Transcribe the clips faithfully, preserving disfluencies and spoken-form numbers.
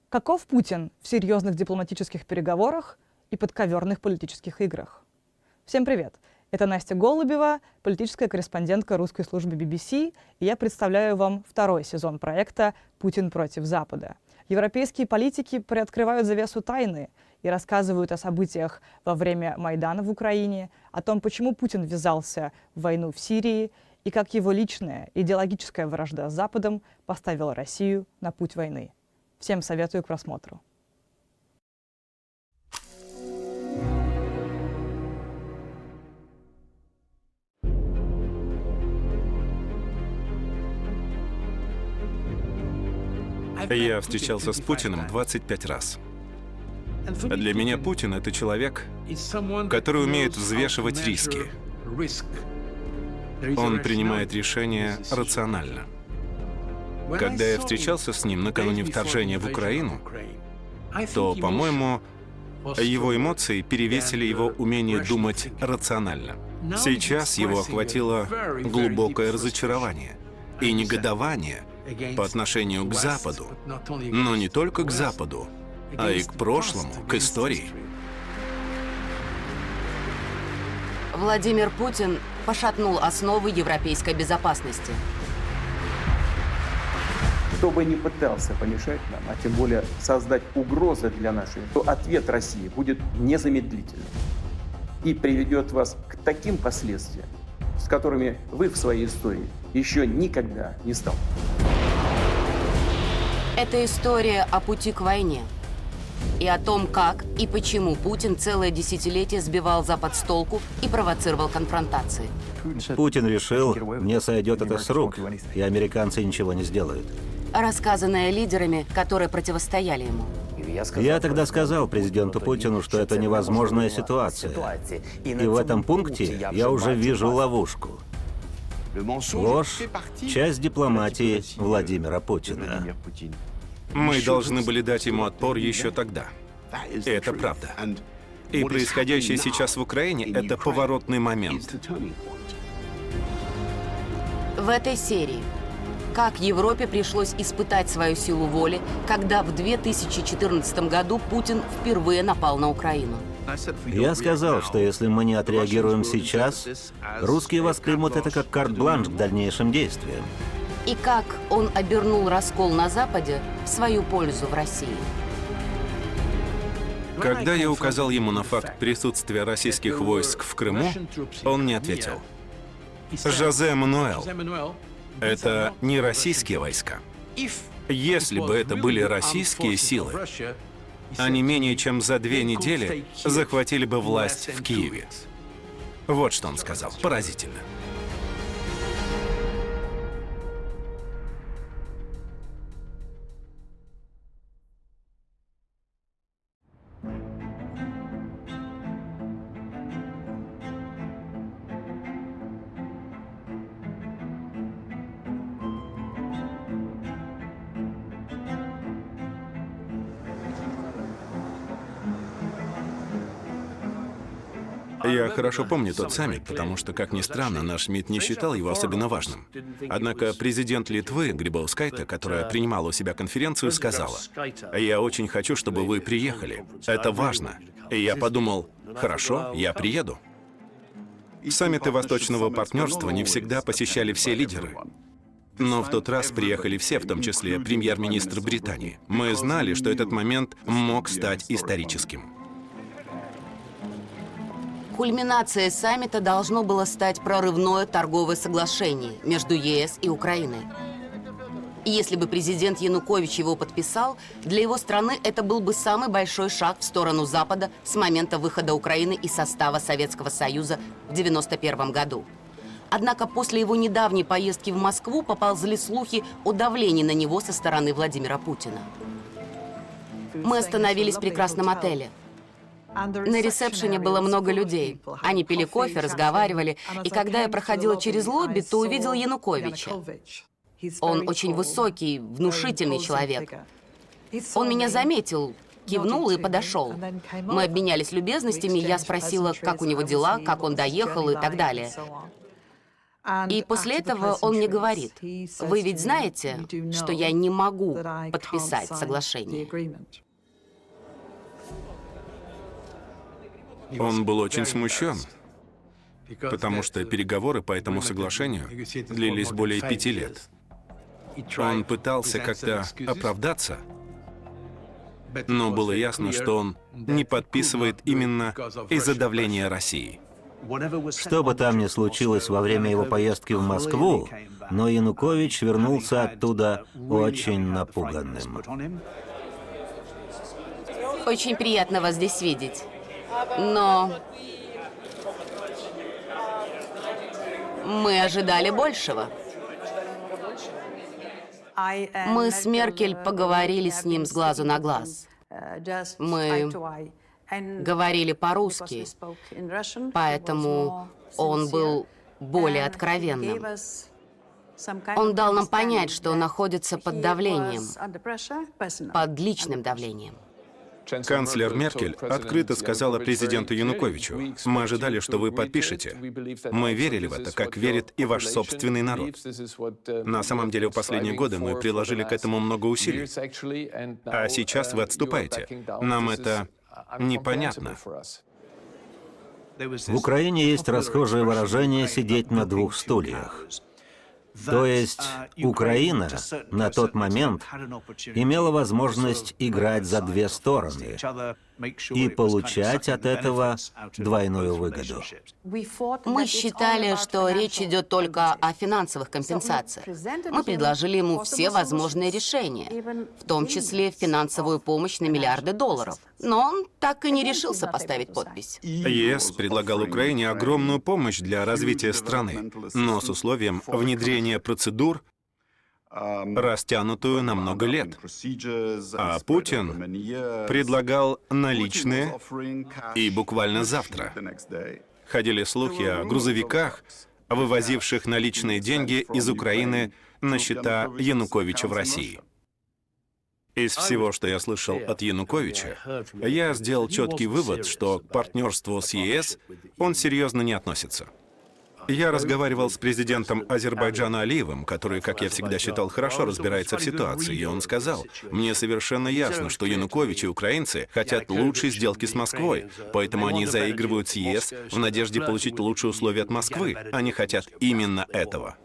Каков Путин в серьезных дипломатических переговорах и подковерных политических играх? Всем привет! Это Настя Голубева, политическая корреспондентка русской службы би би си, и я представляю вам второй сезон проекта «Путин против Запада». Европейские политики приоткрывают завесу тайны и рассказывают о событиях во время Майдана в Украине, о том, почему Путин ввязался в войну в Сирии и как его личная идеологическая вражда с Западом поставила Россию на путь войны. Всем советую к просмотру. Я встречался с Путиным двадцать пять раз. Для меня Путин — это человек, который умеет взвешивать риски. Он принимает решения рационально. Когда я встречался с ним накануне вторжения в Украину, то, по-моему, его эмоции перевесили его умение думать рационально. Сейчас его охватило глубокое разочарование и негодование по отношению к Западу, но не только к Западу, а и к прошлому, к истории. Владимир Путин пошатнул основы европейской безопасности. Кто бы ни пытался помешать нам, а тем более создать угрозы для нашей, то ответ России будет незамедлительным и приведет вас к таким последствиям, с которыми вы в своей истории еще никогда не сталкивались. Это история о пути к войне и о том, как и почему Путин целое десятилетие сбивал Запад с толку и провоцировал конфронтации. Путин решил, мне сойдет это с рук, и американцы ничего не сделают. Рассказанное лидерами, которые противостояли ему. Я тогда сказал президенту Путину, что это невозможная ситуация. И в этом пункте я уже вижу ловушку. Ложь — часть дипломатии Владимира Путина. Мы должны были дать ему отпор еще тогда. И это правда. И происходящее сейчас в Украине — это поворотный момент. В этой серии как Европе пришлось испытать свою силу воли, когда в две тысячи четырнадцатом году Путин впервые напал на Украину. Я сказал, что если мы не отреагируем сейчас, русские воспримут это как карт-бланш к дальнейшим действиям. И как он обернул раскол на Западе в свою пользу в России. Когда я указал ему на факт присутствия российских войск в Крыму, он не ответил. Жозе Мануэль, это не российские войска. Если бы это были российские силы, они менее чем за две недели захватили бы власть в Киеве. Вот что он сказал. Поразительно. Я хорошо помню тот саммит, потому что, как ни странно, наш МИД не считал его особенно важным. Однако президент Литвы Грибаускайте, которая принимала у себя конференцию, сказала: «Я очень хочу, чтобы вы приехали. Это важно». И я подумал: хорошо, я приеду. Саммиты Восточного партнерства не всегда посещали все лидеры. Но в тот раз приехали все, в том числе премьер-министр Британии. Мы знали, что этот момент мог стать историческим. Кульминацией саммита должно было стать прорывное торговое соглашение между е эс и Украиной. И если бы президент Янукович его подписал, для его страны это был бы самый большой шаг в сторону Запада с момента выхода Украины из состава Советского Союза в девяносто первом году. Однако после его недавней поездки в Москву поползли слухи о давлении на него со стороны Владимира Путина. Мы остановились в прекрасном отеле. На ресепшене было много людей. Они пили кофе, разговаривали, и когда я проходила через лобби, то увидела Януковича. Он очень высокий, внушительный человек. Он меня заметил, кивнул и подошел. Мы обменялись любезностями, я спросила, как у него дела, как он доехал и так далее. И после этого он мне говорит: «Вы ведь знаете, что я не могу подписать соглашение?» Он был очень смущен, потому что переговоры по этому соглашению длились более пяти лет. Он пытался как-то оправдаться, но было ясно, что он не подписывает именно из-за давления России. Что бы там ни случилось во время его поездки в Москву, но Янукович вернулся оттуда очень напуганным. Очень приятно вас здесь видеть. Но мы ожидали большего. Мы с Меркель поговорили с ним с глазу на глаз. Мы говорили по-русски, поэтому он был более откровенным. Он дал нам понять, что находится под давлением, под личным давлением. Канцлер Меркель открыто сказала президенту Януковичу: «Мы ожидали, что вы подпишете. Мы верили в это, как верит и ваш собственный народ. На самом деле, в последние годы мы приложили к этому много усилий. А сейчас вы отступаете. Нам это непонятно». В Украине есть расхожее выражение «сидеть на двух стульях». То есть Украина на тот момент имела возможность играть за две стороны и получать от этого двойную выгоду. Мы считали, что речь идет только о финансовых компенсациях. Мы предложили ему все возможные решения, в том числе финансовую помощь на миллиарды долларов. Но он так и не решился поставить подпись. ЕС предлагал Украине огромную помощь для развития страны, но с условием внедрения процедур, растянутую на много лет. А Путин предлагал наличные и буквально завтра. Ходили слухи о грузовиках, вывозивших наличные деньги из Украины на счета Януковича в России. Из всего, что я слышал от Януковича, я сделал четкий вывод, что к партнерству с ЕС он серьезно не относится. Я разговаривал с президентом Азербайджана Алиевым, который, как я всегда считал, хорошо разбирается в ситуации, и он сказал: «Мне совершенно ясно, что Янукович и украинцы хотят лучшей сделки с Москвой, поэтому они заигрывают с ЕС в надежде получить лучшие условия от Москвы. Они хотят именно этого».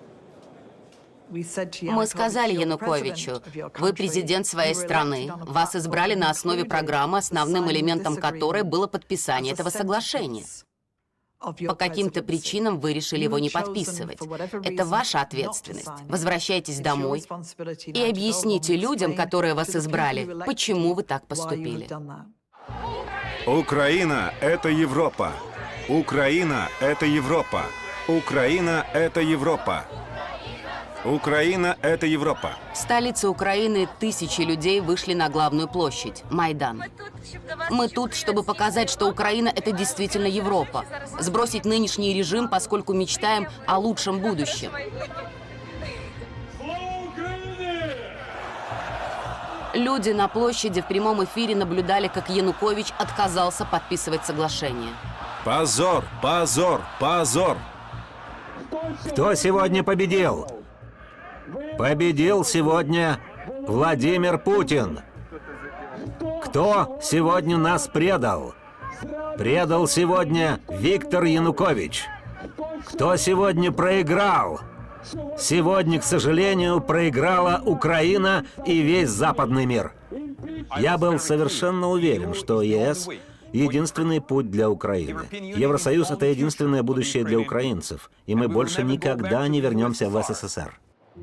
Мы сказали Януковичу: «Вы президент своей страны, вас избрали на основе программы, основным элементом которой было подписание этого соглашения. По каким-то причинам вы решили его не подписывать. Это ваша ответственность. Возвращайтесь домой и объясните людям, которые вас избрали, почему вы так поступили». Украина — это Европа. Украина — это Европа. Украина — это Европа. Украина — это Европа. В столице Украины тысячи людей вышли на главную площадь – Майдан. Мы тут, чтобы показать, что Украина – это действительно Европа. Сбросить нынешний режим, поскольку мечтаем о лучшем будущем. Люди на площади в прямом эфире наблюдали, как Янукович отказался подписывать соглашение. Позор, позор, позор! Кто сегодня победил? Победил сегодня Владимир Путин. Кто сегодня нас предал? Предал сегодня Виктор Янукович. Кто сегодня проиграл? Сегодня, к сожалению, проиграла Украина и весь западный мир. Я был совершенно уверен, что ЕС — единственный путь для Украины. Евросоюз — это единственное будущее для украинцев, и мы больше никогда не вернемся в СССР.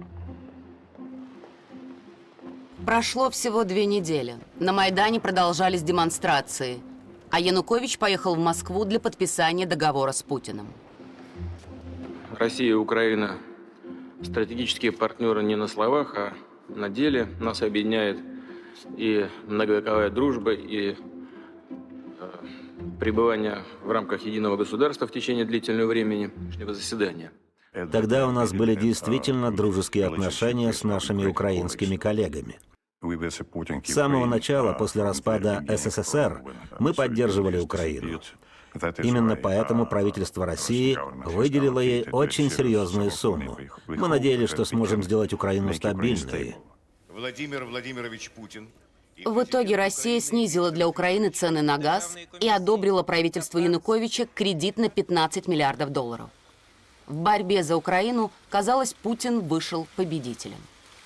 Прошло всего две недели. На Майдане продолжались демонстрации, а Янукович поехал в Москву для подписания договора с Путиным. Россия и Украина – стратегические партнеры не на словах, а на деле. Нас объединяет и многовековая дружба, и э, пребывание в рамках единого государства в течение длительного времени, заседания. Тогда у нас были действительно дружеские отношения с нашими украинскими коллегами. С самого начала, после распада СССР, мы поддерживали Украину. Именно поэтому правительство России выделило ей очень серьезную сумму. Мы надеялись, что сможем сделать Украину стабильной. Владимир Владимирович Путин. В итоге Россия снизила для Украины цены на газ и одобрила правительству Януковича кредит на пятнадцать миллиардов долларов. В борьбе за Украину, казалось, Путин вышел победителем.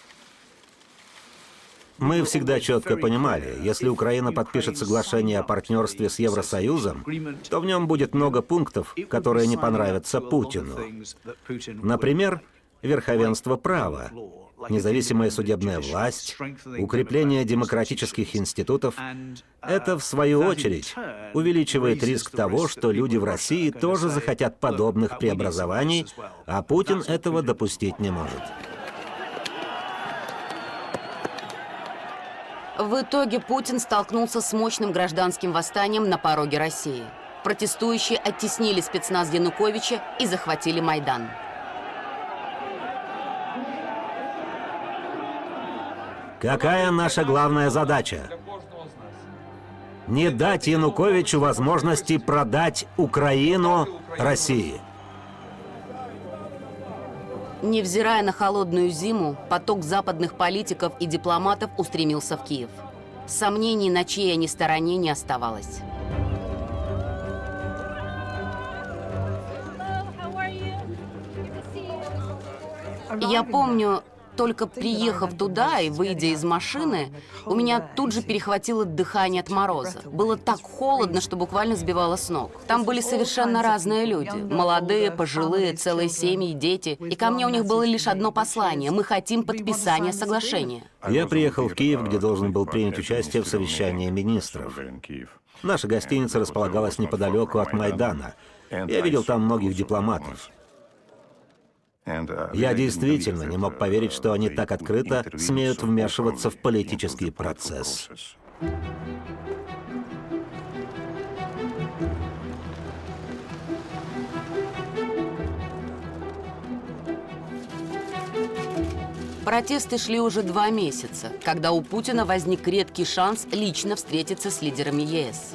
Мы всегда четко понимали, если Украина подпишет соглашение о партнерстве с Евросоюзом, то в нем будет много пунктов, которые не понравятся Путину. Например, верховенство права, независимая судебная власть, укрепление демократических институтов. Это, в свою очередь, увеличивает риск того, что люди в России тоже захотят подобных преобразований, а Путин этого допустить не может. В итоге Путин столкнулся с мощным гражданским восстанием на пороге России. Протестующие оттеснили спецназ Януковича и захватили Майдан. Какая наша главная задача? Не дать Януковичу возможности продать Украину России. Невзирая на холодную зиму, поток западных политиков и дипломатов устремился в Киев. Сомнений, на чьей они стороне, не оставалось. Я помню, только приехав туда и выйдя из машины, у меня тут же перехватило дыхание от мороза. Было так холодно, что буквально сбивало с ног. Там были совершенно разные люди. Молодые, пожилые, целые семьи, дети. И ко мне у них было лишь одно послание. Мы хотим подписания соглашения. Я приехал в Киев, где должен был принять участие в совещании министров. Наша гостиница располагалась неподалеку от Майдана. Я видел там многих дипломатов. Я действительно не мог поверить, что они так открыто смеют вмешиваться в политический процесс. Протесты шли уже два месяца, когда у Путина возник редкий шанс лично встретиться с лидерами ЕС.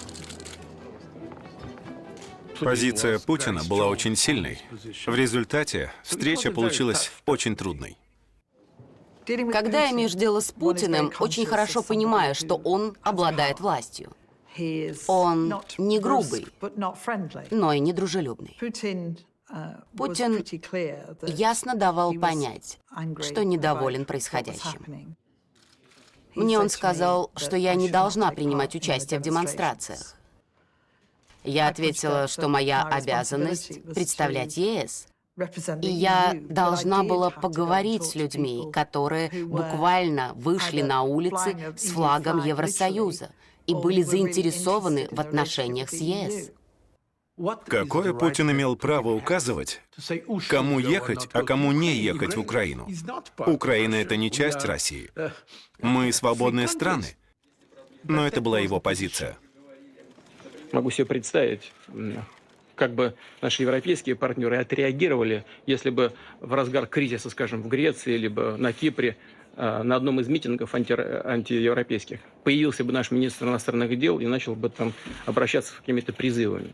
Позиция Путина была очень сильной. В результате встреча получилась очень трудной. Когда имеешь дело с Путиным, очень хорошо понимаешь, что он обладает властью. Он не грубый, но и не дружелюбный. Путин ясно давал понять, что недоволен происходящим. Мне он сказал, что я не должна принимать участие в демонстрациях. Я ответила, что моя обязанность — представлять ЕС. И я должна была поговорить с людьми, которые буквально вышли на улицы с флагом Евросоюза и были заинтересованы в отношениях с ЕС. Какое Путин имел право указывать, кому ехать, а кому не ехать в Украину? Украина — это не часть России. Мы свободные страны. Но это была его позиция. Могу себе представить, как бы наши европейские партнеры отреагировали, если бы в разгар кризиса, скажем, в Греции, либо на Кипре, на одном из митингов анти антиевропейских появился бы наш министр иностранных дел и начал бы там обращаться с какими-то призывами.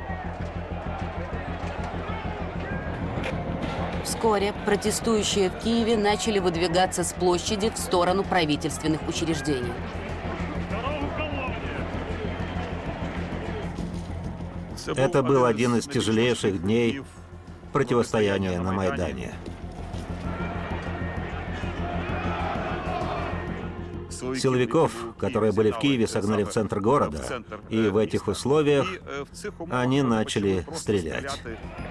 Вскоре протестующие в Киеве начали выдвигаться с площади в сторону правительственных учреждений. Это был один из тяжелейших дней противостояния на Майдане. Силовиков, которые были в Киеве, согнали в центр города, и в этих условиях они начали стрелять.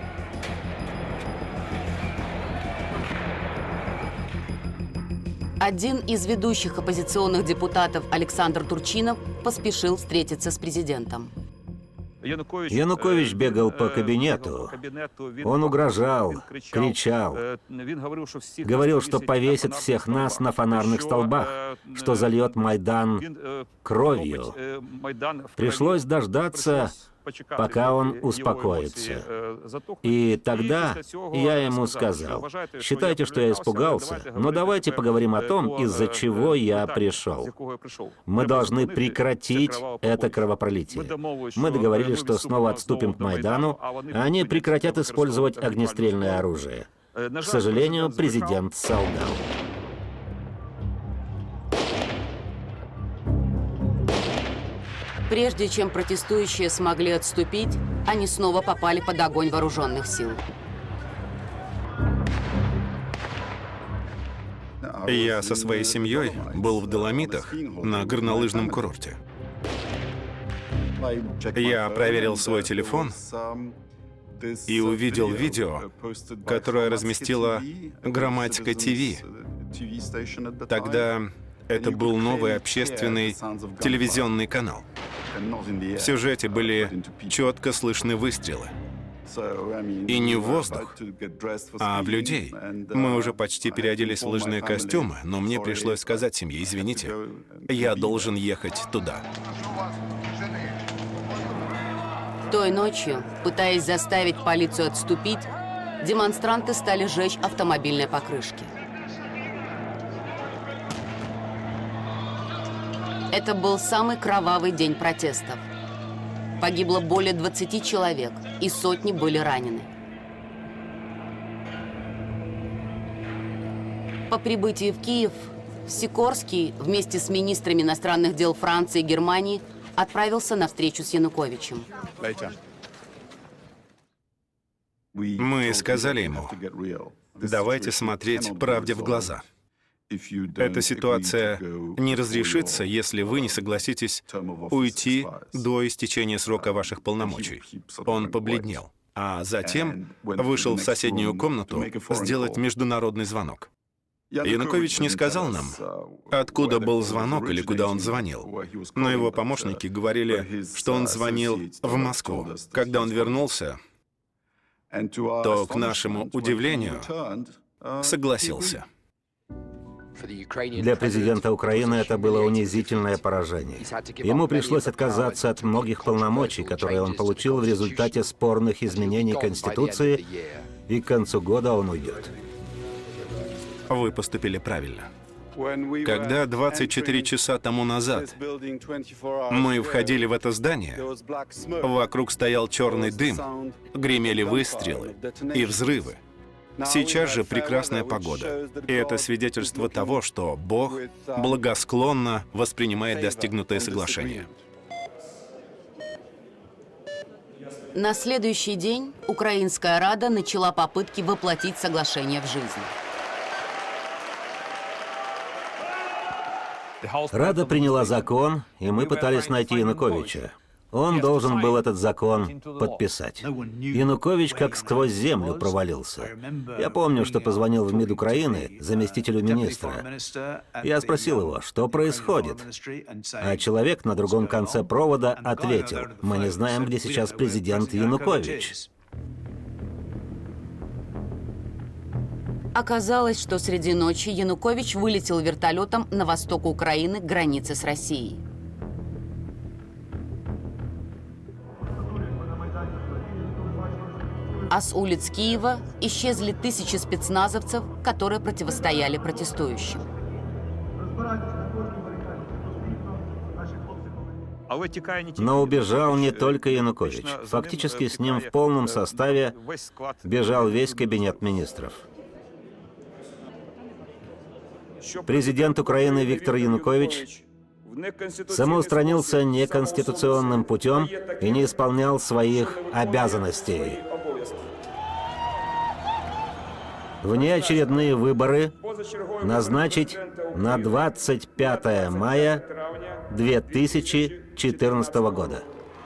Один из ведущих оппозиционных депутатов Александр Турчинов поспешил встретиться с президентом. Янукович бегал по кабинету. Он угрожал, кричал, говорил, что повесит всех нас на фонарных столбах, что зальет Майдан кровью. Пришлось дождаться, пока он успокоится. И тогда я ему сказал: считайте, что я испугался, но давайте поговорим о том, из-за чего я пришел. Мы должны прекратить это кровопролитие. Мы договорились, что снова отступим к Майдану, а они прекратят использовать огнестрельное оружие. К сожалению, президент солгал. Прежде чем протестующие смогли отступить, они снова попали под огонь вооруженных сил. Я со своей семьей был в Доломитах на горнолыжном курорте. Я проверил свой телефон и увидел видео, которое разместила Грамматика ТВ. Тогда это был новый общественный телевизионный канал. В сюжете были четко слышны выстрелы. И не в воздух, а в людей. Мы уже почти переоделись в лыжные костюмы, но мне пришлось сказать семье: извините, я должен ехать туда. Той ночью, пытаясь заставить полицию отступить, демонстранты стали жечь автомобильные покрышки. Это был самый кровавый день протестов. Погибло более двадцати человек, и сотни были ранены. По прибытии в Киев, Сикорский вместе с министрами иностранных дел Франции и Германии отправился на встречу с Януковичем. Мы сказали ему: давайте смотреть правде в глаза. Эта ситуация не разрешится, если вы не согласитесь уйти до истечения срока ваших полномочий. Он побледнел, а затем вышел в соседнюю комнату сделать международный звонок. Янукович не сказал нам, откуда был звонок или куда он звонил, но его помощники говорили, что он звонил в Москву. Когда он вернулся, то, к нашему удивлению, согласился. Для президента Украины это было унизительное поражение. Ему пришлось отказаться от многих полномочий, которые он получил в результате спорных изменений Конституции, и к концу года он уйдет. Вы поступили правильно. Когда двадцать четыре часа тому назад мы входили в это здание, вокруг стоял черный дым, гремели выстрелы и взрывы. Сейчас же прекрасная погода. И это свидетельство того, что Бог благосклонно воспринимает достигнутое соглашение. На следующий день Украинская Рада начала попытки воплотить соглашение в жизнь. Рада приняла закон, и мы пытались найти Януковича. Он должен был этот закон подписать. Янукович как сквозь землю провалился. Я помню, что позвонил в МИД Украины заместителю министра. Я спросил его, что происходит. А человек на другом конце провода ответил: мы не знаем, где сейчас президент Янукович. Оказалось, что среди ночи Янукович вылетел вертолетом на восток Украины к границе с Россией. А с улиц Киева исчезли тысячи спецназовцев, которые противостояли протестующим. Но убежал не только Янукович. Фактически с ним в полном составе бежал весь кабинет министров. Президент Украины Виктор Янукович самоустранился неконституционным путем и не исполнял своих обязанностей. Внеочередные выборы назначить на двадцать пятое мая две тысячи четырнадцатого года.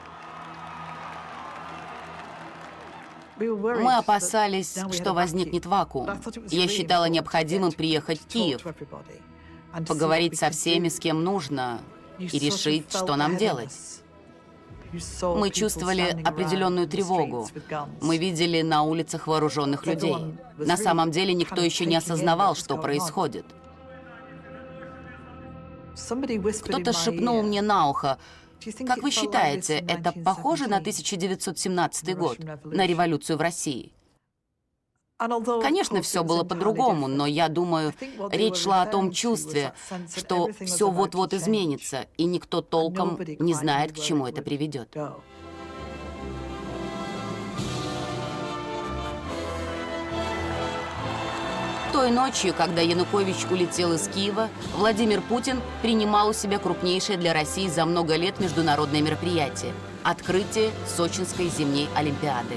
Мы опасались, что возникнет вакуум. Я считала необходимым приехать в Киев, поговорить со всеми, с кем нужно, и решить, что нам делать. Мы чувствовали определенную тревогу. Мы видели на улицах вооруженных людей. На самом деле никто еще не осознавал, что происходит. Кто-то шепнул мне на ухо: Как вы считаете, это похоже на тысяча девятьсот семнадцатый год, на революцию в России? Конечно, все было по-другому, но я думаю, речь шла о том чувстве, что все вот-вот изменится, и никто толком не знает, к чему это приведет. Той ночью, когда Янукович улетел из Киева, Владимир Путин принимал у себя крупнейшее для России за много лет международное мероприятие – открытие Сочинской зимней Олимпиады.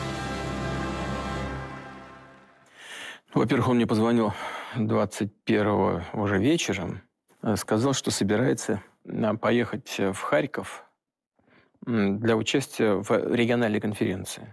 Во-первых, он мне позвонил двадцать первого уже вечером, сказал, что собирается поехать в Харьков для участия в региональной конференции.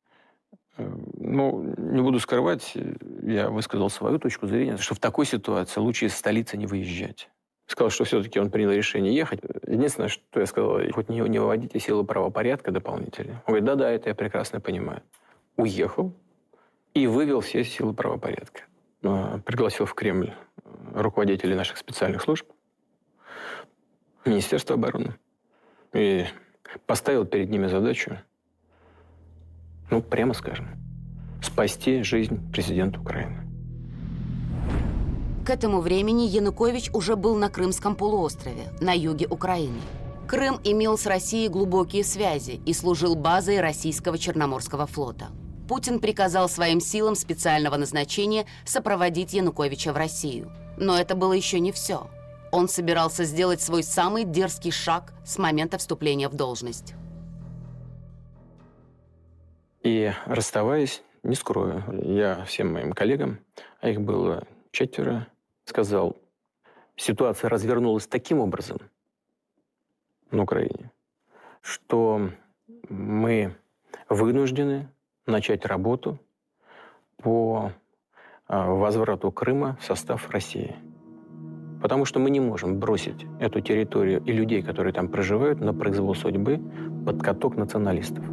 Ну, не буду скрывать, я высказал свою точку зрения, что в такой ситуации лучше из столицы не выезжать. Сказал, что все-таки он принял решение ехать. Единственное, что я сказал, хоть не, не выводите силы правопорядка дополнительные. Он говорит, да-да, это я прекрасно понимаю. Уехал и вывел все силы правопорядка. Пригласил в Кремль руководителей наших специальных служб, Министерства обороны, и поставил перед ними задачу, ну, прямо скажем, спасти жизнь президента Украины. К этому времени Янукович уже был на Крымском полуострове, на юге Украины. Крым имел с Россией глубокие связи и служил базой российского Черноморского флота. Путин приказал своим силам специального назначения сопроводить Януковича в Россию. Но это было еще не все. Он собирался сделать свой самый дерзкий шаг с момента вступления в должность. И расставаясь, не скрою, я всем моим коллегам, а их было четверо, сказал, ситуация развернулась таким образом на Украине, что мы вынуждены начать работу по возврату Крыма в состав России. Потому что мы не можем бросить эту территорию и людей, которые там проживают, на произвол судьбы под каток националистов.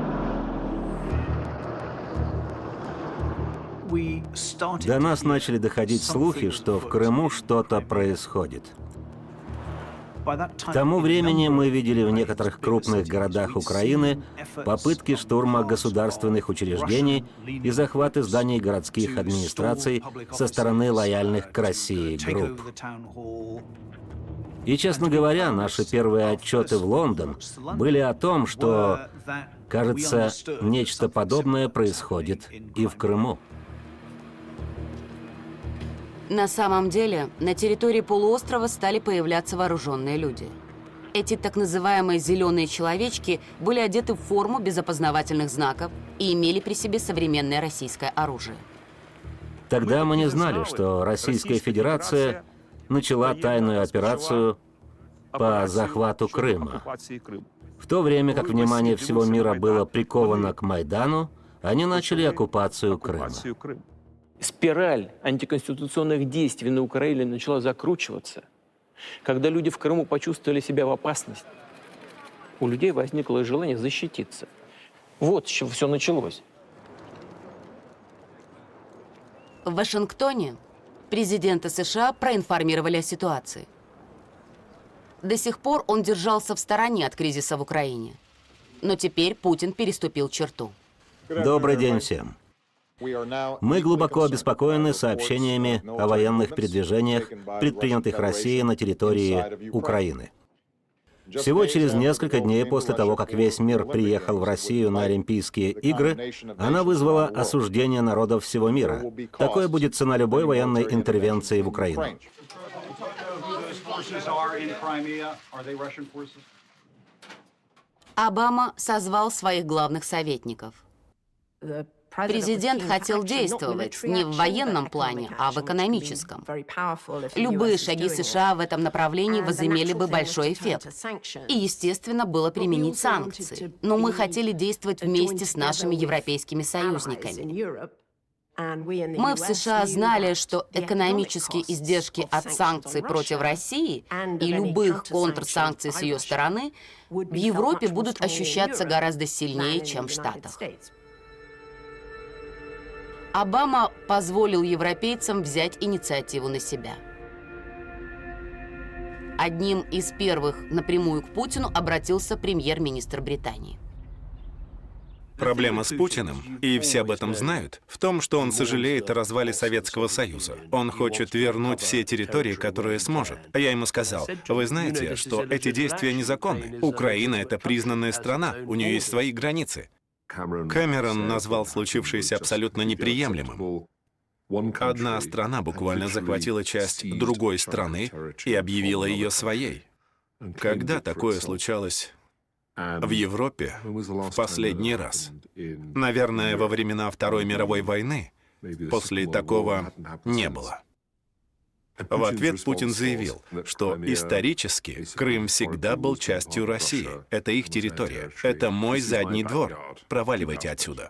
До нас начали доходить слухи, что в Крыму что-то происходит. К тому времени мы видели в некоторых крупных городах Украины попытки штурма государственных учреждений и захваты зданий городских администраций со стороны лояльных к России групп. И, честно говоря, наши первые отчеты в Лондон были о том, что, кажется, нечто подобное происходит и в Крыму. На самом деле, на территории полуострова стали появляться вооруженные люди. Эти так называемые «зеленые человечки» были одеты в форму без опознавательных знаков и имели при себе современное российское оружие. Тогда мы не знали, что Российская Федерация начала тайную операцию по захвату Крыма. В то время как внимание всего мира было приковано к Майдану, они начали оккупацию Крыма. Спираль антиконституционных действий на Украине начала закручиваться. Когда люди в Крыму почувствовали себя в опасности, у людей возникло желание защититься. Вот с чего все началось. В Вашингтоне президента США проинформировали о ситуации. До сих пор он держался в стороне от кризиса в Украине. Но теперь Путин переступил черту. Добрый день всем. Мы глубоко обеспокоены сообщениями о военных передвижениях, предпринятых Россией на территории Украины. Всего через несколько дней после того, как весь мир приехал в Россию на Олимпийские игры, она вызвала осуждение народов всего мира. Такое будет цена любой военной интервенции в Украину. Обама созвал своих главных советников. Президент хотел действовать не в военном плане, а в экономическом. Любые шаги США в этом направлении возымели бы большой эффект. И, естественно, было применить санкции. Но мы хотели действовать вместе с нашими европейскими союзниками. Мы в США знали, что экономические издержки от санкций против России и любых контрсанкций с ее стороны в Европе будут ощущаться гораздо сильнее, чем в Штатах. Обама позволил европейцам взять инициативу на себя. Одним из первых напрямую к Путину обратился премьер-министр Британии. Проблема с Путиным, и все об этом знают, в том, что он сожалеет о развале Советского Союза. Он хочет вернуть все территории, которые сможет. А я ему сказал, вы знаете, что эти действия незаконны. Украина — это признанная страна, у нее есть свои границы. Кэмерон назвал случившееся абсолютно неприемлемым. Одна страна буквально захватила часть другой страны и объявила ее своей. Когда такое случалось в Европе в последний раз? Наверное, во времена Второй мировой войны. После такого не было. В ответ Путин заявил, что исторически Крым всегда был частью России. Это их территория. Это мой задний двор. Проваливайте отсюда.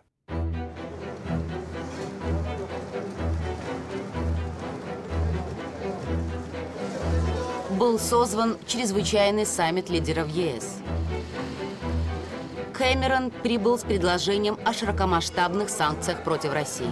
Был созван чрезвычайный саммит лидеров ЕС. Кэмерон прибыл с предложением о широкомасштабных санкциях против России.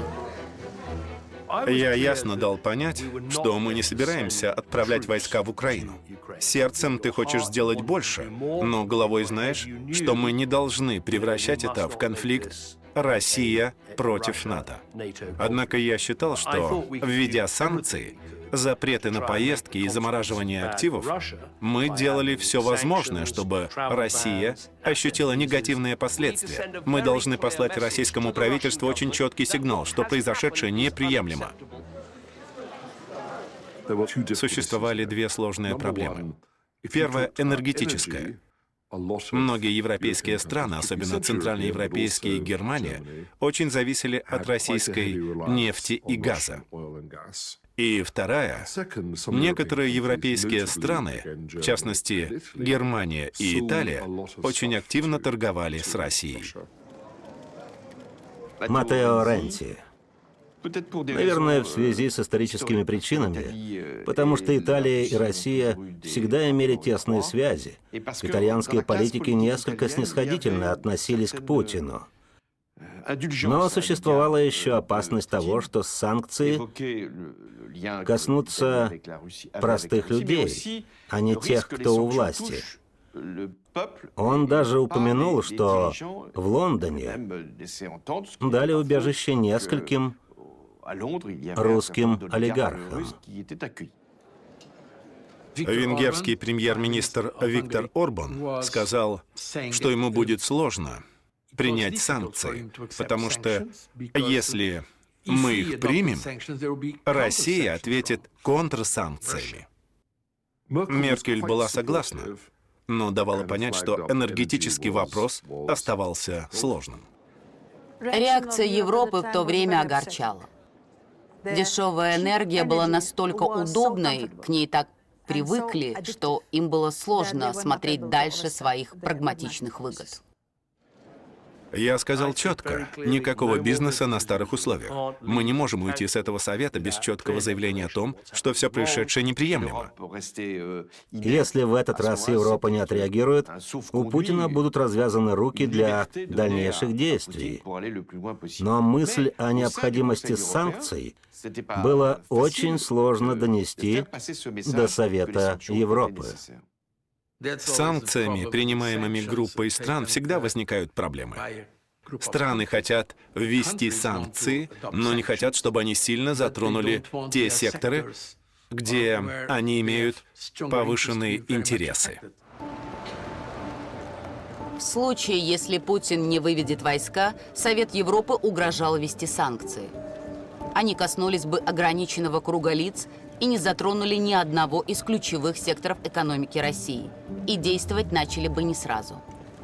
Я ясно дал понять, что мы не собираемся отправлять войска в Украину. Сердцем ты хочешь сделать больше, но головой знаешь, что мы не должны превращать это в конфликт Россия против НАТО. Однако я считал, что, введя санкции, запреты на поездки и замораживание активов, мы делали все возможное, чтобы Россия ощутила негативные последствия. Мы должны послать российскому правительству очень четкий сигнал, что произошедшее неприемлемо. Существовали две сложные проблемы. Первая — энергетическая. Многие европейские страны, особенно центральноевропейские и Германия, очень зависели от российской нефти и газа. И вторая, некоторые европейские страны, в частности, Германия и Италия, очень активно торговали с Россией. Матео Ренци. Наверное, в связи с историческими причинами, потому что Италия и Россия всегда имели тесные связи. Итальянские политики несколько снисходительно относились к Путину. Но существовала еще опасность того, что санкции коснутся простых людей, а не тех, кто у власти. Он даже упомянул, что в Лондоне дали убежище нескольким русским олигархам. Венгерский премьер-министр Виктор Орбан сказал, что ему будет сложно принять санкции, потому что если мы их примем, Россия ответит контрсанкциями. Меркель была согласна, но давала понять, что энергетический вопрос оставался сложным. Реакция Европы в то время огорчала. Дешевая энергия была настолько удобной, к ней так привыкли, что им было сложно смотреть дальше своих прагматичных выгод. Я сказал четко, никакого бизнеса на старых условиях. Мы не можем уйти с этого совета без четкого заявления о том, что все происшедшее неприемлемо. Если в этот раз Европа не отреагирует, у Путина будут развязаны руки для дальнейших действий. Но мысль о необходимости санкций было очень сложно донести до Совета Европы. С санкциями, принимаемыми группой стран, всегда возникают проблемы. Страны хотят ввести санкции, но не хотят, чтобы они сильно затронули те секторы, где они имеют повышенные интересы. В случае, если Путин не выведет войска, Совет Европы угрожал ввести санкции. Они коснулись бы ограниченного круга лиц и не затронули ни одного из ключевых секторов экономики России. И действовать начали бы не сразу.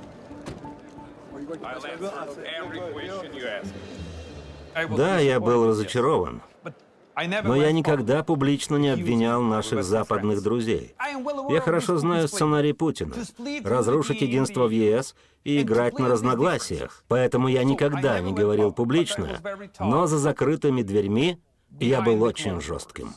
Да, я был разочарован. Но я никогда публично не обвинял наших западных друзей. Я хорошо знаю сценарий Путина — разрушить единство в ЕС и играть на разногласиях. Поэтому я никогда не говорил публично, но за закрытыми дверьми я был очень жестким.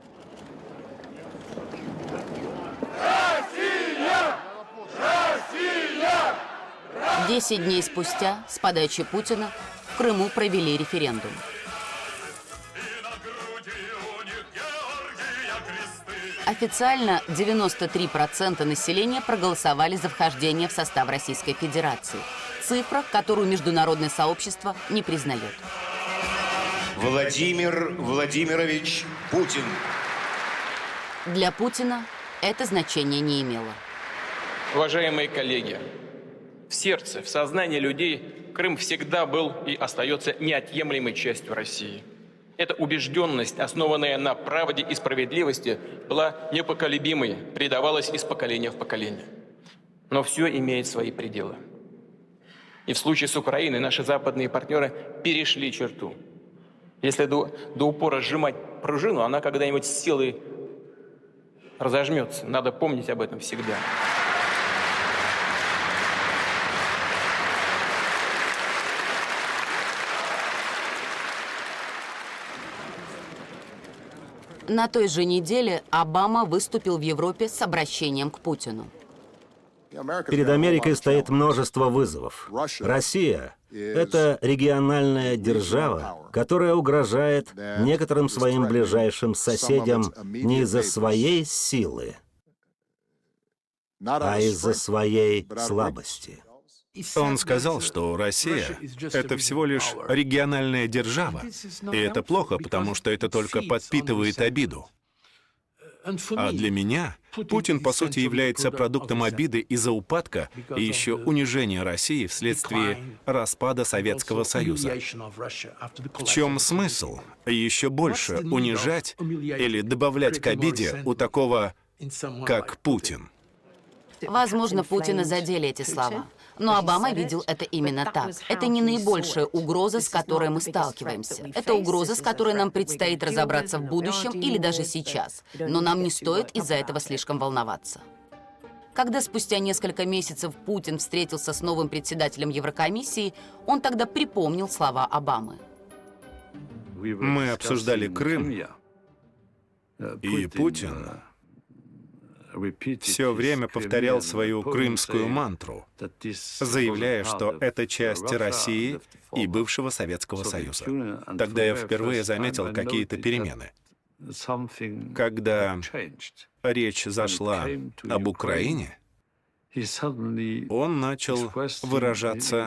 Десять дней спустя, с подачи Путина, в Крыму провели референдум. Официально девяносто три процента населения проголосовали за вхождение в состав Российской Федерации. Цифра, которую международное сообщество не признает. Владимир Владимирович Путин. Для Путина это значение не имело. Уважаемые коллеги, в сердце, в сознании людей Крым всегда был и остается неотъемлемой частью России. Эта убежденность, основанная на правде и справедливости, была непоколебимой, передавалась из поколения в поколение. Но все имеет свои пределы. И в случае с Украиной наши западные партнеры перешли черту. Если до, до упора сжимать пружину, она когда-нибудь с силой разожмется. Надо помнить об этом всегда. На той же неделе Обама выступил в Европе с обращением к Путину. Перед Америкой стоит множество вызовов. Россия — это региональная держава, которая угрожает некоторым своим ближайшим соседям не из-за своей силы, а из-за своей слабости. Он сказал, что Россия — это всего лишь региональная держава. И это плохо, потому что это только подпитывает обиду. А для меня Путин, по сути, является продуктом обиды из-за упадка и еще унижения России вследствие распада Советского Союза. В чем смысл еще больше унижать или добавлять к обиде у такого, как Путин? Возможно, Путина задели эти слова. Но Обама видел это именно так. Это не наибольшая угроза, с которой мы сталкиваемся. Это угроза, с которой нам предстоит разобраться в будущем или даже сейчас. Но нам не стоит из-за этого слишком волноваться. Когда спустя несколько месяцев Путин встретился с новым председателем Еврокомиссии, он тогда припомнил слова Обамы. Мы обсуждали Крым, и Путин все время повторял свою крымскую мантру, заявляя, что это часть России и бывшего Советского Союза. Тогда я впервые заметил какие-то перемены. Когда речь зашла об Украине, он начал выражаться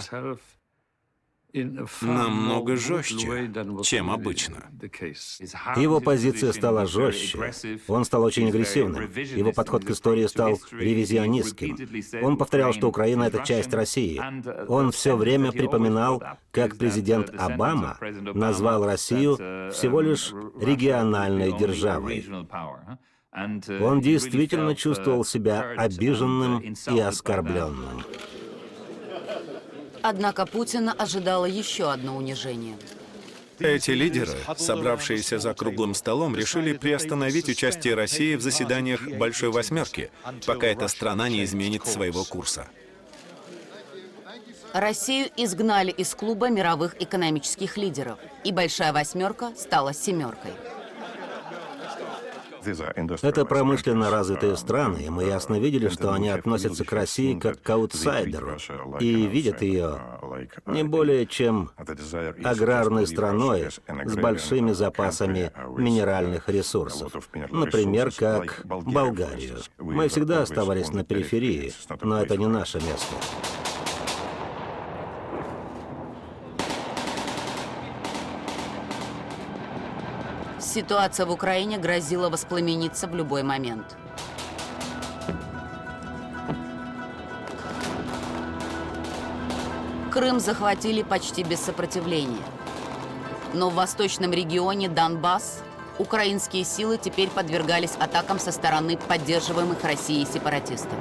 намного жестче, чем обычно. Его позиция стала жестче. Он стал очень агрессивным. Его подход к истории стал ревизионистским. Он повторял, что Украина — это часть России. Он все время припоминал, как президент Обама назвал Россию всего лишь региональной державой. Он действительно чувствовал себя обиженным и оскорбленным. Однако Путина ожидало еще одно унижение. Эти лидеры, собравшиеся за круглым столом, решили приостановить участие России в заседаниях Большой Восьмерки, пока эта страна не изменит своего курса. Россию изгнали из клуба мировых экономических лидеров, и Большая Восьмерка стала семеркой. Это промышленно развитые страны, и мы ясно видели, что они относятся к России как к аутсайдеру и видят ее не более чем аграрной страной с большими запасами минеральных ресурсов, например, как Болгарию. Мы всегда оставались на периферии, но это не наше место. Ситуация в Украине грозила воспламениться в любой момент. Крым захватили почти без сопротивления. Но в восточном регионе Донбасс украинские силы теперь подвергались атакам со стороны поддерживаемых Россией сепаратистов.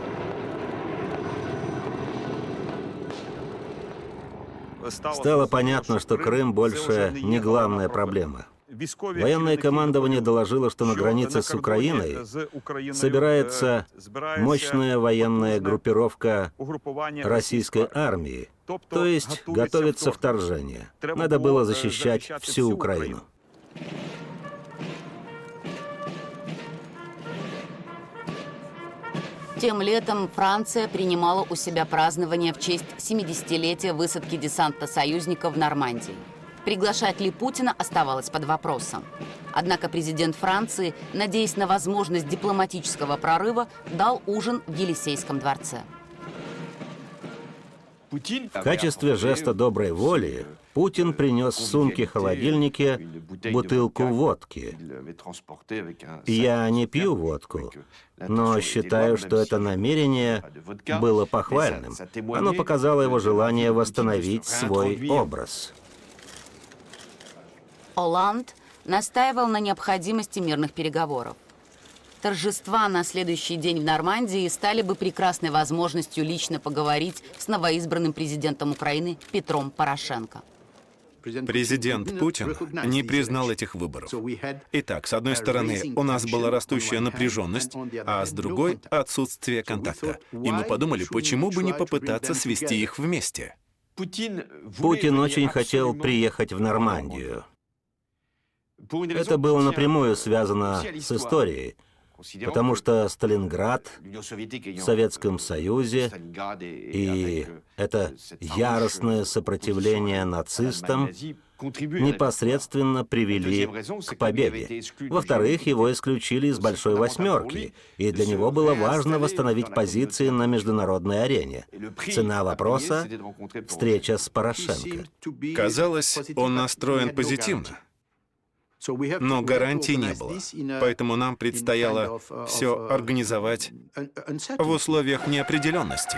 Стало понятно, что Крым больше не главная проблема. Военное командование доложило, что на границе с Украиной собирается мощная военная группировка российской армии, то есть готовится вторжение. Надо было защищать всю Украину. Тем летом Франция принимала у себя празднование в честь семидесятилетия высадки десанта союзников в Нормандии. Приглашать ли Путина оставалось под вопросом. Однако президент Франции, надеясь на возможность дипломатического прорыва, дал ужин в Елисейском дворце. В качестве жеста доброй воли Путин принес в сумке-холодильнике бутылку водки. Я не пью водку, но считаю, что это намерение было похвальным. Оно показало его желание восстановить свой образ. Олланд настаивал на необходимости мирных переговоров. Торжества на следующий день в Нормандии стали бы прекрасной возможностью лично поговорить с новоизбранным президентом Украины Петром Порошенко. Президент Путин не признал этих выборов. Итак, с одной стороны, у нас была растущая напряженность, а с другой — отсутствие контакта. И мы подумали, почему бы не попытаться свести их вместе? Путин очень хотел приехать в Нормандию. Это было напрямую связано с историей, потому что Сталинград в Советском Союзе и это яростное сопротивление нацистам непосредственно привели к победе. Во-вторых, его исключили из «Большой восьмерки», и для него было важно восстановить позиции на международной арене. Цена вопроса — встреча с Порошенко. Казалось, он настроен позитивно. Но гарантий не было, поэтому нам предстояло все организовать в условиях неопределенности.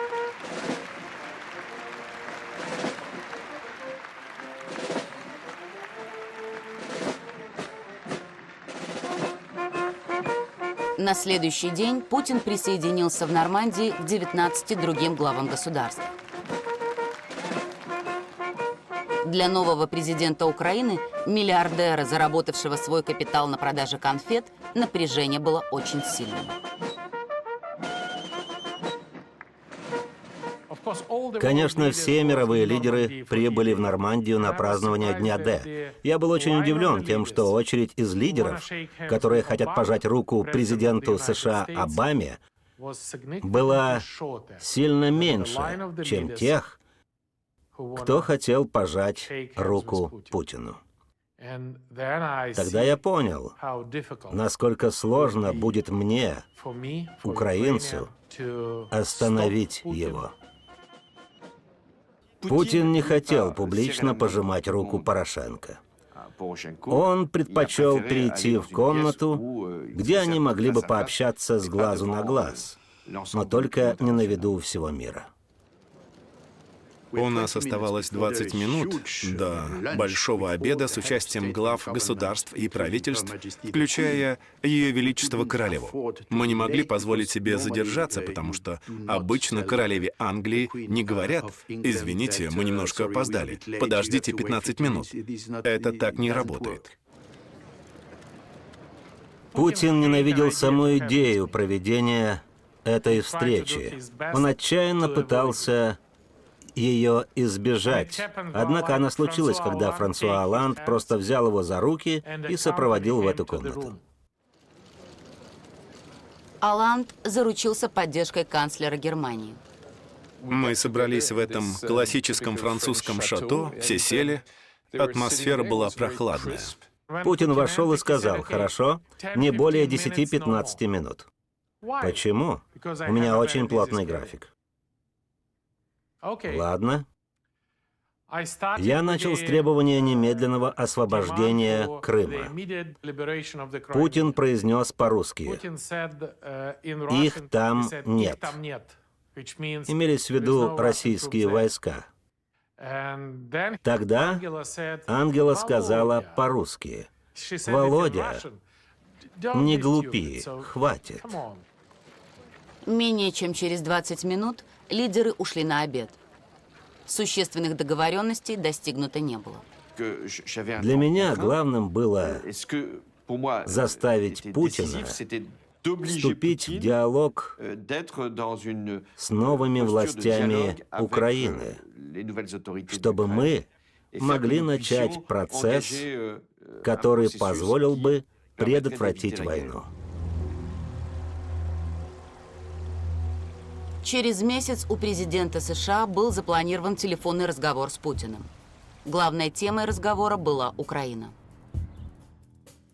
На следующий день Путин присоединился в Нормандии к девятнадцати другим главам государств. Для нового президента Украины, миллиардера, заработавшего свой капитал на продаже конфет, напряжение было очень сильным. Конечно, все мировые лидеры прибыли в Нормандию на празднование Дня Д. Я был очень удивлен тем, что очередь из лидеров, которые хотят пожать руку президенту США Обаме, была сильно меньше, чем тех, кто хотел пожать руку Путину. Тогда я понял, насколько сложно будет мне, украинцу, остановить его. Путин не хотел публично пожимать руку Порошенко. Он предпочел перейти в комнату, где они могли бы пообщаться с глазу на глаз, но только не на виду всего мира. У нас оставалось двадцать минут до большого обеда с участием глав государств и правительств, включая Ее Величество Королеву. Мы не могли позволить себе задержаться, потому что обычно королеве Англии не говорят: «Извините, мы немножко опоздали, подождите пятнадцать минут». Это так не работает. Путин ненавидел саму идею проведения этой встречи. Он отчаянно пытался ее избежать. Однако она случилась, когда Франсуа Олланд просто взял его за руки и сопроводил в эту комнату. Олланд заручился поддержкой канцлера Германии. Мы собрались в этом классическом французском шато, все сели, атмосфера была прохладная. Путин вошел и сказал: «Хорошо, не более десяти-пятнадцати минут». Почему? У меня очень плотный график. Ладно. Я начал с требования немедленного освобождения Крыма. Путин произнес по-русски: «Их там нет». Имелись в виду российские войска. Тогда Ангела сказала по-русски: «Володя, не глупи, хватит». Менее чем через двадцать минут лидеры ушли на обед. Существенных договоренностей достигнуто не было. Для меня главным было заставить Путина вступить в диалог с новыми властями Украины, чтобы мы могли начать процесс, который позволил бы предотвратить войну. Через месяц у президента США был запланирован телефонный разговор с Путиным. Главной темой разговора была Украина.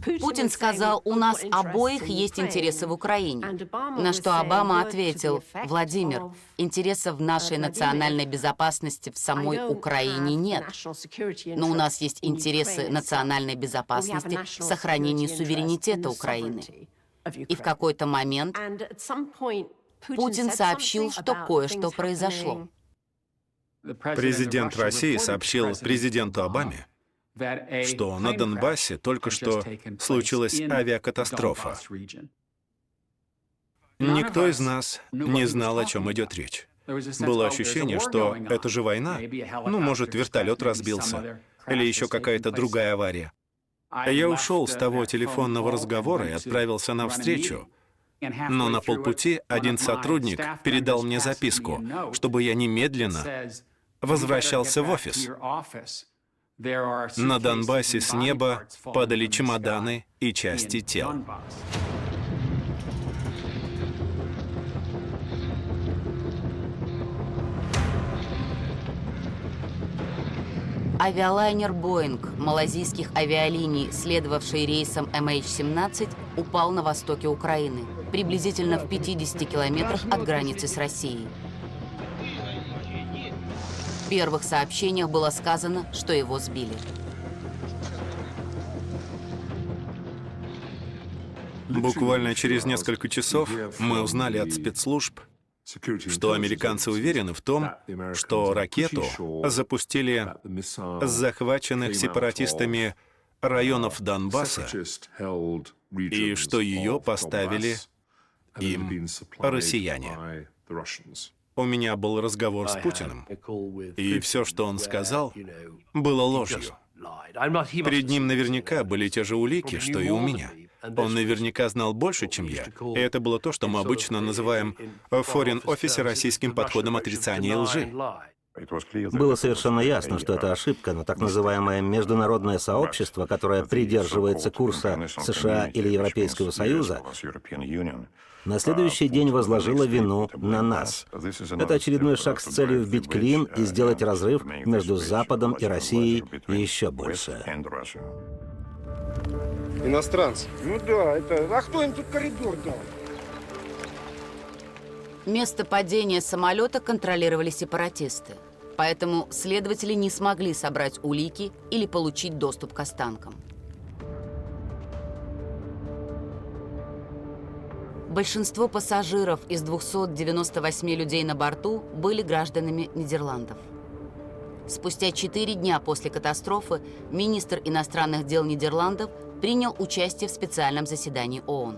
Путин сказал, у нас обоих есть интересы в Украине. На что Обама ответил, Владимир, интересов в нашей национальной безопасности в самой Украине нет. Но у нас есть интересы национальной безопасности в сохранении суверенитета Украины. И в какой-то момент Путин сообщил, что кое-что произошло. Президент России сообщил президенту Обаме, что на Донбассе только что случилась авиакатастрофа. Никто из нас не знал, о чем идет речь. Было ощущение, что это же война. Ну, может, вертолет разбился или еще какая-то другая авария. Я ушел с того телефонного разговора и отправился навстречу. Но на полпути один сотрудник передал мне записку, чтобы я немедленно возвращался в офис. На Донбассе с неба падали чемоданы и части тел. Авиалайнер «Боинг» малазийских авиалиний, следовавший рейсом эм эйч семнадцать, упал на востоке Украины, приблизительно в пятидесяти километрах от границы с Россией. В первых сообщениях было сказано, что его сбили. Буквально через несколько часов мы узнали от спецслужб, что американцы уверены в том, что ракету запустили с захваченных сепаратистами районов Донбасса и что ее поставили им россияне. У меня был разговор с Путиным, и все, что он сказал, было ложью. Перед ним наверняка были те же улики, что и у меня. Он наверняка знал больше, чем я. И это было то, что мы обычно называем в форин-офисе российским подходом отрицания лжи. Было совершенно ясно, что это ошибка, но так называемое международное сообщество, которое придерживается курса США или Европейского Союза, на следующий день возложило вину на нас. Это очередной шаг с целью вбить клин и сделать разрыв между Западом и Россией еще больше. Иностранцы. Ну да, это... А кто им тут коридор дал? Место падения самолета контролировали сепаратисты, поэтому следователи не смогли собрать улики или получить доступ к останкам. Большинство пассажиров из двухсот девяноста восьми людей на борту были гражданами Нидерландов. Спустя четыре дня после катастрофы министр иностранных дел Нидерландов принял участие в специальном заседании ООН.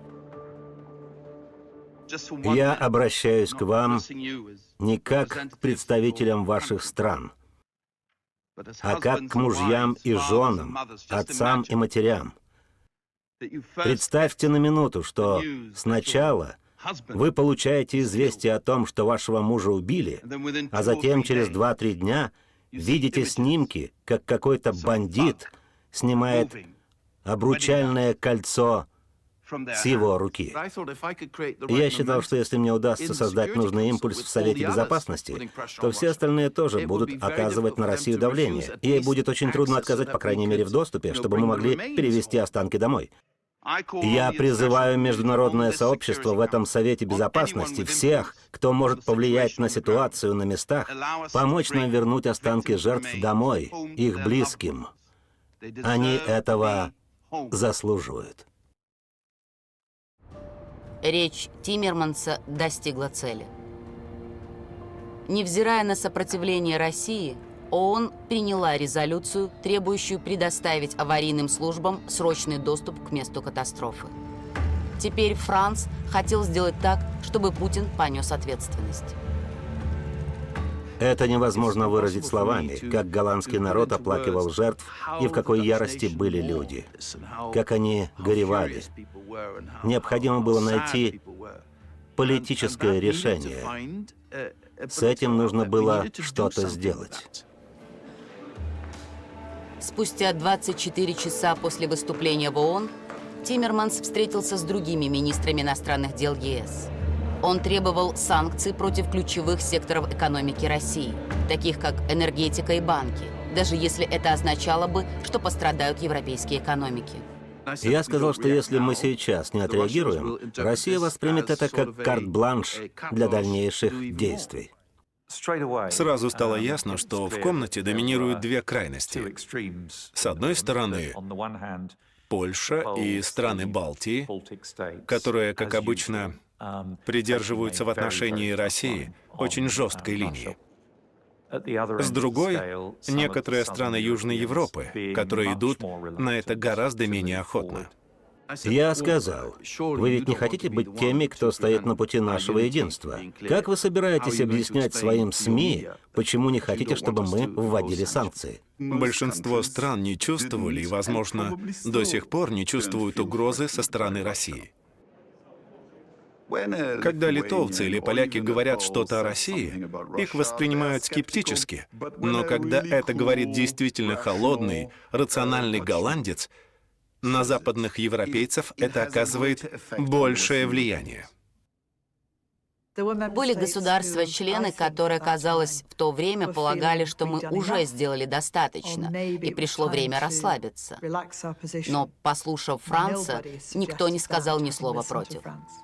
Я обращаюсь к вам не как к представителям ваших стран, а как к мужьям и женам, отцам и матерям. Представьте на минуту, что сначала вы получаете известие о том, что вашего мужа убили, а затем через два-три дня видите снимки, как какой-то бандит снимает обручальное кольцо с его руки. Я считал, что если мне удастся создать нужный импульс в Совете Безопасности, то все остальные тоже будут оказывать на Россию давление. Ей будет очень трудно отказать, по крайней мере, в доступе, чтобы мы могли перевести останки домой. Я призываю международное сообщество в этом Совете Безопасности, всех, кто может повлиять на ситуацию на местах, помочь нам вернуть останки жертв домой, их близким. Они этого заслуживают. Речь Тиммерманса достигла цели. Невзирая на сопротивление России, ООН приняла резолюцию, требующую предоставить аварийным службам срочный доступ к месту катастрофы. Теперь Франц хотел сделать так, чтобы Путин понес ответственность. Это невозможно выразить словами, как голландский народ оплакивал жертв и в какой ярости были люди, как они горевали. Необходимо было найти политическое решение. С этим нужно было что-то сделать. Спустя двадцать четыре часа после выступления в ООН Тиммерманс встретился с другими министрами иностранных дел ЕС. Он требовал санкций против ключевых секторов экономики России, таких как энергетика и банки, даже если это означало бы, что пострадают европейские экономики. Я сказал, что если мы сейчас не отреагируем, Россия воспримет это как карт-бланш для дальнейших действий. Сразу стало ясно, что в комнате доминируют две крайности. С одной стороны, Польша и страны Балтии, которые, как обычно, придерживаются в отношении России очень жесткой линии. С другой, некоторые страны Южной Европы, которые идут на это гораздо менее охотно. Я сказал, вы ведь не хотите быть теми, кто стоит на пути нашего единства. Как вы собираетесь объяснять своим СМИ, почему не хотите, чтобы мы вводили санкции? Большинство стран не чувствовали и, возможно, до сих пор не чувствуют угрозы со стороны России. Когда литовцы или поляки говорят что-то о России, их воспринимают скептически. Но когда это говорит действительно холодный, рациональный голландец, на западных европейцев это оказывает большее влияние. Были государства-члены, которые, казалось, в то время полагали, что мы уже сделали достаточно, и пришло время расслабиться. Но, послушав Франца, никто не сказал ни слова против.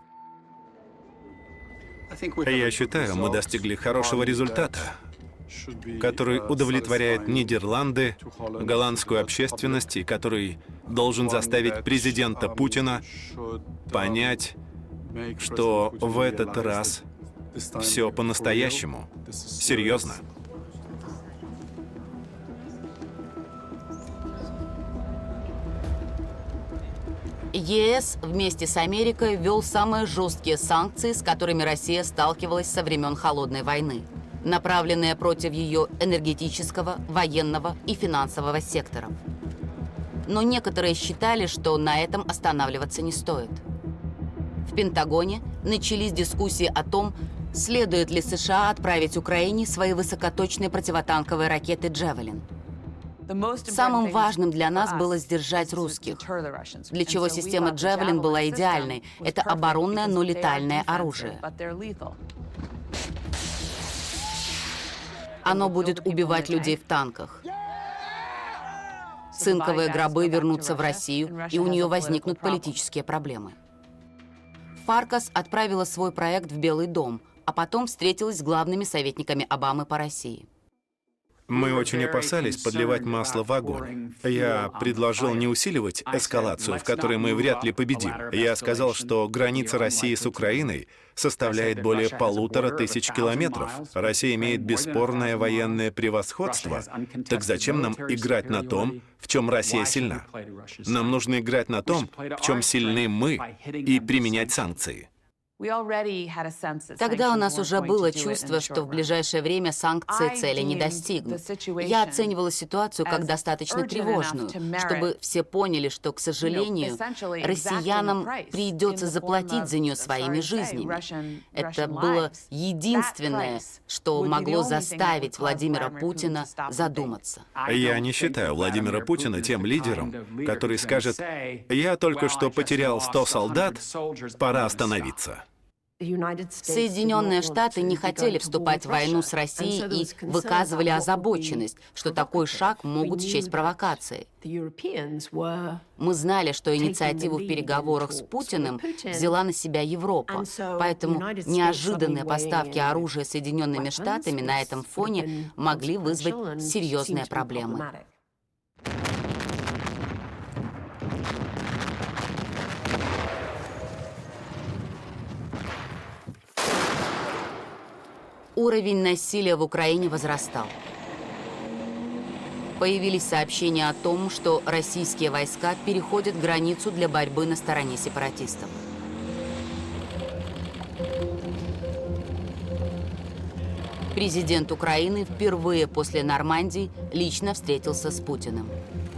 Я считаю, мы достигли хорошего результата, который удовлетворяет Нидерланды, голландскую общественность, и который должен заставить президента Путина понять, что в этот раз все по-настоящему, серьезно. ЕС вместе с Америкой ввел самые жесткие санкции, с которыми Россия сталкивалась со времен Холодной войны, направленные против ее энергетического, военного и финансового секторов. Но некоторые считали, что на этом останавливаться не стоит. В Пентагоне начались дискуссии о том, следует ли США отправить Украине свои высокоточные противотанковые ракеты «Джавелин». Самым важным для нас было сдержать русских, для чего система «Джавелин» была идеальной. Это оборонное, но летальное оружие. Оно будет убивать людей в танках. Цинковые гробы вернутся в Россию, и у нее возникнут политические проблемы. Фаркас отправила свой проект в Белый дом, а потом встретилась с главными советниками Обамы по России. Мы очень опасались подливать масло в огонь. Я предложил не усиливать эскалацию, в которой мы вряд ли победим. Я сказал, что граница России с Украиной составляет более полутора тысяч километров. Россия имеет бесспорное военное превосходство. Так зачем нам играть на том, в чем Россия сильна? Нам нужно играть на том, в чем сильны мы, и применять санкции. Тогда у нас уже было чувство, что в ближайшее время санкции цели не достигнут. Я оценивала ситуацию как достаточно тревожную, чтобы все поняли, что, к сожалению, россиянам придется заплатить за нее своими жизнями. Это было единственное, что могло заставить Владимира Путина задуматься. Я не считаю Владимира Путина тем лидером, который скажет: «Я только что потерял сто солдат, пора остановиться». Соединенные Штаты не хотели вступать в войну с Россией и выказывали озабоченность, что такой шаг могут счесть провокацией. Мы знали, что инициативу в переговорах с Путиным взяла на себя Европа, поэтому неожиданные поставки оружия Соединенными Штатами на этом фоне могли вызвать серьезные проблемы. Уровень насилия в Украине возрастал. Появились сообщения о том, что российские войска переходят границу для борьбы на стороне сепаратистов. Президент Украины впервые после Нормандии лично встретился с Путиным.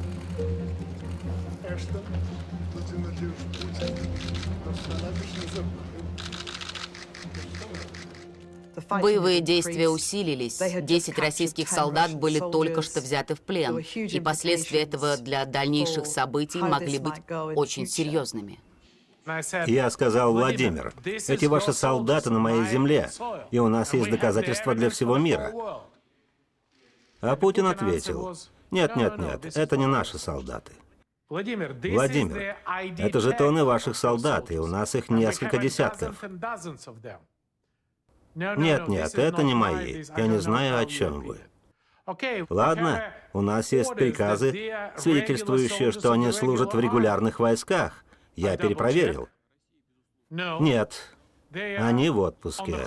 Боевые действия усилились. Десять российских солдат были только что взяты в плен, и последствия этого для дальнейших событий могли быть очень серьезными. Я сказал: Владимир, эти ваши солдаты на моей земле, и у нас есть доказательства для всего мира. А Путин ответил: нет, нет, нет, это не наши солдаты. Владимир, это жетоны ваших солдат, и у нас их несколько десятков. Нет, нет, это не мои. Я не знаю, о чем вы. Ладно, у нас есть приказы, свидетельствующие, что они служат в регулярных войсках. Я перепроверил. Нет, они в отпуске.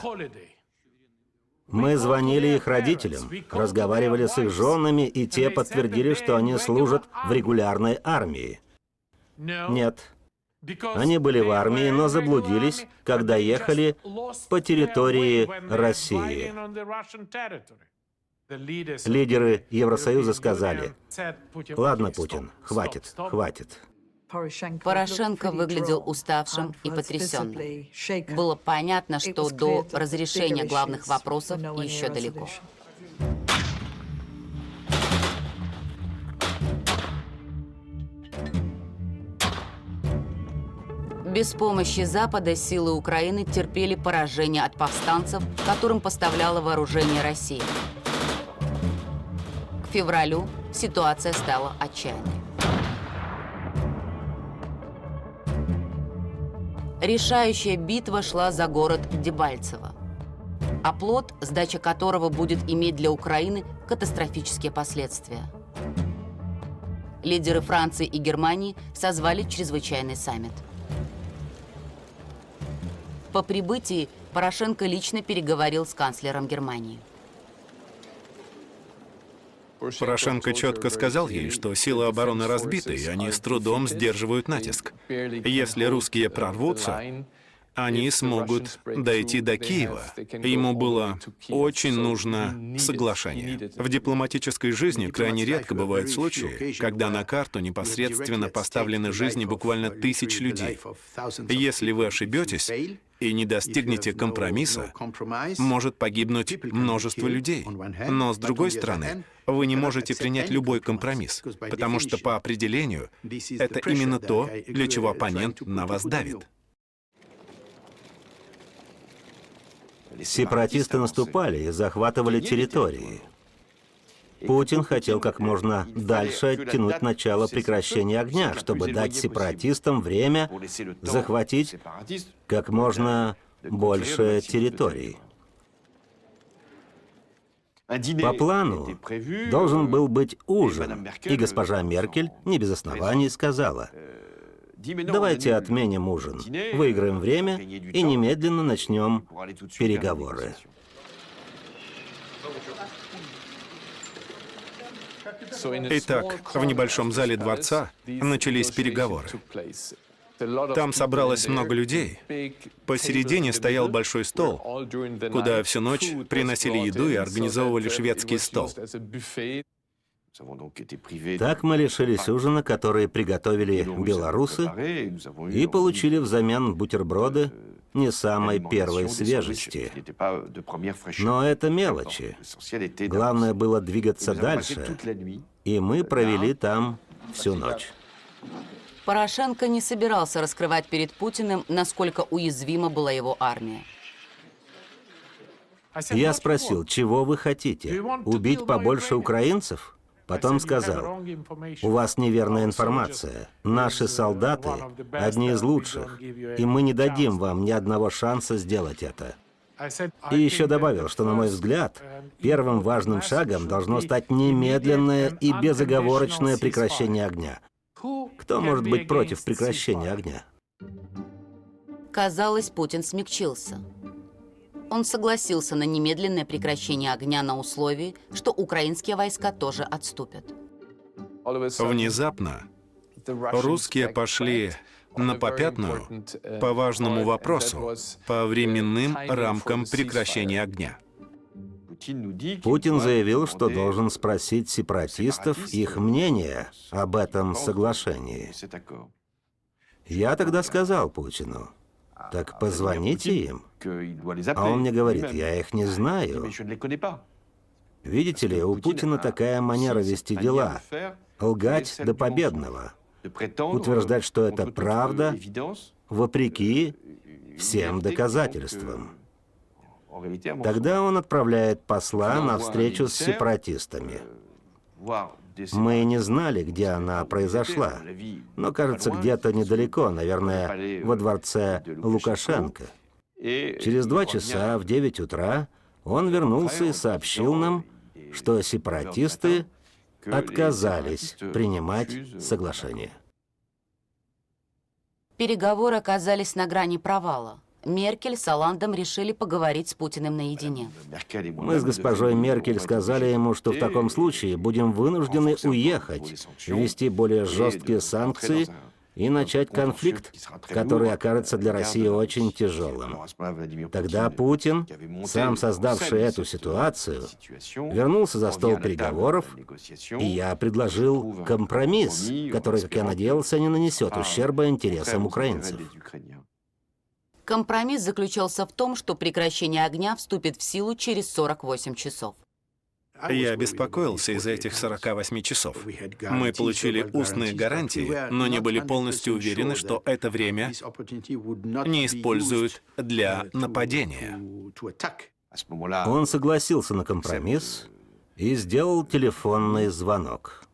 Мы звонили их родителям, разговаривали с их женами, и те подтвердили, что они служат в регулярной армии. Нет. Они были в армии, но заблудились, когда ехали по территории России. Лидеры Евросоюза сказали: «Ладно, Путин, хватит, хватит». Порошенко выглядел уставшим и потрясенным. Было понятно, что до разрешения главных вопросов еще далеко. Без помощи Запада силы Украины терпели поражение от повстанцев, которым поставляла вооружение Россия. К февралю ситуация стала отчаянной. Решающая битва шла за город Дебальцево. Оплот, сдача которого будет иметь для Украины катастрофические последствия. Лидеры Франции и Германии созвали чрезвычайный саммит. По прибытии Порошенко лично переговорил с канцлером Германии. Порошенко четко сказал ей, что силы обороны разбиты, и они с трудом сдерживают натиск. Если русские прорвутся, они смогут дойти до Киева. Ему было очень нужно соглашение. В дипломатической жизни крайне редко бывают случаи, когда на карту непосредственно поставлены жизни буквально тысяч людей. Если вы ошибетесь и не достигнете компромисса, может погибнуть множество людей. Но, с другой стороны, вы не можете принять любой компромисс, потому что по определению это именно то, для чего оппонент на вас давит. Сепаратисты наступали и захватывали территории. Путин хотел как можно дальше оттянуть начало прекращения огня, чтобы дать сепаратистам время захватить как можно больше территорий. По плану должен был быть ужин, и госпожа Меркель не без оснований сказала: «Давайте отменим ужин, выиграем время и немедленно начнем переговоры». Итак, в небольшом зале дворца начались переговоры. Там собралось много людей. Посередине стоял большой стол, куда всю ночь приносили еду и организовывали шведский стол. Так мы лишились ужина, который приготовили белорусы, и получили взамен бутерброды не самой первой свежести. Но это мелочи. Главное было двигаться дальше, и мы провели там всю ночь. Порошенко не собирался раскрывать перед Путиным, насколько уязвима была его армия. Я спросил: чего вы хотите? Убить побольше украинцев? Потом сказал: у вас неверная информация. Наши солдаты одни из лучших, и мы не дадим вам ни одного шанса сделать это. И еще добавил, что, на мой взгляд, первым важным шагом должно стать немедленное и безоговорочное прекращение огня. Кто может быть против прекращения огня? Казалось, Путин смягчился. Он согласился на немедленное прекращение огня на условии, что украинские войска тоже отступят. Внезапно русские пошли на попятную по важному вопросу, по временным рамкам прекращения огня. Путин заявил, что должен спросить сепаратистов их мнение об этом соглашении. Я тогда сказал Путину: так позвоните им. А он мне говорит: я их не знаю. Видите ли, у Путина такая манера вести дела — лгать до победного, утверждать, что это правда, вопреки всем доказательствам. Тогда он отправляет посла на встречу с сепаратистами. Мы не знали, где она произошла, но, кажется, где-то недалеко, наверное, во дворце Лукашенко. Через два часа в девять утра он вернулся и сообщил нам, что сепаратисты отказались принимать соглашение. Переговоры оказались на грани провала. Меркель с Олландом решили поговорить с Путиным наедине. Мы с госпожой Меркель сказали ему, что в таком случае будем вынуждены уехать, ввести более жесткие санкции и начать конфликт, который окажется для России очень тяжелым. Тогда Путин, сам создавший эту ситуацию, вернулся за стол переговоров, и я предложил компромисс, который, как я надеялся, не нанесет ущерба интересам украинцев. Компромисс заключался в том, что прекращение огня вступит в силу через сорок восемь часов. Я беспокоился из-за этих сорока восьми часов. Мы получили устные гарантии, но не были полностью уверены, что это время не используют для нападения. Он согласился на компромисс и сделал телефонный звонок.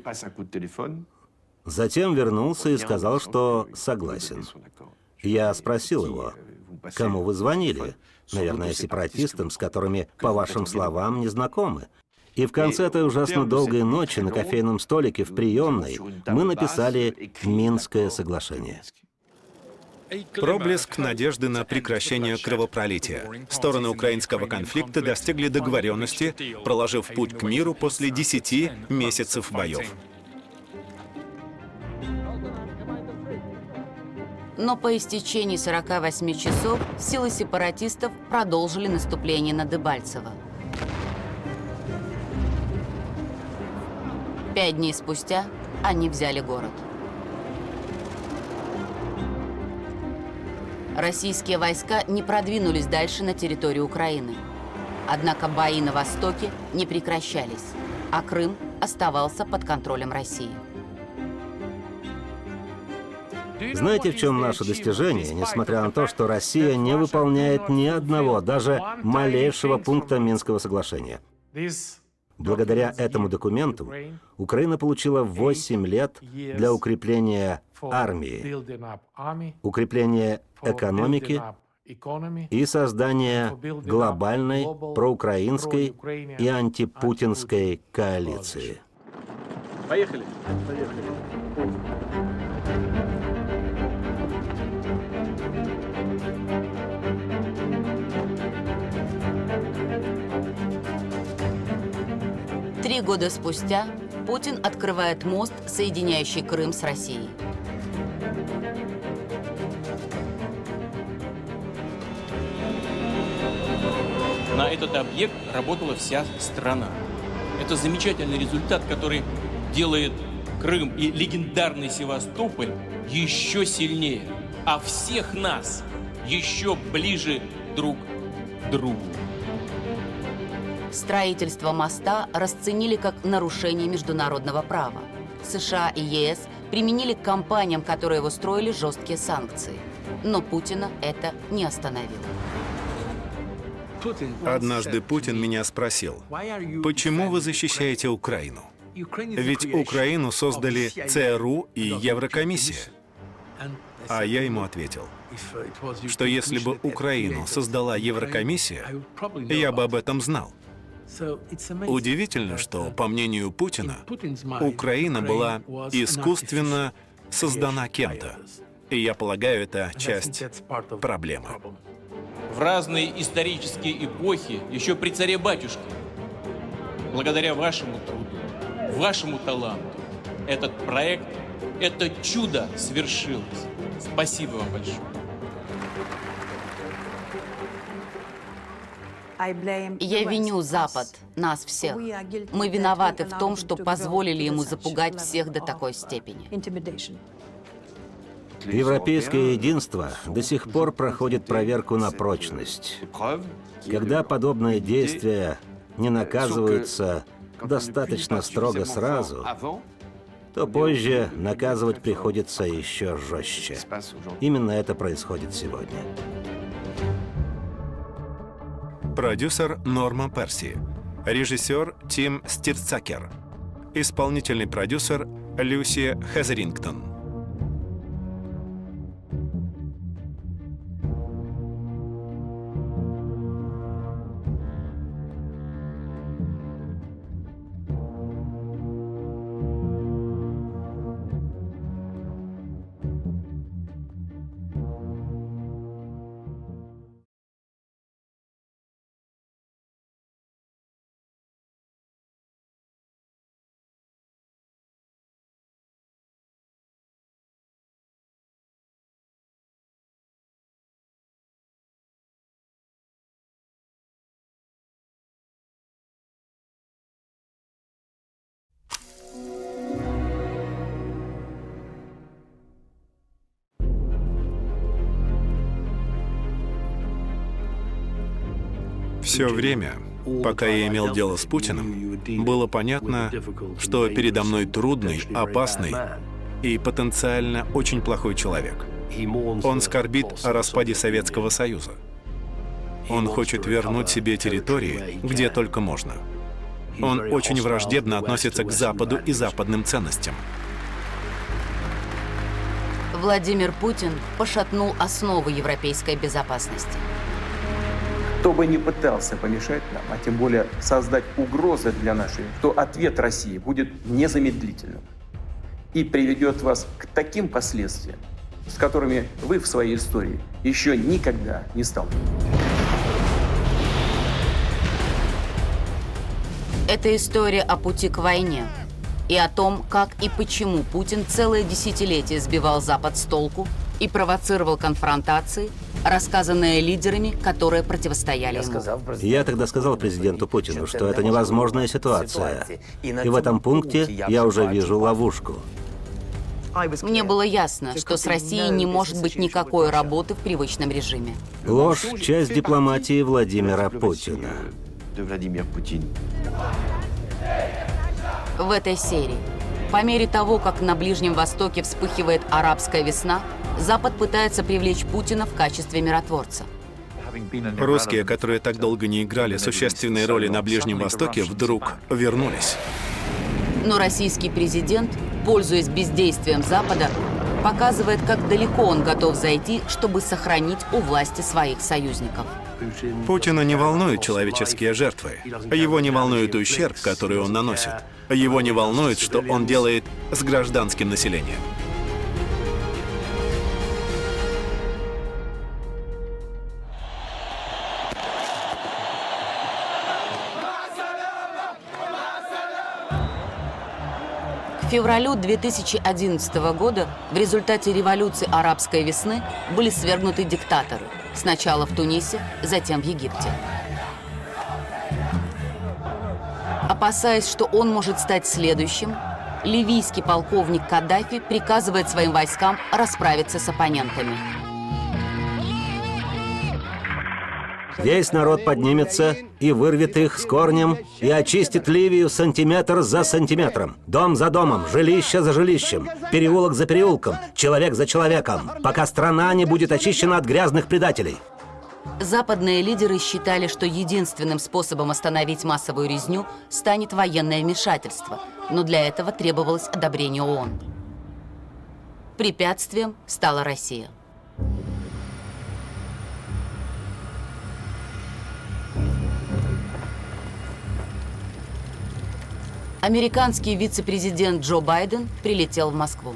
Затем вернулся и сказал, что согласен. Я спросил его, кому вы звонили? Наверное, сепаратистам, с которыми, по вашим словам, не знакомы. И в конце этой ужасно долгой ночи на кофейном столике в приемной мы написали «Минское соглашение». Проблеск надежды на прекращение кровопролития. Стороны украинского конфликта достигли договоренности, проложив путь к миру после десяти месяцев боев. Но по истечении сорока восьми часов силы сепаратистов продолжили наступление на Дебальцево. Пять дней спустя они взяли город. Российские войска не продвинулись дальше на территорию Украины. Однако бои на востоке не прекращались, а Крым оставался под контролем России. Знаете, в чем наше достижение, несмотря на то, что Россия не выполняет ни одного, даже малейшего пункта Минского соглашения? Благодаря этому документу Украина получила восемь лет для укрепления армии, укрепления экономики и создания глобальной проукраинской и антипутинской коалиции. Поехали. Три года спустя Путин открывает мост, соединяющий Крым с Россией. На этот объект работала вся страна. Это замечательный результат, который делает Крым и легендарный Севастополь еще сильнее, а всех нас еще ближе друг к другу. Строительство моста расценили как нарушение международного права. США и ЕС применили к компаниям, которые его строили, жесткие санкции. Но Путина это не остановило. Однажды Путин меня спросил, почему вы защищаете Украину? Ведь Украину создали ЦРУ и Еврокомиссия. А я ему ответил, что если бы Украину создала Еврокомиссия, я бы об этом знал. Удивительно, что, по мнению Путина, Украина была искусственно создана кем-то. И я полагаю, это часть проблемы. В разные исторические эпохи, еще при царе-батюшке, благодаря вашему труду, вашему таланту, этот проект, это чудо свершилось. Спасибо вам большое. Я виню Запад, нас всех. Мы виноваты в том, что позволили ему запугать всех до такой степени. Европейское единство до сих пор проходит проверку на прочность. Когда подобные действия не наказываются достаточно строго сразу, то позже наказывать приходится еще жестче. Именно это происходит сегодня. Продюсер Норма Перси. Режиссер Тим Стирцакер. Исполнительный продюсер Люси Хезерингтон. Все время, пока я имел дело с Путиным, было понятно, что передо мной трудный, опасный и потенциально очень плохой человек. Он скорбит о распаде Советского Союза. Он хочет вернуть себе территории, где только можно. Он очень враждебно относится к Западу и западным ценностям. Владимир Путин пошатнул основы европейской безопасности. Кто бы ни пытался помешать нам, а тем более создать угрозы для нашей, то ответ России будет незамедлительным и приведет вас к таким последствиям, с которыми вы в своей истории еще никогда не сталкивались. Это история о пути к войне и о том, как и почему Путин целое десятилетие сбивал Запад с толку и провоцировал конфронтации, рассказанные лидерами, которые противостояли ему. Я тогда сказал президенту Путину, что это невозможная ситуация. И в этом пункте я уже вижу ловушку. Мне было ясно, что с Россией не может быть никакой работы в привычном режиме. Ложь — часть дипломатии Владимира Путина. В этой серии, по мере того, как на Ближнем Востоке вспыхивает арабская весна, Запад пытается привлечь Путина в качестве миротворца. Русские, которые так долго не играли существенной роли на Ближнем Востоке, вдруг вернулись. Но российский президент, пользуясь бездействием Запада, показывает, как далеко он готов зайти, чтобы сохранить у власти своих союзников. Путина не волнуют человеческие жертвы. Его не волнует ущерб, который он наносит. Его не волнует, что он делает с гражданским населением. К февралю две тысячи одиннадцатого года в результате революции арабской весны были свергнуты диктаторы. Сначала в Тунисе, затем в Египте. Опасаясь, что он может стать следующим, ливийский полковник Каддафи приказывает своим войскам расправиться с оппонентами. Весь народ поднимется и вырвет их с корнем и очистит Ливию сантиметр за сантиметром, дом за домом, жилище за жилищем, переулок за переулком, человек за человеком, пока страна не будет очищена от грязных предателей. Западные лидеры считали, что единственным способом остановить массовую резню станет военное вмешательство, но для этого требовалось одобрение ООН. Препятствием стала Россия. Американский вице-президент Джо Байден прилетел в Москву.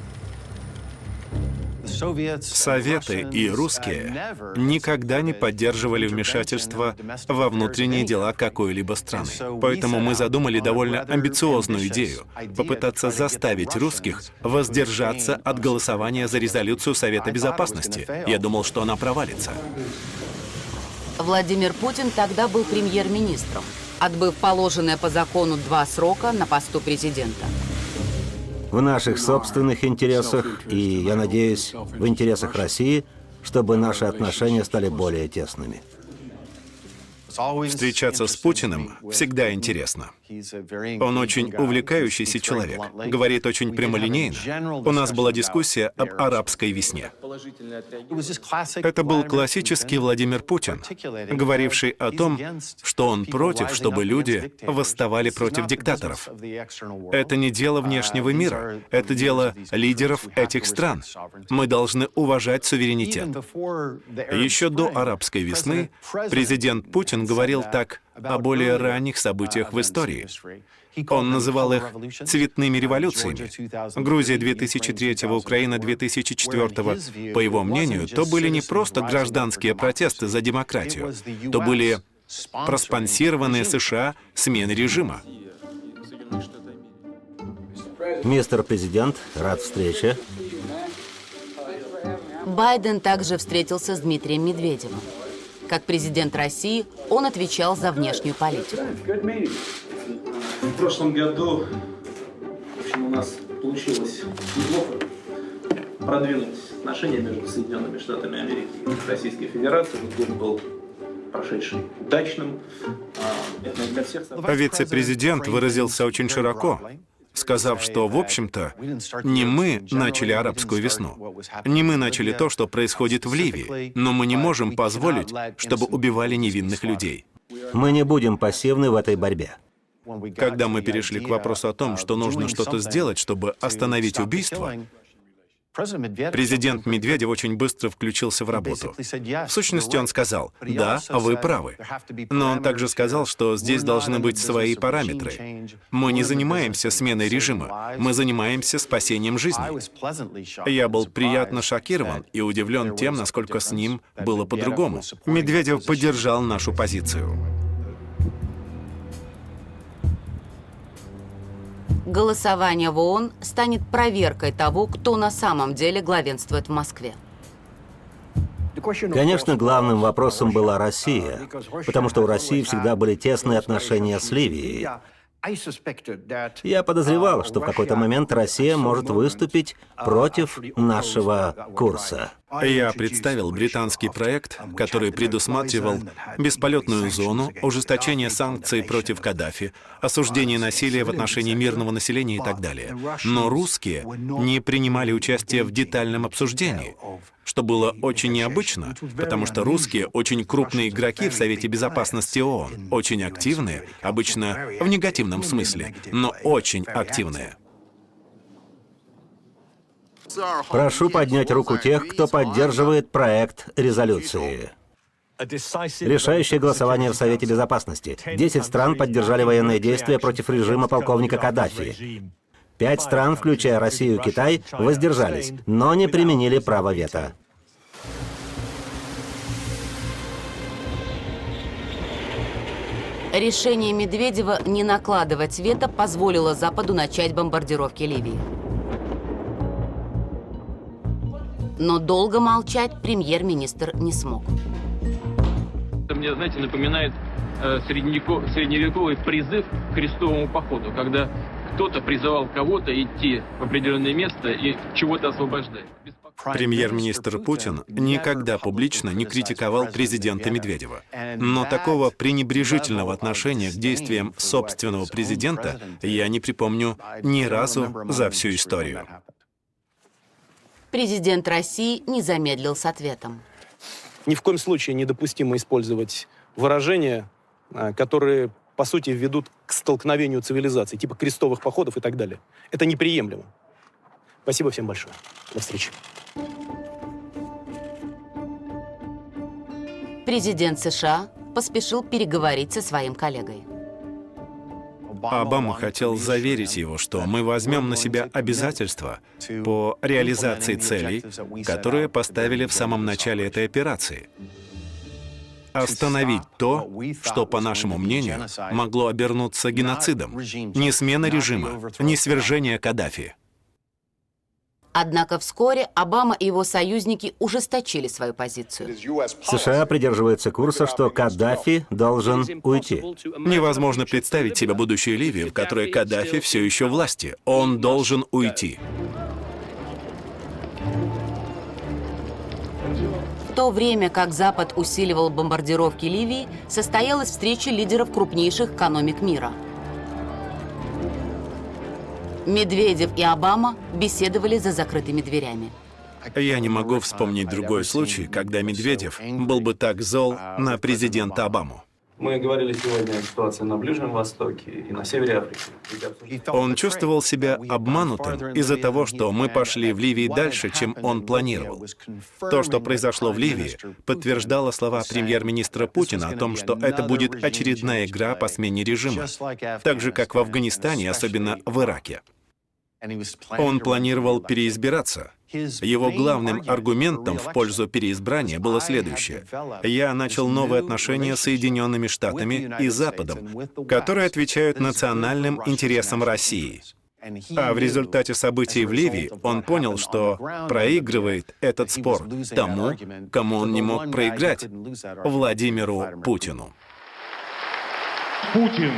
Советы и русские никогда не поддерживали вмешательство во внутренние дела какой-либо страны. Поэтому мы задумали довольно амбициозную идею — попытаться заставить русских воздержаться от голосования за резолюцию Совета Безопасности. Я думал, что она провалится. Владимир Путин тогда был премьер-министром, отбыв положенное по закону два срока на посту президента. В наших собственных интересах и, я надеюсь, в интересах России, чтобы наши отношения стали более тесными. Встречаться с Путиным всегда интересно. Он очень увлекающийся человек, говорит очень прямолинейно. У нас была дискуссия об арабской весне. Это был классический Владимир Путин, говоривший о том, что он против, чтобы люди восставали против диктаторов. Это не дело внешнего мира, это дело лидеров этих стран. Мы должны уважать суверенитет. Еще до арабской весны президент Путин говорил так о более ранних событиях в истории. Он называл их цветными революциями. Грузия две тысячи третьего, Украина две тысячи четвёртого. По его мнению, то были не просто гражданские протесты за демократию, то были проспонсированные США смены режима. Мистер президент, рад встрече. Байден также встретился с Дмитрием Медведевым. Как президент России, он отвечал за внешнюю политику. В прошлом году, в общем, у нас получилось неплохо продвинуть отношения между Соединенными Штатами Америки и Российской Федерацией. Год был прошедший удачным. Это для всех... Вице-президент выразился очень широко, сказав, что, в общем-то, не мы начали арабскую весну, не мы начали то, что происходит в Ливии, но мы не можем позволить, чтобы убивали невинных людей. Мы не будем пассивны в этой борьбе. Когда мы перешли к вопросу о том, что нужно что-то сделать, чтобы остановить убийство, президент Медведев очень быстро включился в работу. В сущности, он сказал: «Да, вы правы». Но он также сказал, что здесь должны быть свои параметры. Мы не занимаемся сменой режима, мы занимаемся спасением жизни. Я был приятно шокирован и удивлен тем, насколько с ним было по-другому. Медведев поддержал нашу позицию. Голосование в ООН станет проверкой того, кто на самом деле главенствует в Москве. Конечно, главным вопросом была Россия, потому что у России всегда были тесные отношения с Ливией. Я подозревал, что в какой-то момент Россия может выступить против нашего курса. Я представил британский проект, который предусматривал бесполетную зону, ужесточение санкций против Каддафи, осуждение насилия в отношении мирного населения и так далее. Но русские не принимали участие в детальном обсуждении, что было очень необычно, потому что русские очень крупные игроки в Совете Безопасности ООН, очень активные, обычно в негативном смысле, но очень активные. Прошу поднять руку тех, кто поддерживает проект резолюции. Решающее голосование в Совете Безопасности. Десять стран поддержали военные действия против режима полковника Каддафи. Пять стран, включая Россию и Китай, воздержались, но не применили право вето. Решение Медведева не накладывать вето позволило Западу начать бомбардировки Ливии. Но долго молчать премьер-министр не смог. Это мне, знаете, напоминает э, средневеко- средневековый призыв к крестовому походу, когда кто-то призывал кого-то идти в определенное место и чего-то освобождать. Премьер-министр Путин никогда публично не критиковал президента Медведева. Но такого пренебрежительного отношения к действиям собственного президента я не припомню ни разу за всю историю. Президент России не замедлил с ответом. Ни в коем случае недопустимо использовать выражения, которые, по сути, ведут к столкновению цивилизаций, типа крестовых походов и так далее. Это неприемлемо. Спасибо всем большое. До встречи. Президент США поспешил переговорить со своим коллегой. Обама хотел заверить его, что мы возьмем на себя обязательства по реализации целей, которые поставили в самом начале этой операции. Остановить то, что, по нашему мнению, могло обернуться геноцидом. Не смена режима, не свержение Каддафи. Однако вскоре Обама и его союзники ужесточили свою позицию. США придерживаются курса, что Каддафи должен уйти. Невозможно представить себе будущее Ливии, в которой Каддафи все еще в власти. Он должен уйти. то время как Запад усиливал бомбардировки Ливии, состоялась встреча лидеров крупнейших экономик мира. Медведев и Обама беседовали за закрытыми дверями. Я не могу вспомнить другой случай, когда Медведев был бы так зол на президента Обаму. Мы говорили сегодня о ситуации на Ближнем Востоке и на севере Африки. Он чувствовал себя обманутым из-за того, что мы пошли в Ливии дальше, чем он планировал. То, что произошло в Ливии, подтверждало слова премьер-министра Путина о том, что это будет очередная игра по смене режима, так же, как в Афганистане, особенно в Ираке. Он планировал переизбираться. Его главным аргументом в пользу переизбрания было следующее. Я начал новые отношения с Соединенными Штатами и Западом, которые отвечают национальным интересам России. А в результате событий в Ливии он понял, что проигрывает этот спор тому, кому он не мог проиграть — Владимиру Путину. Путин.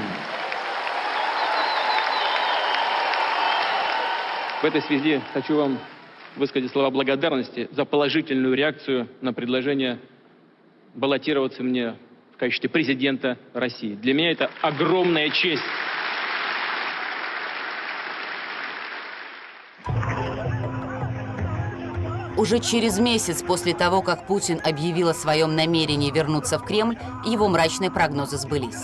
В этой связи хочу вам высказать слова благодарности за положительную реакцию на предложение баллотироваться мне в качестве президента России. Для меня это огромная честь. Уже через месяц после того, как Путин объявил о своем намерении вернуться в Кремль, его мрачные прогнозы сбылись.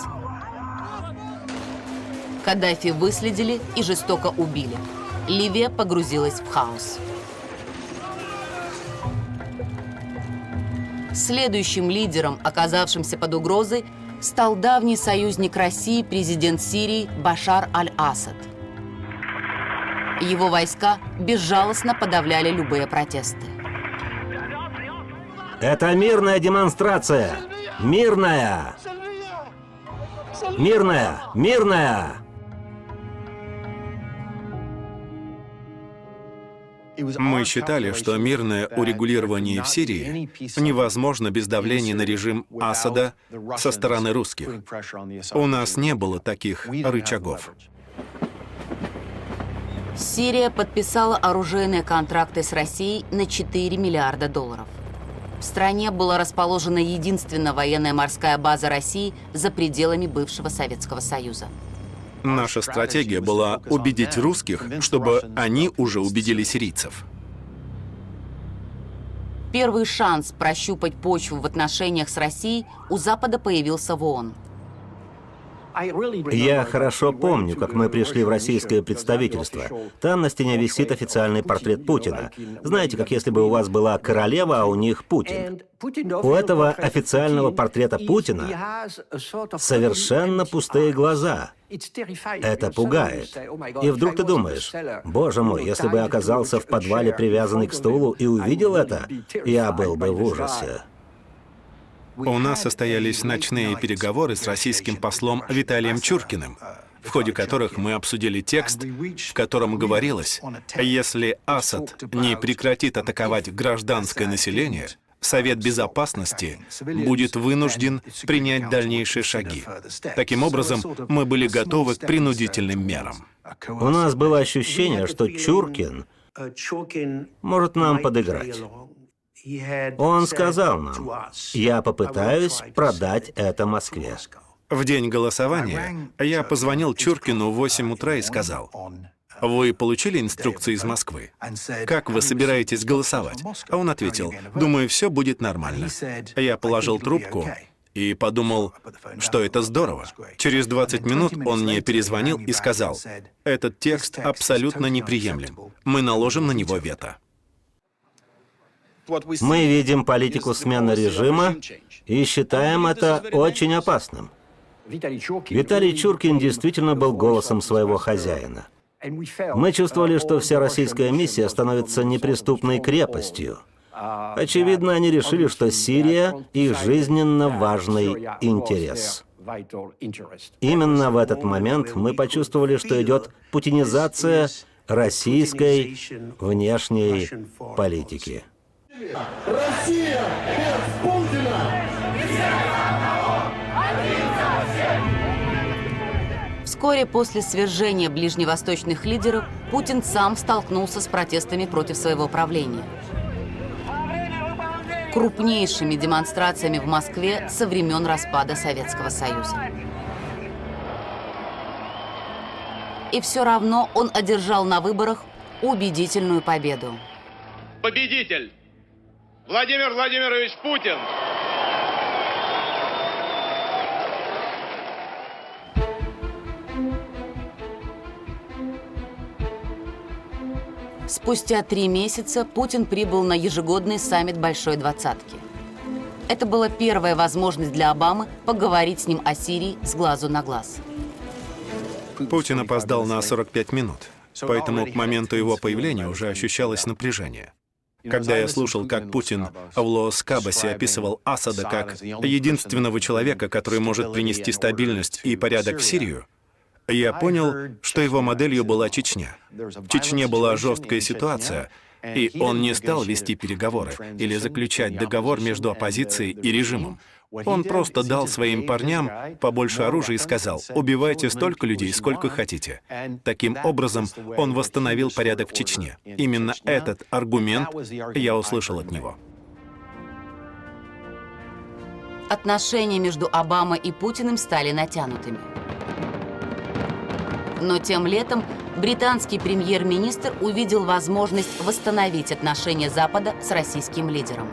Каддафи выследили и жестоко убили. Ливия погрузилась в хаос. Следующим лидером, оказавшимся под угрозой, стал давний союзник России, президент Сирии Башар аль-Асад. Его войска безжалостно подавляли любые протесты. Это мирная демонстрация! Мирная! Мирная! Мирная! Мы считали, что мирное урегулирование в Сирии невозможно без давления на режим Асада со стороны русских. У нас не было таких рычагов. Сирия подписала оружейные контракты с Россией на четыре миллиарда долларов. В стране была расположена единственная военная морская база России за пределами бывшего Советского Союза. Наша стратегия была убедить русских, чтобы они уже убедили сирийцев. Первый шанс прощупать почву в отношениях с Россией у Запада появился в ООН. Я хорошо помню, как мы пришли в российское представительство. Там на стене висит официальный портрет Путина. Знаете, как если бы у вас была королева, а у них Путин. У этого официального портрета Путина совершенно пустые глаза. Это пугает. И вдруг ты думаешь, боже мой, если бы я оказался в подвале, привязанный к стулу, и увидел это, я был бы в ужасе. У нас состоялись ночные переговоры с российским послом Виталием Чуркиным, в ходе которых мы обсудили текст, в котором говорилось, если Асад не прекратит атаковать гражданское население, Совет Безопасности будет вынужден принять дальнейшие шаги. Таким образом, мы были готовы к принудительным мерам. У нас было ощущение, что Чуркин может нам подыграть. Он сказал нам, я попытаюсь продать это Москве. В день голосования я позвонил Чуркину в восемь утра и сказал, вы получили инструкции из Москвы? Как вы собираетесь голосовать? А он ответил, думаю, все будет нормально. Я положил трубку и подумал, что это здорово. Через двадцать минут он мне перезвонил и сказал, этот текст абсолютно неприемлем. Мы наложим на него вето. Мы видим политику смены режима и считаем это очень опасным. Виталий Чуркин действительно был голосом своего хозяина. Мы чувствовали, что вся российская миссия становится неприступной крепостью. Очевидно, они решили, что Сирия — их жизненно важный интерес. Именно в этот момент мы почувствовали, что идет путинизация российской внешней политики. Россия без Путина! Вскоре после свержения ближневосточных лидеров Путин сам столкнулся с протестами против своего правления. крупнейшими демонстрациями в Москве со времен распада Советского Союза. И все равно он одержал на выборах убедительную победу. Победитель Владимир Владимирович Путин. Спустя три месяца Путин прибыл на ежегодный саммит Большой Двадцатки. Это была первая возможность для Обамы поговорить с ним о Сирии с глазу на глаз. Путин опоздал на сорок пять минут, поэтому к моменту его появления уже ощущалось напряжение. Когда я слушал, как Путин в Лос-Кабасе описывал Асада как единственного человека, который может принести стабильность и порядок в Сирию, я понял, что его моделью была Чечня. В Чечне была жесткая ситуация, и он не стал вести переговоры или заключать договор между оппозицией и режимом. Он просто дал своим парням побольше оружия и сказал: «Убивайте столько людей, сколько хотите». Таким образом, он восстановил порядок в Чечне. Именно этот аргумент я услышал от него. Отношения между Обамой и Путиным стали натянутыми. Но тем летом британский премьер-министр увидел возможность восстановить отношения Запада с российским лидером.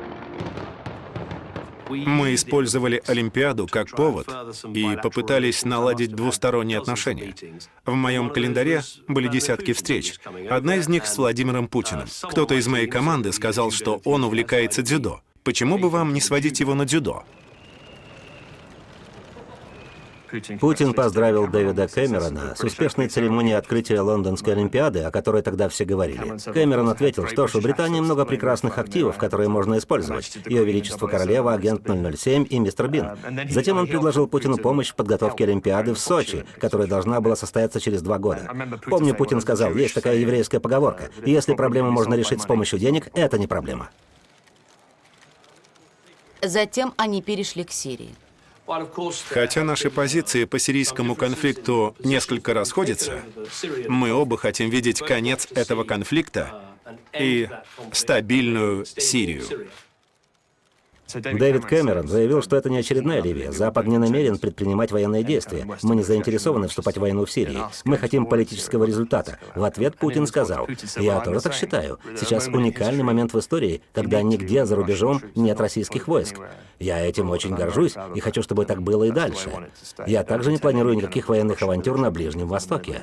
Мы использовали Олимпиаду как повод и попытались наладить двусторонние отношения. В моем календаре были десятки встреч. Одна из них с Владимиром Путиным. Кто-то из моей команды сказал, что он увлекается дзюдо. Почему бы вам не сводить его на дзюдо? Путин поздравил Дэвида Кэмерона с успешной церемонией открытия Лондонской Олимпиады, о которой тогда все говорили. Кэмерон ответил, что ж, у Британии много прекрасных активов, которые можно использовать. Ее Величество Королева, Агент ноль ноль семь и Мистер Бин. Затем он предложил Путину помощь в подготовке Олимпиады в Сочи, которая должна была состояться через два года. Помню, Путин сказал, есть такая еврейская поговорка: если проблему можно решить с помощью денег, это не проблема. Затем они перешли к Сирии. Хотя наши позиции по сирийскому конфликту несколько расходятся, мы оба хотим видеть конец этого конфликта и стабильную Сирию. Дэвид Кэмерон заявил, что это не очередная Ливия. Запад не намерен предпринимать военные действия. Мы не заинтересованы вступать в войну в Сирии. Мы хотим политического результата. В ответ Путин сказал: «Я тоже так считаю. Сейчас уникальный момент в истории, когда нигде за рубежом нет российских войск. Я этим очень горжусь и хочу, чтобы так было и дальше. Я также не планирую никаких военных авантюр на Ближнем Востоке».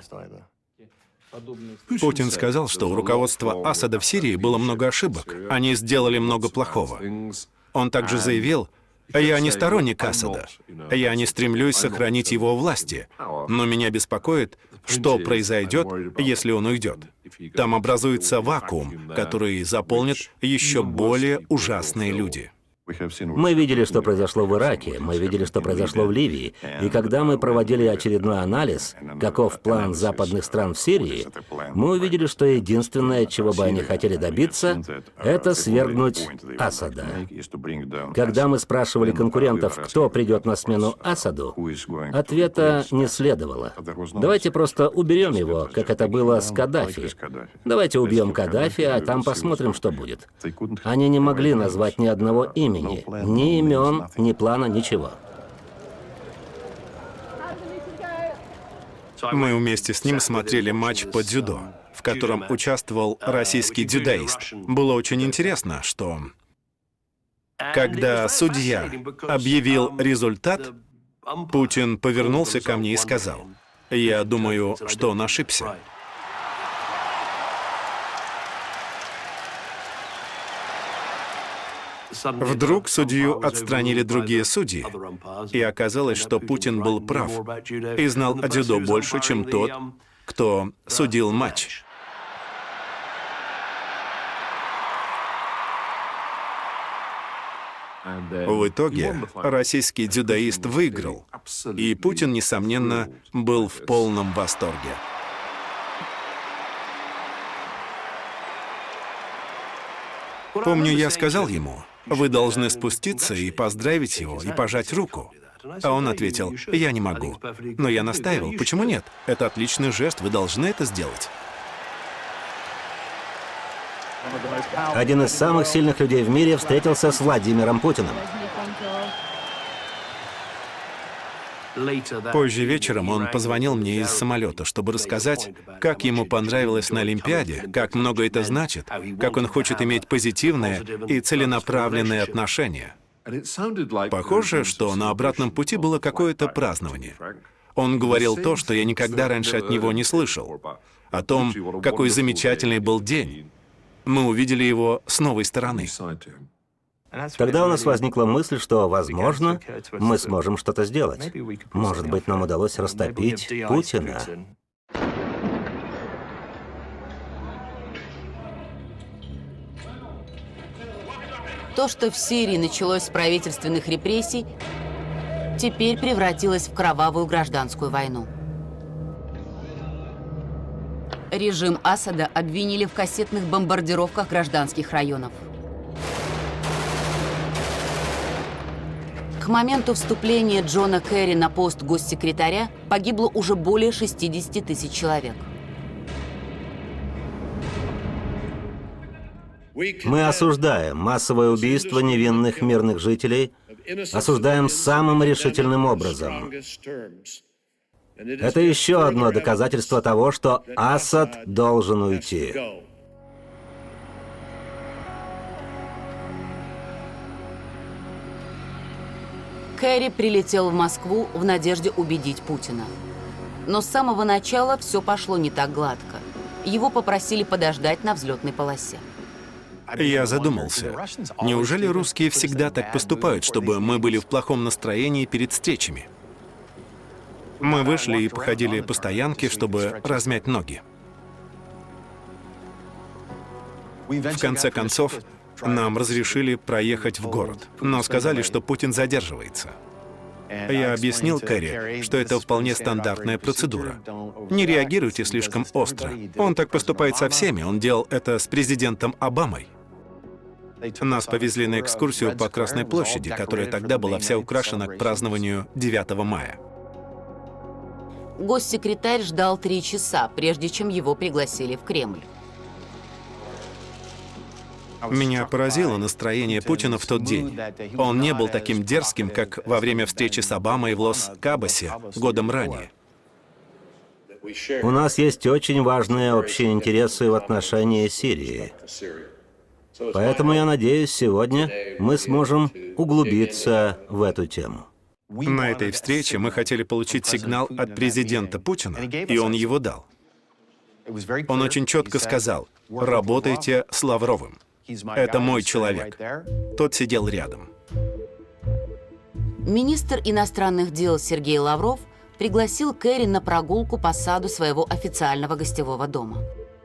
Путин сказал, что у руководства Асада в Сирии было много ошибок. Они сделали много плохого. Он также заявил: «Я не сторонник Асада. Я не стремлюсь сохранить его у власти. Но меня беспокоит, что произойдет, если он уйдет. Там образуется вакуум, который заполнит еще более ужасные люди». Мы видели, что произошло в Ираке, мы видели, что произошло в Ливии, и когда мы проводили очередной анализ, каков план западных стран в Сирии, мы увидели, что единственное, чего бы они хотели добиться, это свергнуть Асада. Когда мы спрашивали конкурентов, кто придет на смену Асаду, ответа не следовало. Давайте просто уберем его, как это было с Каддафи. Давайте убьем Каддафи, а там посмотрим, что будет. Они не могли назвать ни одного имени. Ни имен, ни плана, ничего. Мы вместе с ним смотрели матч по дзюдо, в котором участвовал российский дзюдоист. Было очень интересно, что когда судья объявил результат, Путин повернулся ко мне и сказал: «Я думаю, что он ошибся». Вдруг судью отстранили другие судьи, и оказалось, что Путин был прав и знал о дзюдо больше, чем тот, кто судил матч. В итоге российский дзюдоист выиграл, и Путин, несомненно, был в полном восторге. Помню, я сказал ему: «Вы должны спуститься и поздравить его, и пожать руку». А он ответил: «Я не могу». Но я настаивал: «Почему нет? Это отличный жест, вы должны это сделать». Один из самых сильных людей в мире встретился с Владимиром Путиным. Позже вечером он позвонил мне из самолета, чтобы рассказать, как ему понравилось на Олимпиаде, как много это значит, как он хочет иметь позитивные и целенаправленные отношения. Похоже, что на обратном пути было какое-то празднование. Он говорил то, что я никогда раньше от него не слышал, о том, какой замечательный был день. Мы увидели его с новой стороны. Тогда у нас возникла мысль, что, возможно, мы сможем что-то сделать. Может быть, нам удалось растопить Путина. То, что в Сирии началось с правительственных репрессий, теперь превратилось в кровавую гражданскую войну. Режим Асада обвинили в кассетных бомбардировках гражданских районов. К моменту вступления Джона Керри на пост госсекретаря погибло уже более шестидесяти тысяч человек. Мы осуждаем массовое убийство невинных мирных жителей, осуждаем самым решительным образом. Это еще одно доказательство того, что Асад должен уйти. Керри прилетел в Москву в надежде убедить Путина. Но с самого начала все пошло не так гладко. Его попросили подождать на взлетной полосе. Я задумался, неужели русские всегда так поступают, чтобы мы были в плохом настроении перед встречами? Мы вышли и походили по стоянке, чтобы размять ноги. В конце концов, нам разрешили проехать в город, но сказали, что Путин задерживается. Я объяснил Керри, что это вполне стандартная процедура. Не реагируйте слишком остро. Он так поступает со всеми, он делал это с президентом Обамой. Нас повезли на экскурсию по Красной площади, которая тогда была вся украшена к празднованию девятого мая. Госсекретарь ждал три часа, прежде чем его пригласили в Кремль. Меня поразило настроение Путина в тот день. Он не был таким дерзким, как во время встречи с Обамой в Лос-Кабосе годом ранее. У нас есть очень важные общие интересы в отношении Сирии. Поэтому я надеюсь, сегодня мы сможем углубиться в эту тему. На этой встрече мы хотели получить сигнал от президента Путина, и он его дал. Он очень четко сказал: «Работайте с Лавровым. Это мой человек». Тот сидел рядом. Министр иностранных дел Сергей Лавров пригласил Керри на прогулку по саду своего официального гостевого дома.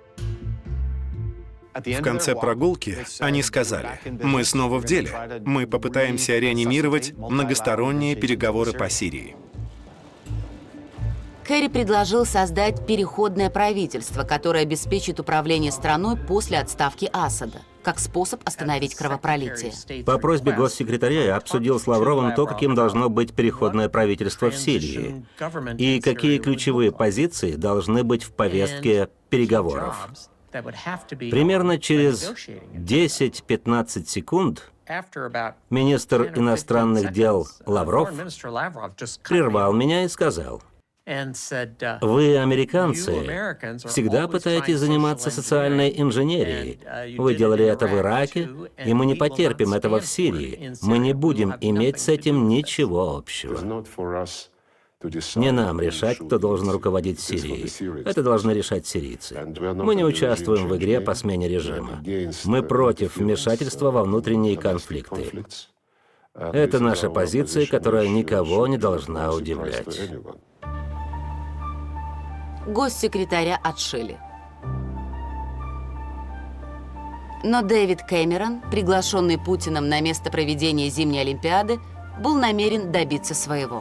В конце прогулки они сказали: «Мы снова в деле. Мы попытаемся реанимировать многосторонние переговоры по Сирии». Керри предложил создать переходное правительство, которое обеспечит управление страной после отставки Асада, как способ остановить кровопролитие. По просьбе госсекретаря я обсудил с Лавровым то, каким должно быть переходное правительство в Сирии, и какие ключевые позиции должны быть в повестке переговоров. Примерно через десять-пятнадцать секунд министр иностранных дел Лавров прервал меня и сказал: «Вы, американцы, всегда пытаетесь заниматься социальной инженерией. Вы делали это в Ираке, и мы не потерпим этого в Сирии. Мы не будем иметь с этим ничего общего. Не нам решать, кто должен руководить Сирией. Это должны решать сирийцы. Мы не участвуем в игре по смене режима. Мы против вмешательства во внутренние конфликты. Это наша позиция, которая никого не должна удивлять». Госсекретаря отшили. Но Дэвид Кэмерон, приглашенный Путиным на место проведения зимней Олимпиады, был намерен добиться своего.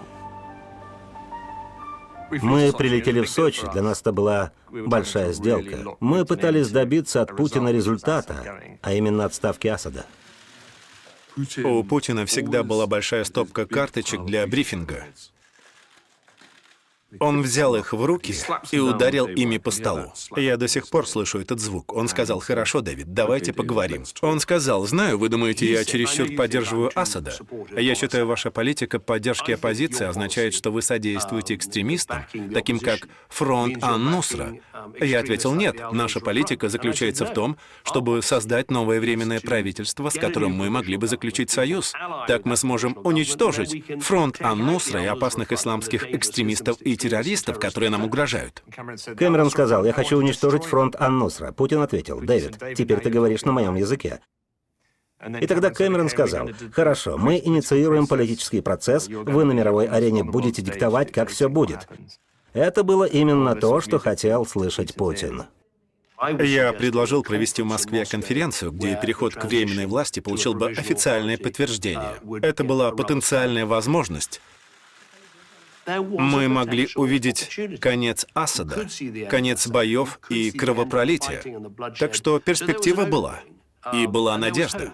Мы прилетели в Сочи, для нас это была большая сделка. Мы пытались добиться от Путина результата, а именно отставки Асада. У Путина всегда была большая стопка карточек для брифинга. Он взял их в руки и ударил ими по столу. Я до сих пор слышу этот звук. Он сказал: «Хорошо, Дэвид, давайте поговорим». Он сказал: «Знаю, вы думаете, я чересчур поддерживаю Асада. Я считаю, ваша политика поддержки оппозиции означает, что вы содействуете экстремистам, таким как Фронт ан-Нусра». Я ответил: «Нет, наша политика заключается в том, чтобы создать новое временное правительство, с которым мы могли бы заключить союз. Так мы сможем уничтожить Фронт ан-Нусра и опасных исламских экстремистов и террористов, которые нам угрожают». Кэмерон сказал: «Я хочу уничтожить фронт ан-Нусра». Путин ответил: «Дэвид, теперь ты говоришь на моем языке». И тогда Кэмерон сказал: «Хорошо, мы инициируем политический процесс, вы на мировой арене будете диктовать, как все будет». Это было именно то, что хотел слышать Путин. Я предложил провести в Москве конференцию, где переход к временной власти получил бы официальное подтверждение. Это была потенциальная возможность. Мы могли увидеть конец Асада, конец боев и кровопролития. Так что перспектива была. И была надежда.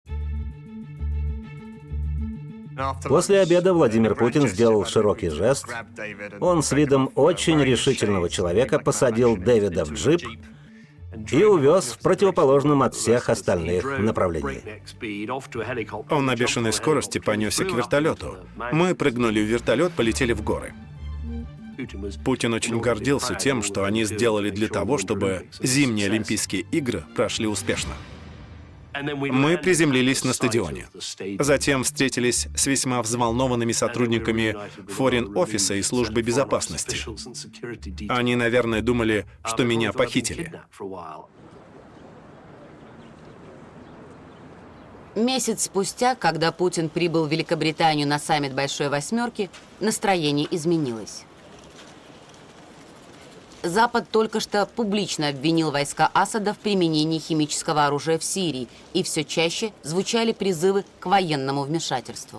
После обеда Владимир Путин сделал широкий жест. Он с видом очень решительного человека посадил Дэвида в джип и увез в противоположном от всех остальных направлении. Он на бешеной скорости понесся к вертолету. Мы прыгнули в вертолет, полетели в горы. Путин очень гордился тем, что они сделали для того, чтобы зимние Олимпийские игры прошли успешно. Мы приземлились на стадионе. Затем встретились с весьма взволнованными сотрудниками форин-офиса и службы безопасности. Они, наверное, думали, что меня похитили. Месяц спустя, когда Путин прибыл в Великобританию на саммит Большой Восьмерки, настроение изменилось. Запад только что публично обвинил войска Асада в применении химического оружия в Сирии, и все чаще звучали призывы к военному вмешательству.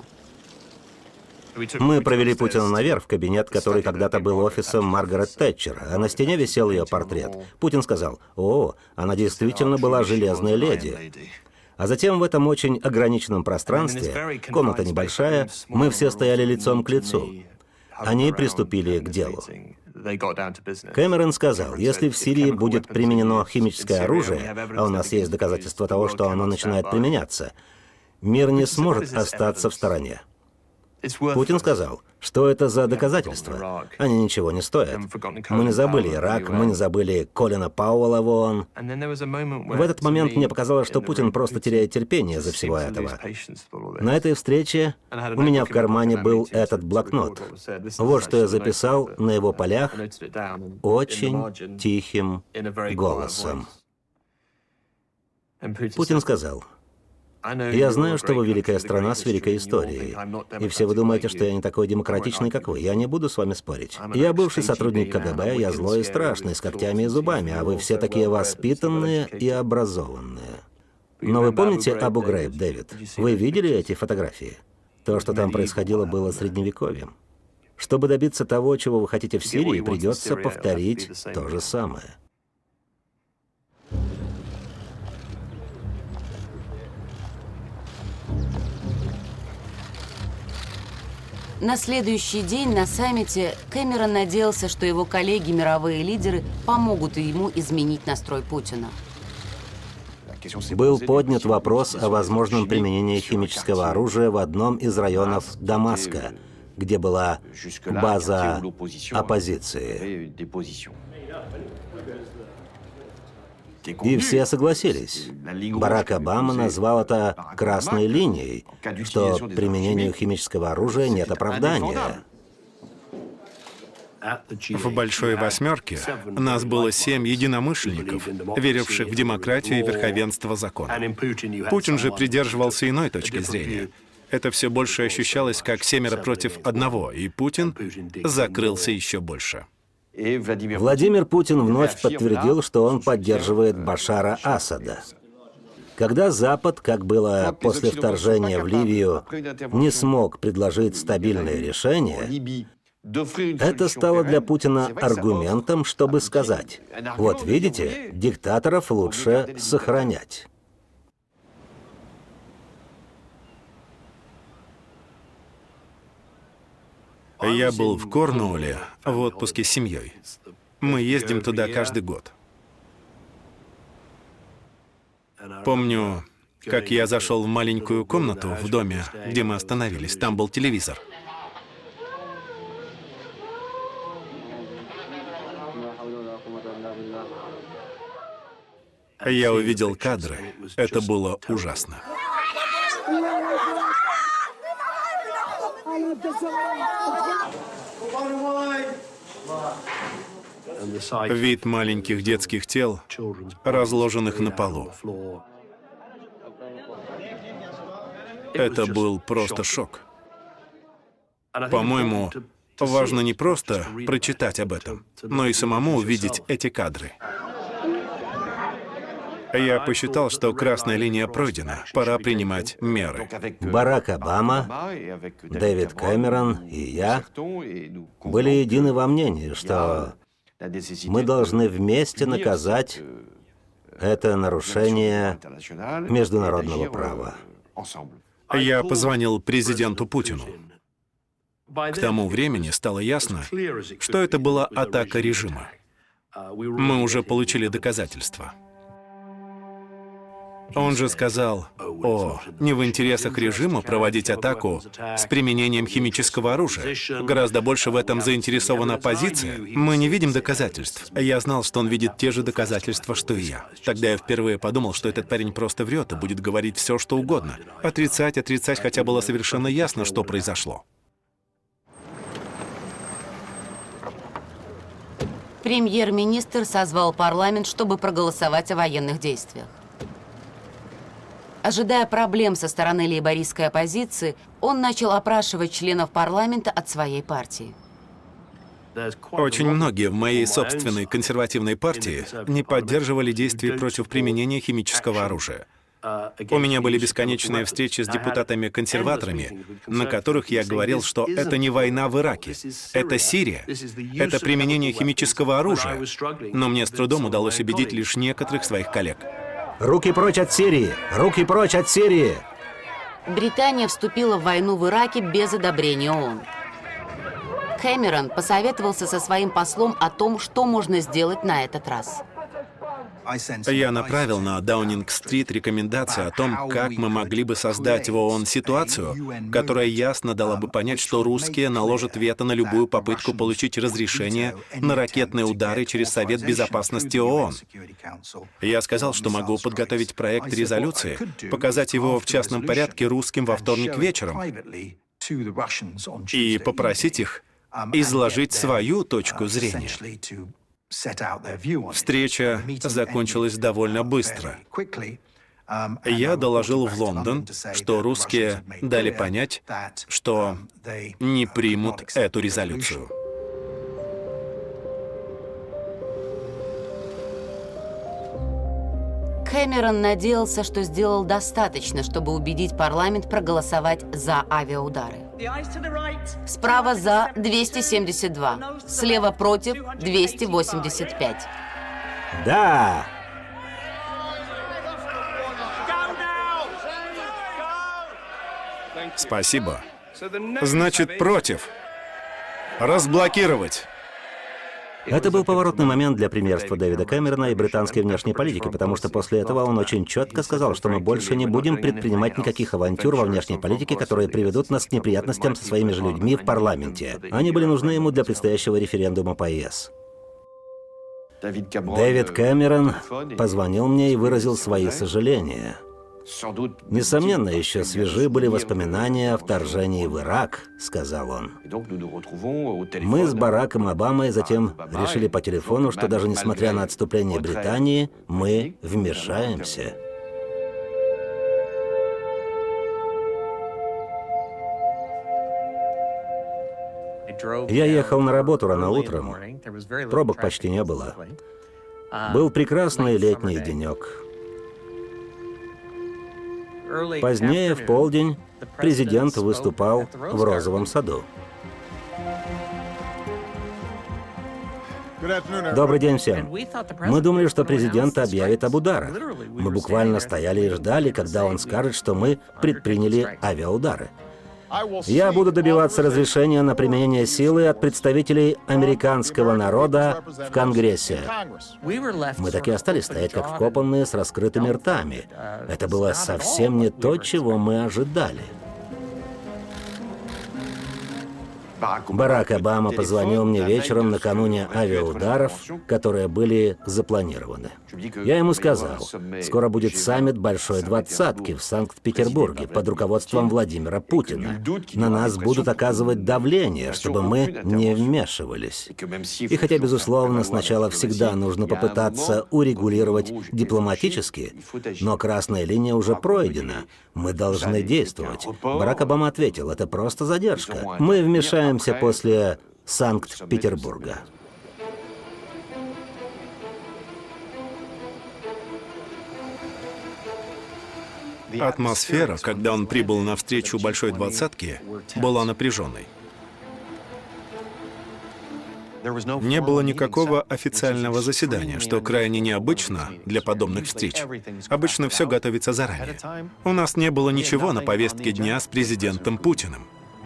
Мы провели Путина наверх в кабинет, который когда-то был офисом Маргарет Тэтчер, а на стене висел ее портрет. Путин сказал: «О, она действительно была железной леди». А затем в этом очень ограниченном пространстве, комната небольшая, мы все стояли лицом к лицу. Они приступили к делу. Кэмерон сказал: «Если в Сирии будет применено химическое оружие, а у нас есть доказательства того, что оно начинает применяться, мир не сможет остаться в стороне». Путин сказал: «Что это за доказательства? Они ничего не стоят. Мы не забыли Ирак, мы не забыли Колина Пауэлла в ООН». В этот момент мне показалось, что Путин просто теряет терпение из-за всего этого. На этой встрече у меня в кармане был этот блокнот. Вот что я записал на его полях очень тихим голосом. Путин сказал: «Я знаю, что вы великая страна с великой историей, и все вы думаете, что я не такой демократичный, как вы. Я не буду с вами спорить. Я бывший сотрудник КГБ, я злой и страшный, с когтями и зубами, а вы все такие воспитанные и образованные. Но вы помните Абу Грейб, Дэвид? Вы видели эти фотографии? То, что там происходило, было средневековьем. Чтобы добиться того, чего вы хотите в Сирии, придется повторить то же самое». На следующий день на саммите Кэмерон надеялся, что его коллеги, мировые лидеры, помогут ему изменить настрой Путина. Был поднят вопрос о возможном применении химического оружия в одном из районов Дамаска, где была база оппозиции. И все согласились. Барак Обама назвал это «красной линией», что применению химического оружия нет оправдания. В «Большой восьмерке» нас было семь единомышленников, веривших в демократию и верховенство закона. Путин же придерживался иной точки зрения. Это все больше ощущалось как семеро против одного, и Путин закрылся еще больше. Владимир Путин вновь подтвердил, что он поддерживает Башара Асада. Когда Запад, как было после вторжения в Ливию, не смог предложить стабильное решение, это стало для Путина аргументом, чтобы сказать: «Вот видите, диктаторов лучше сохранять». Я был в Корнуолле в отпуске с семьей. Мы ездим туда каждый год. Помню, как я зашел в маленькую комнату в доме, где мы остановились. Там был телевизор. Я увидел кадры. Это было ужасно. Вид маленьких детских тел, разложенных на полу. Это был просто шок. По-моему, важно не просто прочитать об этом, но и самому увидеть эти кадры. Я посчитал, что красная линия пройдена. Пора принимать меры. Барак Обама, Дэвид Кэмерон и я были едины во мнении, что мы должны вместе наказать это нарушение международного права. Я позвонил президенту Путину. К тому времени стало ясно, что это была атака режима. Мы уже получили доказательства. Он же сказал: «О, не в интересах режима проводить атаку с применением химического оружия. Гораздо больше в этом заинтересована оппозиция. Мы не видим доказательств». Я знал, что он видит те же доказательства, что и я. Тогда я впервые подумал, что этот парень просто врет и будет говорить все, что угодно. Отрицать, отрицать, хотя было совершенно ясно, что произошло. Премьер-министр созвал парламент, чтобы проголосовать о военных действиях. Ожидая проблем со стороны лейбористской оппозиции, он начал опрашивать членов парламента от своей партии. Очень многие в моей собственной консервативной партии не поддерживали действия против применения химического оружия. У меня были бесконечные встречи с депутатами-консерваторами, на которых я говорил, что это не война в Ираке, это Сирия, это применение химического оружия. Но мне с трудом удалось убедить лишь некоторых своих коллег. Руки прочь от Сирии! Руки прочь от Сирии! Британия вступила в войну в Ираке без одобрения ООН. Кэмерон посоветовался со своим послом о том, что можно сделать на этот раз. Я направил на Даунинг-стрит рекомендации о том, как мы могли бы создать в ООН ситуацию, которая ясно дала бы понять, что русские наложат вето на любую попытку получить разрешение на ракетные удары через Совет Безопасности ООН. Я сказал, что могу подготовить проект резолюции, показать его в частном порядке русским во вторник вечером и попросить их изложить свою точку зрения. Встреча закончилась довольно быстро. Я доложил в Лондон, что русские дали понять, что не примут эту резолюцию. Кэмерон надеялся, что сделал достаточно, чтобы убедить парламент проголосовать за авиаудары. Справа за двести семьдесят два, слева против двести восемьдесят пять. Да! Спасибо. Значит, против. Разблокировать. Это был поворотный момент для премьерства Дэвида Кэмерона и британской внешней политики, потому что после этого он очень четко сказал, что мы больше не будем предпринимать никаких авантюр во внешней политике, которые приведут нас к неприятностям со своими же людьми в парламенте. Они были нужны ему для предстоящего референдума по ЕС. Дэвид Кэмерон позвонил мне и выразил свои сожаления. «Несомненно, еще свежи были воспоминания о вторжении в Ирак», — сказал он. Мы с Бараком Обамой затем решили по телефону, что даже несмотря на отступление Британии, мы вмешаемся. Я ехал на работу рано утром. Пробок почти не было. Был прекрасный летний денек. Позднее, в полдень, президент выступал в Розовом саду. Добрый день всем. Мы думали, что президент объявит об ударах. Мы буквально стояли и ждали, когда он скажет, что мы предприняли авиаудары. Я буду добиваться разрешения на применение силы от представителей американского народа в Конгрессе. Мы так и остались стоять как вкопанные с раскрытыми ртами. Это было совсем не то, чего мы ожидали. Барак Обама позвонил мне вечером накануне авиаударов, которые были запланированы. Я ему сказал, скоро будет саммит Большой Двадцатки в Санкт-Петербурге под руководством Владимира Путина. На нас будут оказывать давление, чтобы мы не вмешивались. И хотя, безусловно, сначала всегда нужно попытаться урегулировать дипломатически, но красная линия уже пройдена. Мы должны действовать. Барак Обама ответил, это просто задержка. Мы вмешаемся после Санкт-Петербурга. Атмосфера, когда он прибыл на встречу Большой Двадцатки, была напряженной. Не было никакого официального заседания, что крайне необычно для подобных встреч. Обычно все готовится заранее. У нас не было ничего на повестке дня с президентом Путиным.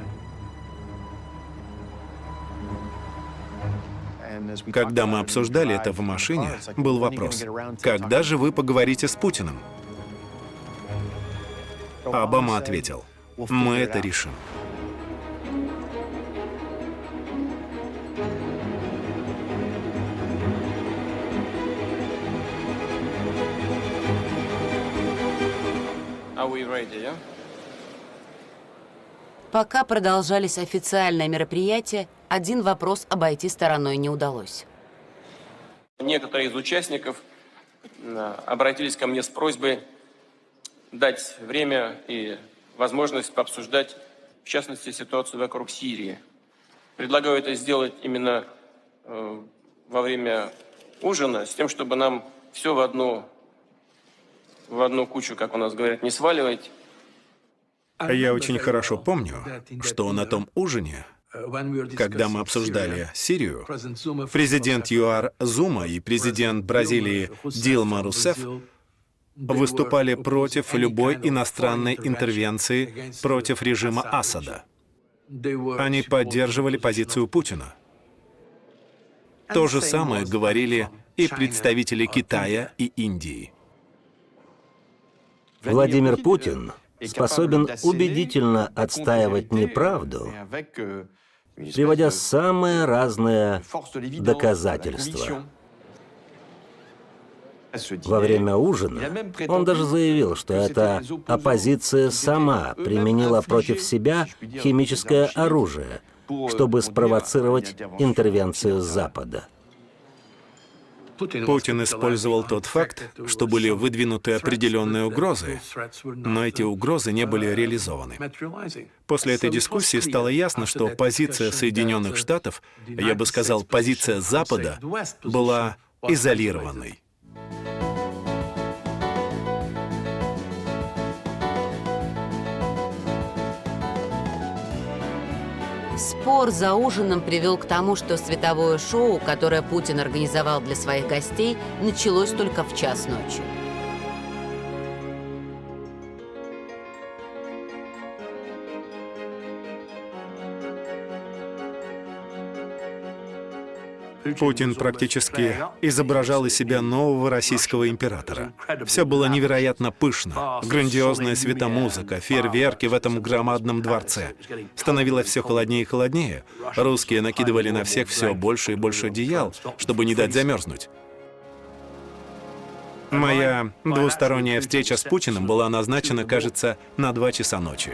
Когда мы обсуждали это в машине, был вопрос, когда же вы поговорите с Путиным? Обама ответил, мы это решим. Пока продолжались официальные мероприятия, один вопрос обойти стороной не удалось. Некоторые из участников обратились ко мне с просьбой дать время и возможность пообсуждать, в частности, ситуацию вокруг Сирии. Предлагаю это сделать именно э, во время ужина, с тем, чтобы нам все в одну, в одну кучу, как у нас говорят, не сваливать. Я очень хорошо помню, что на том ужине, когда мы обсуждали Сирию, президент ЮАР Зума и президент Бразилии Дилма Русеф выступали против любой иностранной интервенции против режима Асада. Они поддерживали позицию Путина. То же самое говорили и представители Китая и Индии. Владимир Путин способен убедительно отстаивать неправду, приводя самые разные доказательства. Во время ужина он даже заявил, что эта оппозиция сама применила против себя химическое оружие, чтобы спровоцировать интервенцию Запада. Путин использовал тот факт, что были выдвинуты определенные угрозы, но эти угрозы не были реализованы. После этой дискуссии стало ясно, что позиция Соединенных Штатов, я бы сказал, позиция Запада, была изолированной. Спор за ужином привел к тому, что световое шоу, которое Путин организовал для своих гостей, началось только в час ночи. Путин практически изображал из себя нового российского императора. Все было невероятно пышно. Грандиозная светомузыка, фейерверки в этом громадном дворце. Становилось все холоднее и холоднее. Русские накидывали на всех все больше и больше одеял, чтобы не дать замерзнуть. Моя двусторонняя встреча с Путиным была назначена, кажется, на два часа ночи.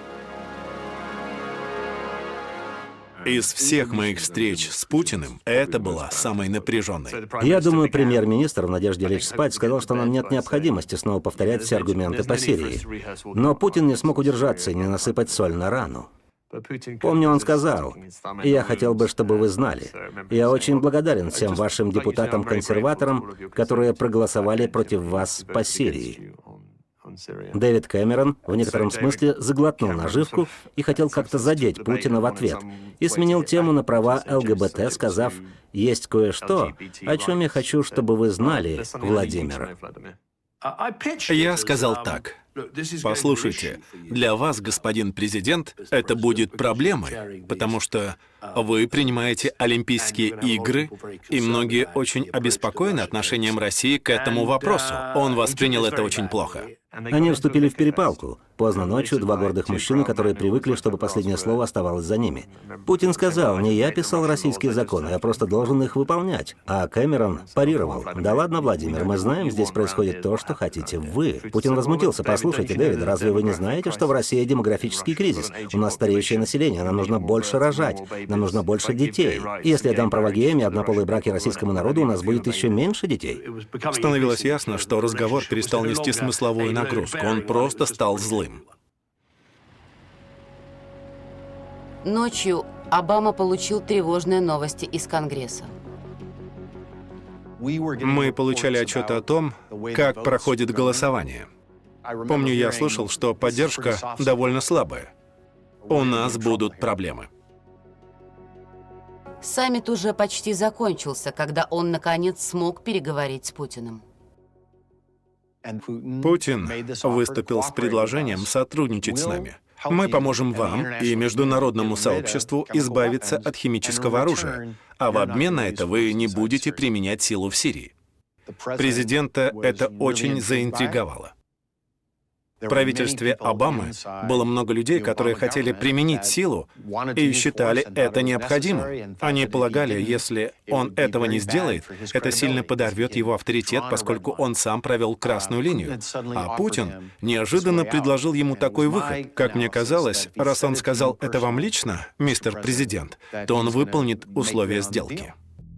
Из всех моих встреч с Путиным это была самой напряженной. Я думаю, премьер-министр в надежде лечь спать сказал, что нам нет необходимости снова повторять все аргументы по Сирии. Но Путин не смог удержаться и не насыпать соль на рану. Помню, он сказал, и я хотел бы, чтобы вы знали, я очень благодарен всем вашим депутатам-консерваторам, которые проголосовали против вас по Сирии. Дэвид Кэмерон в некотором смысле заглотнул наживку и хотел как-то задеть Путина в ответ, и сменил тему на права ЛГБТ, сказав, есть кое-что, о чем я хочу, чтобы вы знали, Владимир. Я сказал так. Послушайте, для вас, господин президент, это будет проблемой, потому что вы принимаете Олимпийские игры, и многие очень обеспокоены отношением России к этому вопросу. Он воспринял это очень плохо. Они вступили в перепалку. Поздно ночью два гордых мужчины, которые привыкли, чтобы последнее слово оставалось за ними. Путин сказал: не я писал российские законы, я просто должен их выполнять. А Кэмерон парировал: да ладно, Владимир, мы знаем, здесь происходит то, что хотите вы. Путин возмутился: послушайте, Дэвид, разве вы не знаете, что в России демографический кризис? У нас стареющее население, нам нужно больше рожать, нам нужно больше детей. И если я дам права геям и однополые браки российскому народу, у нас будет еще меньше детей. Становилось ясно, что разговор перестал нести смысловую нагрузку, он просто стал злым. Ночью Обама получил тревожные новости из Конгресса. Мы получали отчеты о том, как проходит голосование. Помню, я слышал, что поддержка довольно слабая. У нас будут проблемы. Саммит уже почти закончился, когда он, наконец, смог переговорить с Путиным. Путин выступил с предложением сотрудничать с нами. Мы поможем вам и международному сообществу избавиться от химического оружия, а в обмен на это вы не будете применять силу в Сирии. Президента это очень заинтриговало. В правительстве Обамы было много людей, которые хотели применить силу и считали это необходимым. Они полагали, если он этого не сделает, это сильно подорвет его авторитет, поскольку он сам провел красную линию. А Путин неожиданно предложил ему такой выход. Как мне казалось, раз он сказал это вам лично, мистер президент, то он выполнит условия сделки.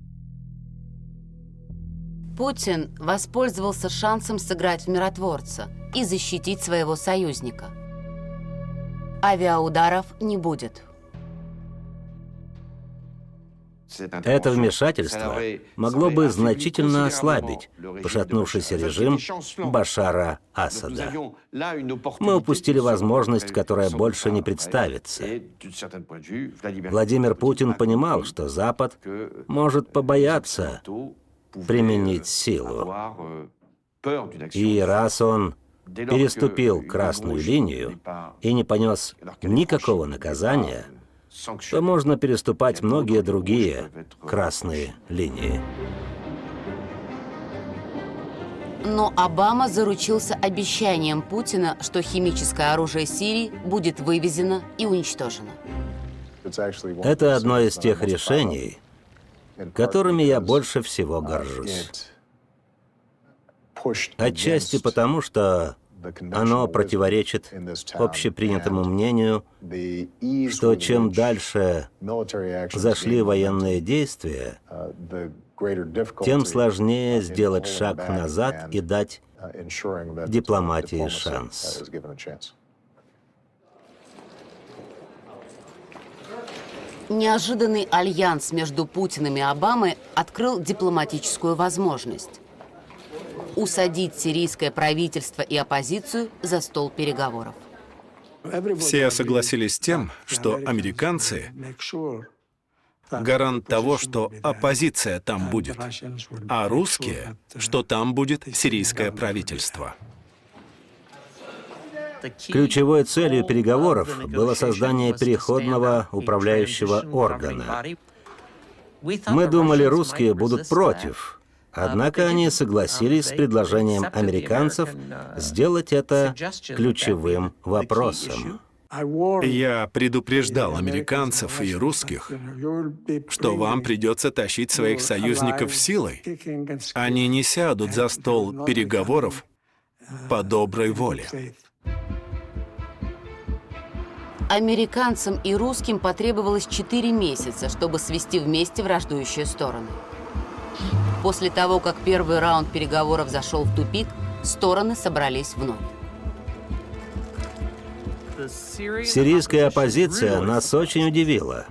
Путин воспользовался шансом сыграть в миротворца и защитить своего союзника. Авиаударов не будет. Это вмешательство могло бы значительно ослабить пошатнувшийся режим Башара Асада. Мы упустили возможность, которая больше не представится. Владимир Путин понимал, что Запад может побояться применить силу. И раз он переступил красную линию и не понес никакого наказания, то можно переступать многие другие красные линии. Но Обама заручился обещанием Путина, что химическое оружие Сирии будет вывезено и уничтожено. Это одно из тех решений, которыми я больше всего горжусь. Отчасти потому, что оно противоречит общепринятому мнению, что чем дальше зашли военные действия, тем сложнее сделать шаг назад и дать дипломатии шанс. Неожиданный альянс между Путиным и Обамой открыл дипломатическую возможность – усадить сирийское правительство и оппозицию за стол переговоров. Все согласились с тем, что американцы – гарант того, что оппозиция там будет, а русские, что там будет сирийское правительство. Ключевой целью переговоров было создание переходного управляющего органа. Мы думали, русские будут против, однако они согласились с предложением американцев сделать это ключевым вопросом. Я предупреждал американцев и русских, что вам придется тащить своих союзников силой. Они не сядут за стол переговоров по доброй воле. Американцам и русским потребовалось четыре месяца, чтобы свести вместе враждующие стороны. После того, как первый раунд переговоров зашел в тупик, стороны собрались вновь. Сирийская оппозиция нас очень удивила.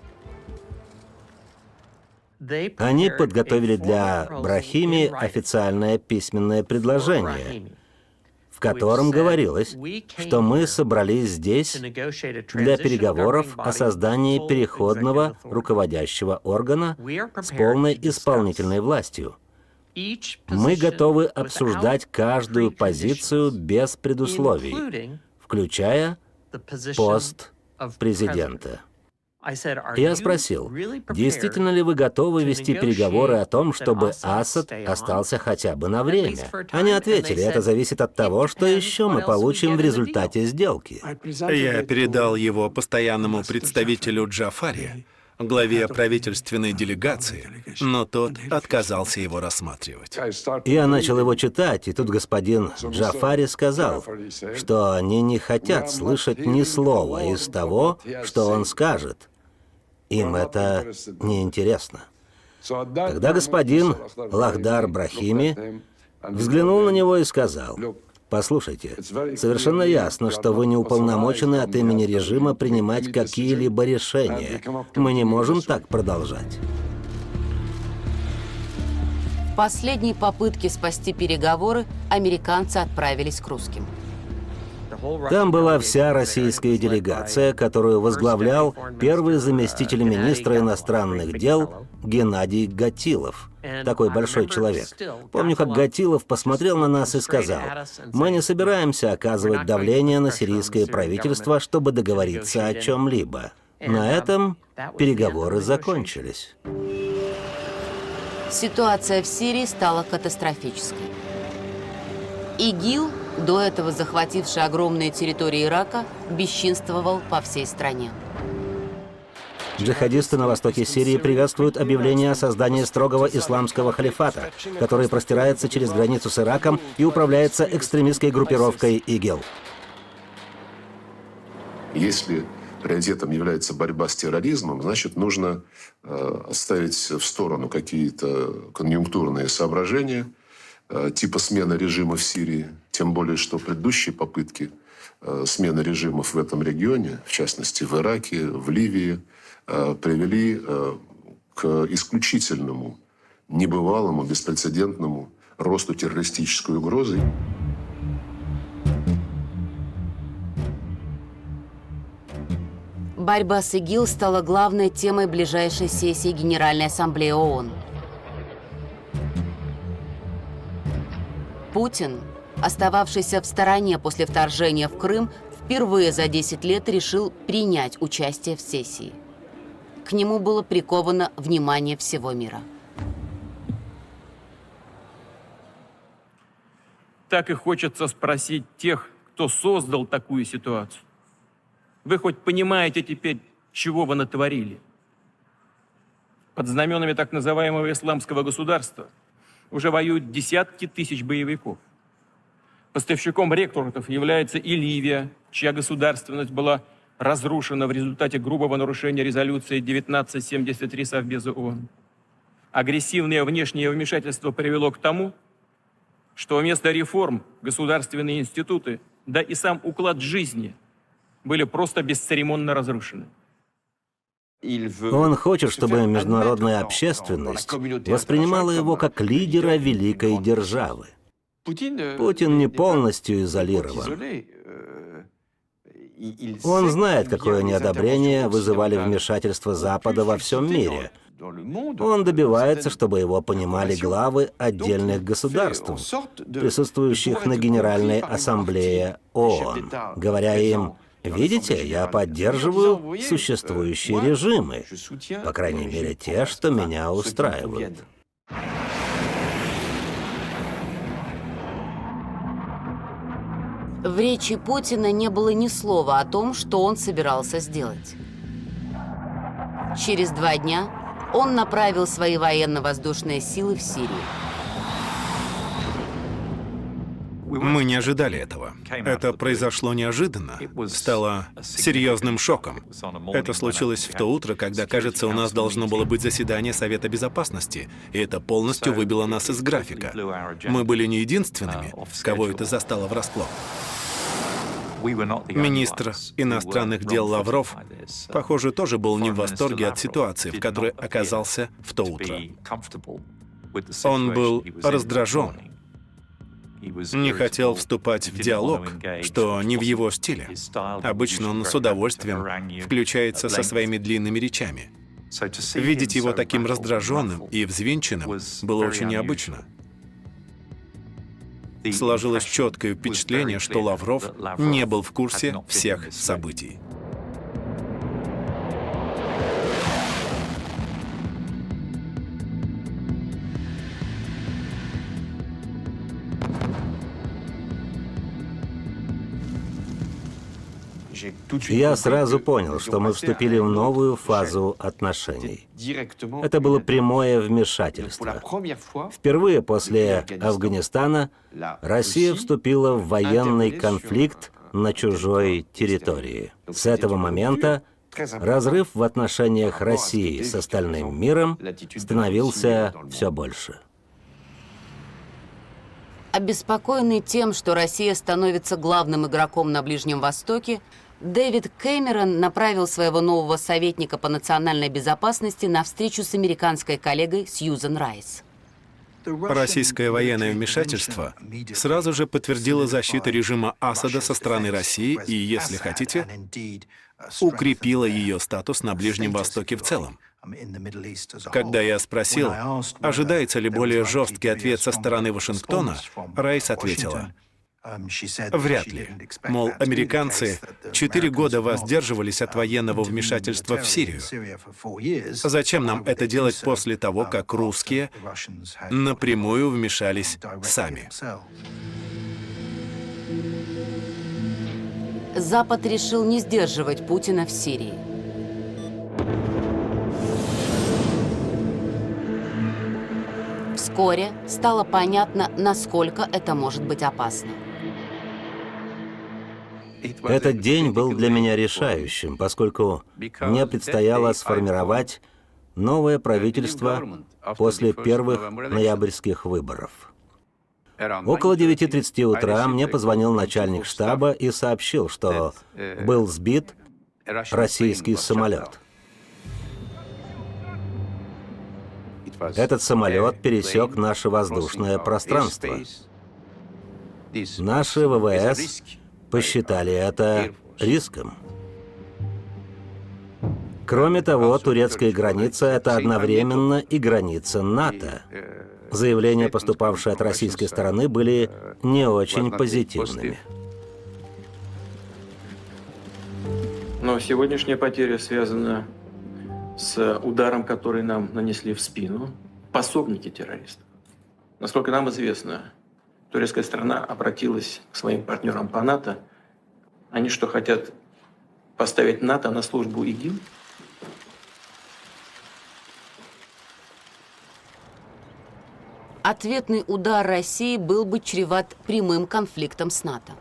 Они подготовили для Брахими официальное письменное предложение, в котором говорилось, что мы собрались здесь для переговоров о создании переходного руководящего органа с полной исполнительной властью. Мы готовы обсуждать каждую позицию без предусловий, включая пост президента. Я спросил, действительно ли вы готовы вести переговоры о том, чтобы Асад остался хотя бы на время? Они ответили, это зависит от того, что еще мы получим в результате сделки. Я передал его постоянному представителю Джафари, главе правительственной делегации, но тот отказался его рассматривать. Я начал его читать, и тут господин Джафари сказал, что они не хотят слышать ни слова из того, что он скажет. Им это неинтересно. Тогда господин Лахдар Брахими взглянул на него и сказал: «Послушайте, совершенно ясно, что вы не уполномочены от имени режима принимать какие-либо решения. Мы не можем так продолжать». В последней попытке спасти переговоры американцы отправились к русским. Там была вся российская делегация, которую возглавлял первый заместитель министра иностранных дел Геннадий Гатилов. Такой большой человек. Помню, как Гатилов посмотрел на нас и сказал: «Мы не собираемся оказывать давление на сирийское правительство, чтобы договориться о чем-либо». На этом переговоры закончились. Ситуация в Сирии стала катастрофической. ИГИЛ, до этого захвативший огромные территории Ирака, бесчинствовал по всей стране. Джихадисты на востоке Сирии приветствуют объявление о создании строгого исламского халифата, который простирается через границу с Ираком и управляется экстремистской группировкой ИГИЛ. Если приоритетом является борьба с терроризмом, значит, нужно э, оставить в сторону какие-то конъюнктурные соображения, типа смены режима в Сирии, тем более, что предыдущие попытки э, смены режимов в этом регионе, в частности в Ираке, в Ливии, э, привели э, к исключительному, небывалому, беспрецедентному росту террористической угрозы. Борьба с ИГИЛ стала главной темой ближайшей сессии Генеральной Ассамблеи ООН. Путин, остававшийся в стороне после вторжения в Крым, впервые за десять лет решил принять участие в сессии. К нему было приковано внимание всего мира. Так и хочется спросить тех, кто создал такую ситуацию. Вы хоть понимаете теперь, чего вы натворили? Под знаменами так называемого исламского государства уже воюют десятки тысяч боевиков. Поставщиком рекрутов является и Ливия, чья государственность была разрушена в результате грубого нарушения резолюции девятнадцать семьдесят три Совбеза ООН. Агрессивное внешнее вмешательство привело к тому, что вместо реформ государственные институты, да и сам уклад жизни были просто бесцеремонно разрушены. Он хочет, чтобы международная общественность воспринимала его как лидера великой державы. Путин не полностью изолирован. Он знает, какое неодобрение вызывали вмешательства Запада во всем мире. Он добивается, чтобы его понимали главы отдельных государств, присутствующих на Генеральной Ассамблее ООН, говоря им: «Видите, я поддерживаю существующие режимы, по крайней мере, те, что меня устраивают». В речи Путина не было ни слова о том, что он собирался сделать. Через два дня он направил свои военно-воздушные силы в Сирию. Мы не ожидали этого. Это произошло неожиданно, стало серьезным шоком. Это случилось в то утро, когда, кажется, у нас должно было быть заседание Совета Безопасности, и это полностью выбило нас из графика. Мы были не единственными, кого это застало врасплох. Министр иностранных дел Лавров, похоже, тоже был не в восторге от ситуации, в которой оказался в то утро. Он был раздражен, не хотел вступать в диалог, что не в его стиле. Обычно он с удовольствием включается со своими длинными речами. Видеть его таким раздраженным и взвинченным было очень необычно. Сложилось четкое впечатление, что Лавров не был в курсе всех событий. Я сразу понял, что мы вступили в новую фазу отношений. Это было прямое вмешательство. Впервые после Афганистана Россия вступила в военный конфликт на чужой территории. С этого момента разрыв в отношениях России с остальным миром становился все больше. Обеспокоенный тем, что Россия становится главным игроком на Ближнем Востоке, Дэвид Кэмерон направил своего нового советника по национальной безопасности на встречу с американской коллегой Сьюзан Райс. Российское военное вмешательство сразу же подтвердило защиту режима Асада со стороны России и, если хотите, укрепило ее статус на Ближнем Востоке в целом. Когда я спросил, ожидается ли более жесткий ответ со стороны Вашингтона, Райс ответила: вряд ли. Мол, американцы четыре года воздерживались от военного вмешательства в Сирию. Зачем нам это делать после того, как русские напрямую вмешались сами? Запад решил не сдерживать Путина в Сирии. Вскоре стало понятно, насколько это может быть опасно. Этот день был для меня решающим, поскольку мне предстояло сформировать новое правительство после первых ноябрьских выборов. Около девяти тридцати утра мне позвонил начальник штаба и сообщил, что был сбит российский самолет. Этот самолет пересек наше воздушное пространство. Наши ВВС посчитали это риском. Кроме того, турецкая граница — это одновременно и граница НАТО. Заявления, поступавшие от российской стороны, были не очень позитивными. Но сегодняшняя потеря связана с ударом, который нам нанесли в спину пособники террористов. Насколько нам известно, турецкая сторона обратилась к своим партнерам по НАТО. Они что, хотят поставить НАТО на службу ИГИЛ? Ответный удар России был бы чреват прямым конфликтом с НАТО.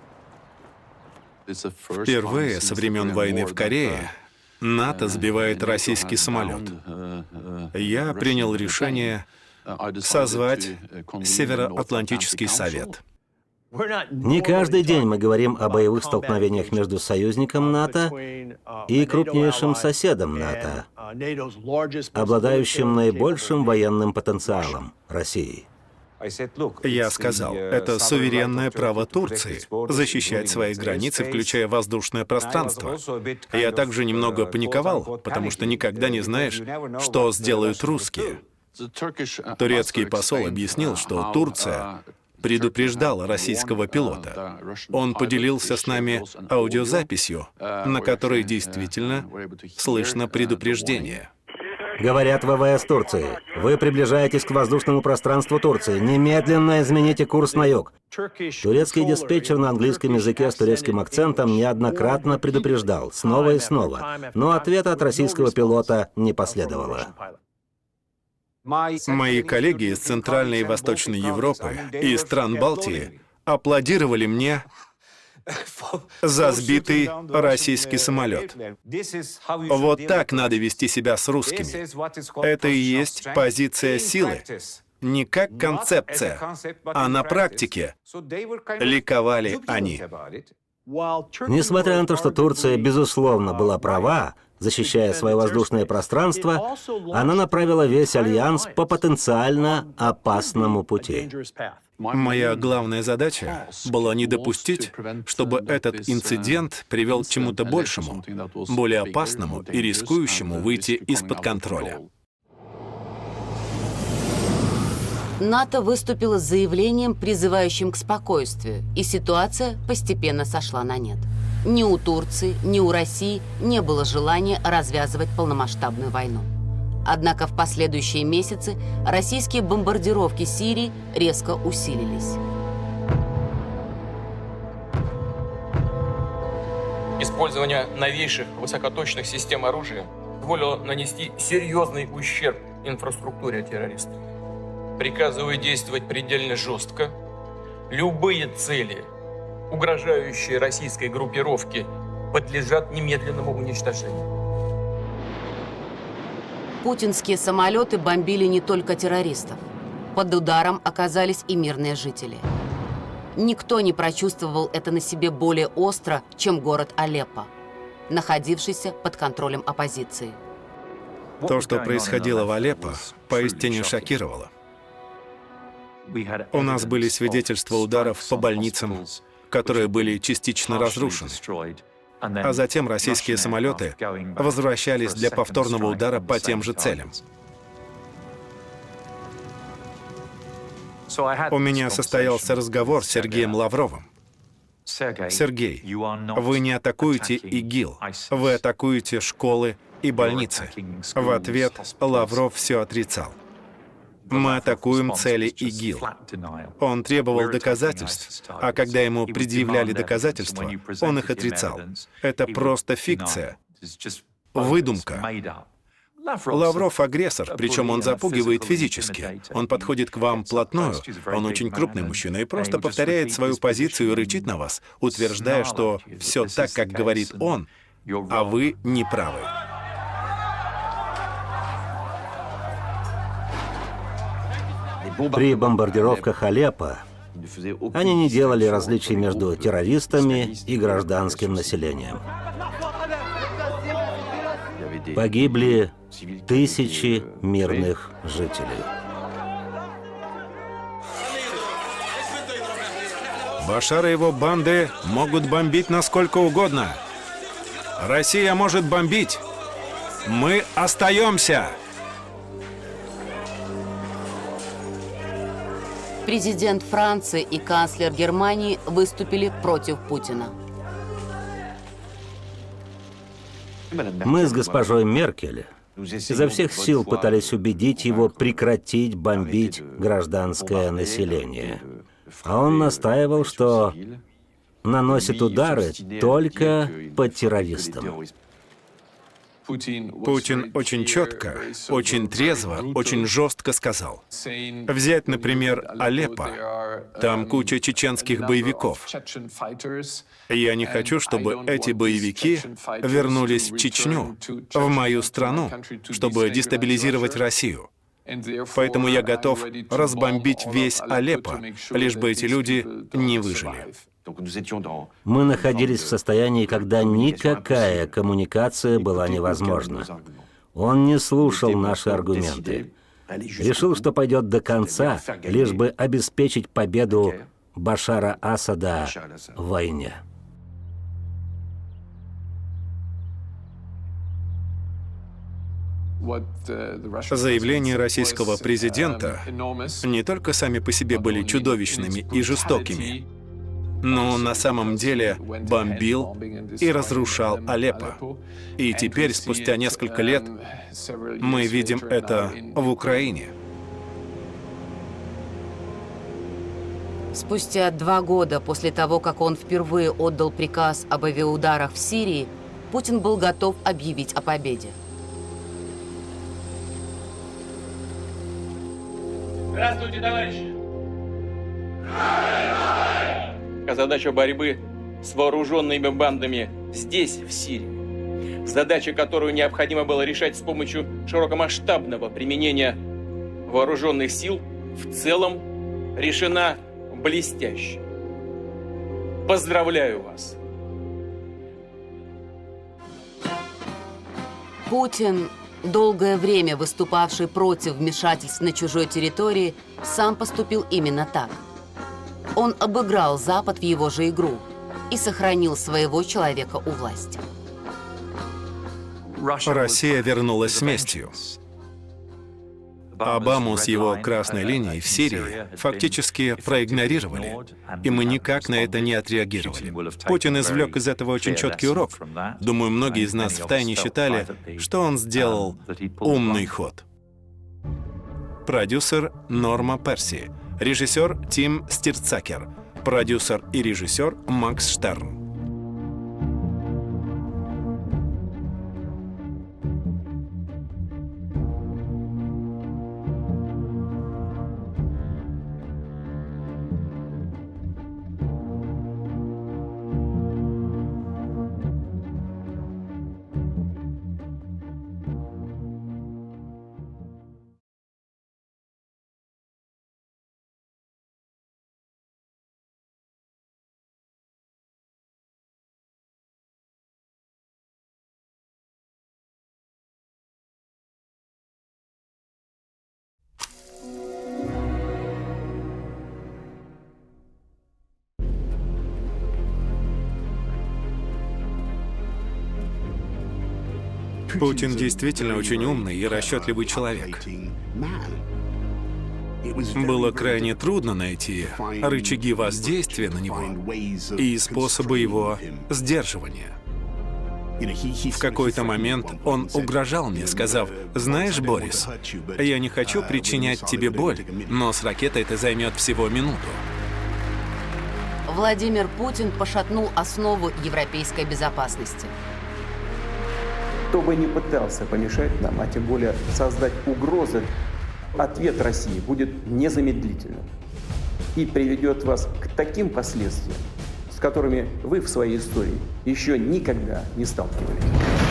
Впервые со времен войны в Корее НАТО сбивает российский самолет. Я принял решение созвать Североатлантический совет. Не каждый день мы говорим о боевых столкновениях между союзником НАТО и крупнейшим соседом НАТО, обладающим наибольшим военным потенциалом — Россией. Я сказал, это суверенное право Турции защищать свои границы, включая воздушное пространство. Я также немного паниковал, потому что никогда не знаешь, что сделают русские. Турецкий посол объяснил, что Турция предупреждала российского пилота. Он поделился с нами аудиозаписью, на которой действительно слышно предупреждение. Говорят ВВС Турции: вы приближаетесь к воздушному пространству Турции. Немедленно измените курс на юг. Турецкий диспетчер на английском языке с турецким акцентом неоднократно предупреждал, снова и снова, но ответа от российского пилота не последовало. Мои коллеги из Центральной и Восточной Европы и стран Балтии аплодировали мне за сбитый российский самолет. Вот так надо вести себя с русскими. Это и есть позиция силы. Не как концепция, а на практике ликовали они. Несмотря на то, что Турция, безусловно, была права, защищая свое воздушное пространство, она направила весь альянс по потенциально опасному пути. Моя главная задача была не допустить, чтобы этот инцидент привел к чему-то большему, более опасному и рискующему выйти из-под контроля. НАТО выступило с заявлением, призывающим к спокойствию, и ситуация постепенно сошла на нет. Ни у Турции, ни у России не было желания развязывать полномасштабную войну. Однако в последующие месяцы российские бомбардировки Сирии резко усилились. Использование новейших высокоточных систем оружия позволило нанести серьезный ущерб инфраструктуре террористов. Приказываю действовать предельно жестко. Любые цели, угрожающие российской группировке, подлежат немедленному уничтожению. Путинские самолеты бомбили не только террористов. Под ударом оказались и мирные жители. Никто не прочувствовал это на себе более остро, чем город Алеппо, находившийся под контролем оппозиции. То, что происходило в Алеппо, поистине шокировало. У нас были свидетельства ударов по больницам, которые были частично разрушены. А затем российские самолеты возвращались для повторного удара по тем же целям. У меня состоялся разговор с Сергеем Лавровым. Сергей, вы не атакуете ИГИЛ, вы атакуете школы и больницы. В ответ Лавров все отрицал. Мы атакуем цели ИГИЛ. Он требовал доказательств, а когда ему предъявляли доказательства, он их отрицал. Это просто фикция, выдумка. Лавров — агрессор, причем он запугивает физически. Он подходит к вам вплотную, он очень крупный мужчина, и просто повторяет свою позицию и рычит на вас, утверждая, что все так, как говорит он, а вы не правы. При бомбардировках Алеппо они не делали различий между террористами и гражданским населением. Погибли тысячи мирных жителей. Башар и его банды могут бомбить насколько угодно. Россия может бомбить. Мы остаемся. Президент Франции и канцлер Германии выступили против Путина. Мы с госпожой Меркель изо всех сил пытались убедить его прекратить бомбить гражданское население. А он настаивал, что наносит удары только по террористам. Путин очень четко, очень трезво, очень жестко сказал. Взять, например, Алеппо. Там куча чеченских боевиков. Я не хочу, чтобы эти боевики вернулись в Чечню, в мою страну, чтобы дестабилизировать Россию. Поэтому я готов разбомбить весь Алеппо, лишь бы эти люди не выжили. Мы находились в состоянии, когда никакая коммуникация была невозможна. Он не слушал наши аргументы. Решил, что пойдет до конца, лишь бы обеспечить победу Башара Асада в войне. Заявления российского президента не только сами по себе были чудовищными и жестокими, но на самом деле бомбил и разрушал Алеппо. И теперь, спустя несколько лет, мы видим это в Украине. Спустя два года после того, как он впервые отдал приказ об авиаударах в Сирии, Путин был готов объявить о победе. Здравствуйте, товарищи! Задача борьбы с вооруженными бандами здесь, в Сирии. Задача, которую необходимо было решать с помощью широкомасштабного применения вооруженных сил, в целом решена блестяще. Поздравляю вас! Путин, долгое время выступавший против вмешательств на чужой территории, сам поступил именно так. Он обыграл Запад в его же игру и сохранил своего человека у власти. Россия вернулась с местью. Обаму с его красной линией в Сирии фактически проигнорировали, и мы никак на это не отреагировали. Путин извлек из этого очень четкий урок. Думаю, многие из нас втайне считали, что он сделал умный ход. Продюсер Норма Перси, режиссер Тим Стирцакер, продюсер и режиссер Макс Штерн. Путин действительно очень умный и расчетливый человек. Было крайне трудно найти рычаги воздействия на него и способы его сдерживания. В какой-то момент он угрожал мне, сказав: «Знаешь, Борис, я не хочу причинять тебе боль, но с ракетой это займет всего минуту». Владимир Путин пошатнул основу европейской безопасности. Кто бы ни пытался помешать нам, а тем более создать угрозы, ответ России будет незамедлительным и приведет вас к таким последствиям, с которыми вы в своей истории еще никогда не сталкивались.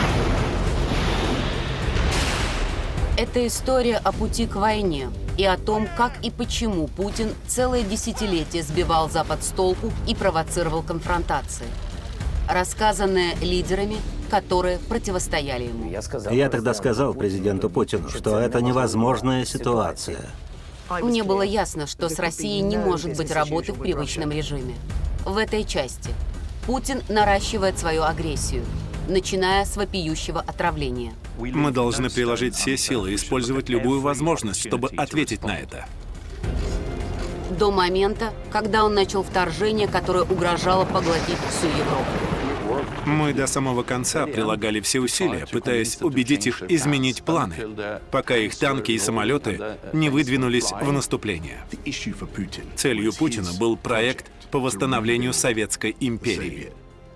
Это история о пути к войне и о том, как и почему Путин целое десятилетие сбивал Запад с толку и провоцировал конфронтации, рассказанная лидерами, которые противостояли ему. Я тогда сказал президенту Путину, что это невозможная ситуация. Мне было ясно, что с Россией не может быть работы в привычном режиме. В этой части Путин наращивает свою агрессию, начиная с вопиющего отравления. Мы должны приложить все силы и использовать любую возможность, чтобы ответить на это. До момента, когда он начал вторжение, которое угрожало поглотить всю Европу. Мы до самого конца прилагали все усилия, пытаясь убедить их изменить планы, пока их танки и самолеты не выдвинулись в наступление. Целью Путина был проект по восстановлению Советской империи.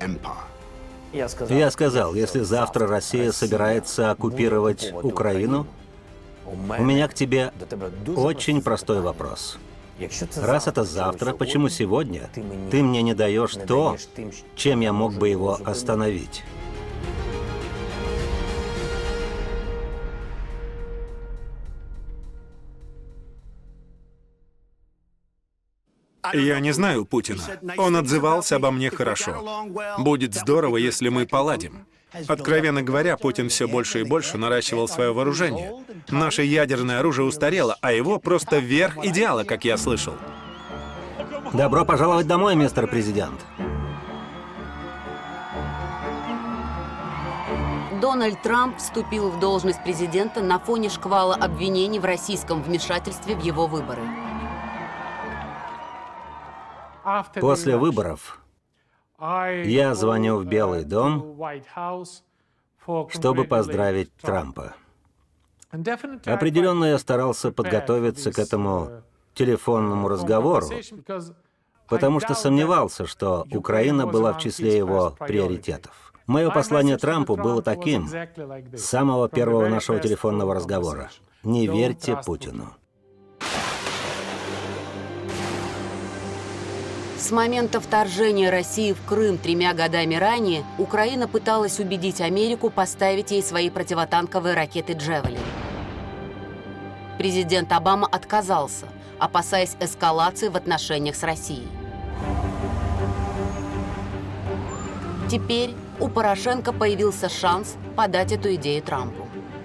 Я сказал, если завтра Россия собирается оккупировать Украину, у меня к тебе очень простой вопрос. Раз это завтра, почему сегодня ты мне не даешь то, чем я мог бы его остановить? Я не знаю Путина. Он отзывался обо мне хорошо. Будет здорово, если мы поладим. Откровенно говоря, Путин все больше и больше наращивал свое вооружение. Наше ядерное оружие устарело, а его просто верх идеала, как я слышал. Добро пожаловать домой, мистер президент. Дональд Трамп вступил в должность президента на фоне шквала обвинений в российском вмешательстве в его выборы. После выборов я звоню в Белый дом, чтобы поздравить Трампа. Определенно я старался подготовиться к этому телефонному разговору, потому что сомневался, что Украина была в числе его приоритетов. Мое послание Трампу было таким с самого первого нашего телефонного разговора: не верьте Путину. С момента вторжения России в Крым тремя годами ранее Украина пыталась убедить Америку поставить ей свои противотанковые ракеты «Джевелин». Президент Обама отказался, опасаясь эскалации в отношениях с Россией. Теперь у Порошенко появился шанс подать эту идею Трампу.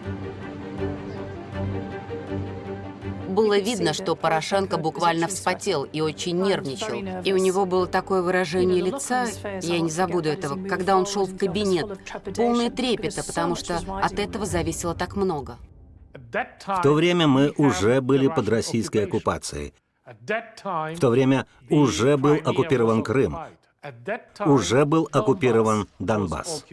Было видно, что Порошенко буквально вспотел и очень нервничал. И у него было такое выражение лица, я не забуду этого, когда он шел в кабинет, полное трепета, потому что от этого зависело так много. В то время мы уже были под российской оккупацией. В то время уже был оккупирован Крым. Уже был оккупирован Донбасс.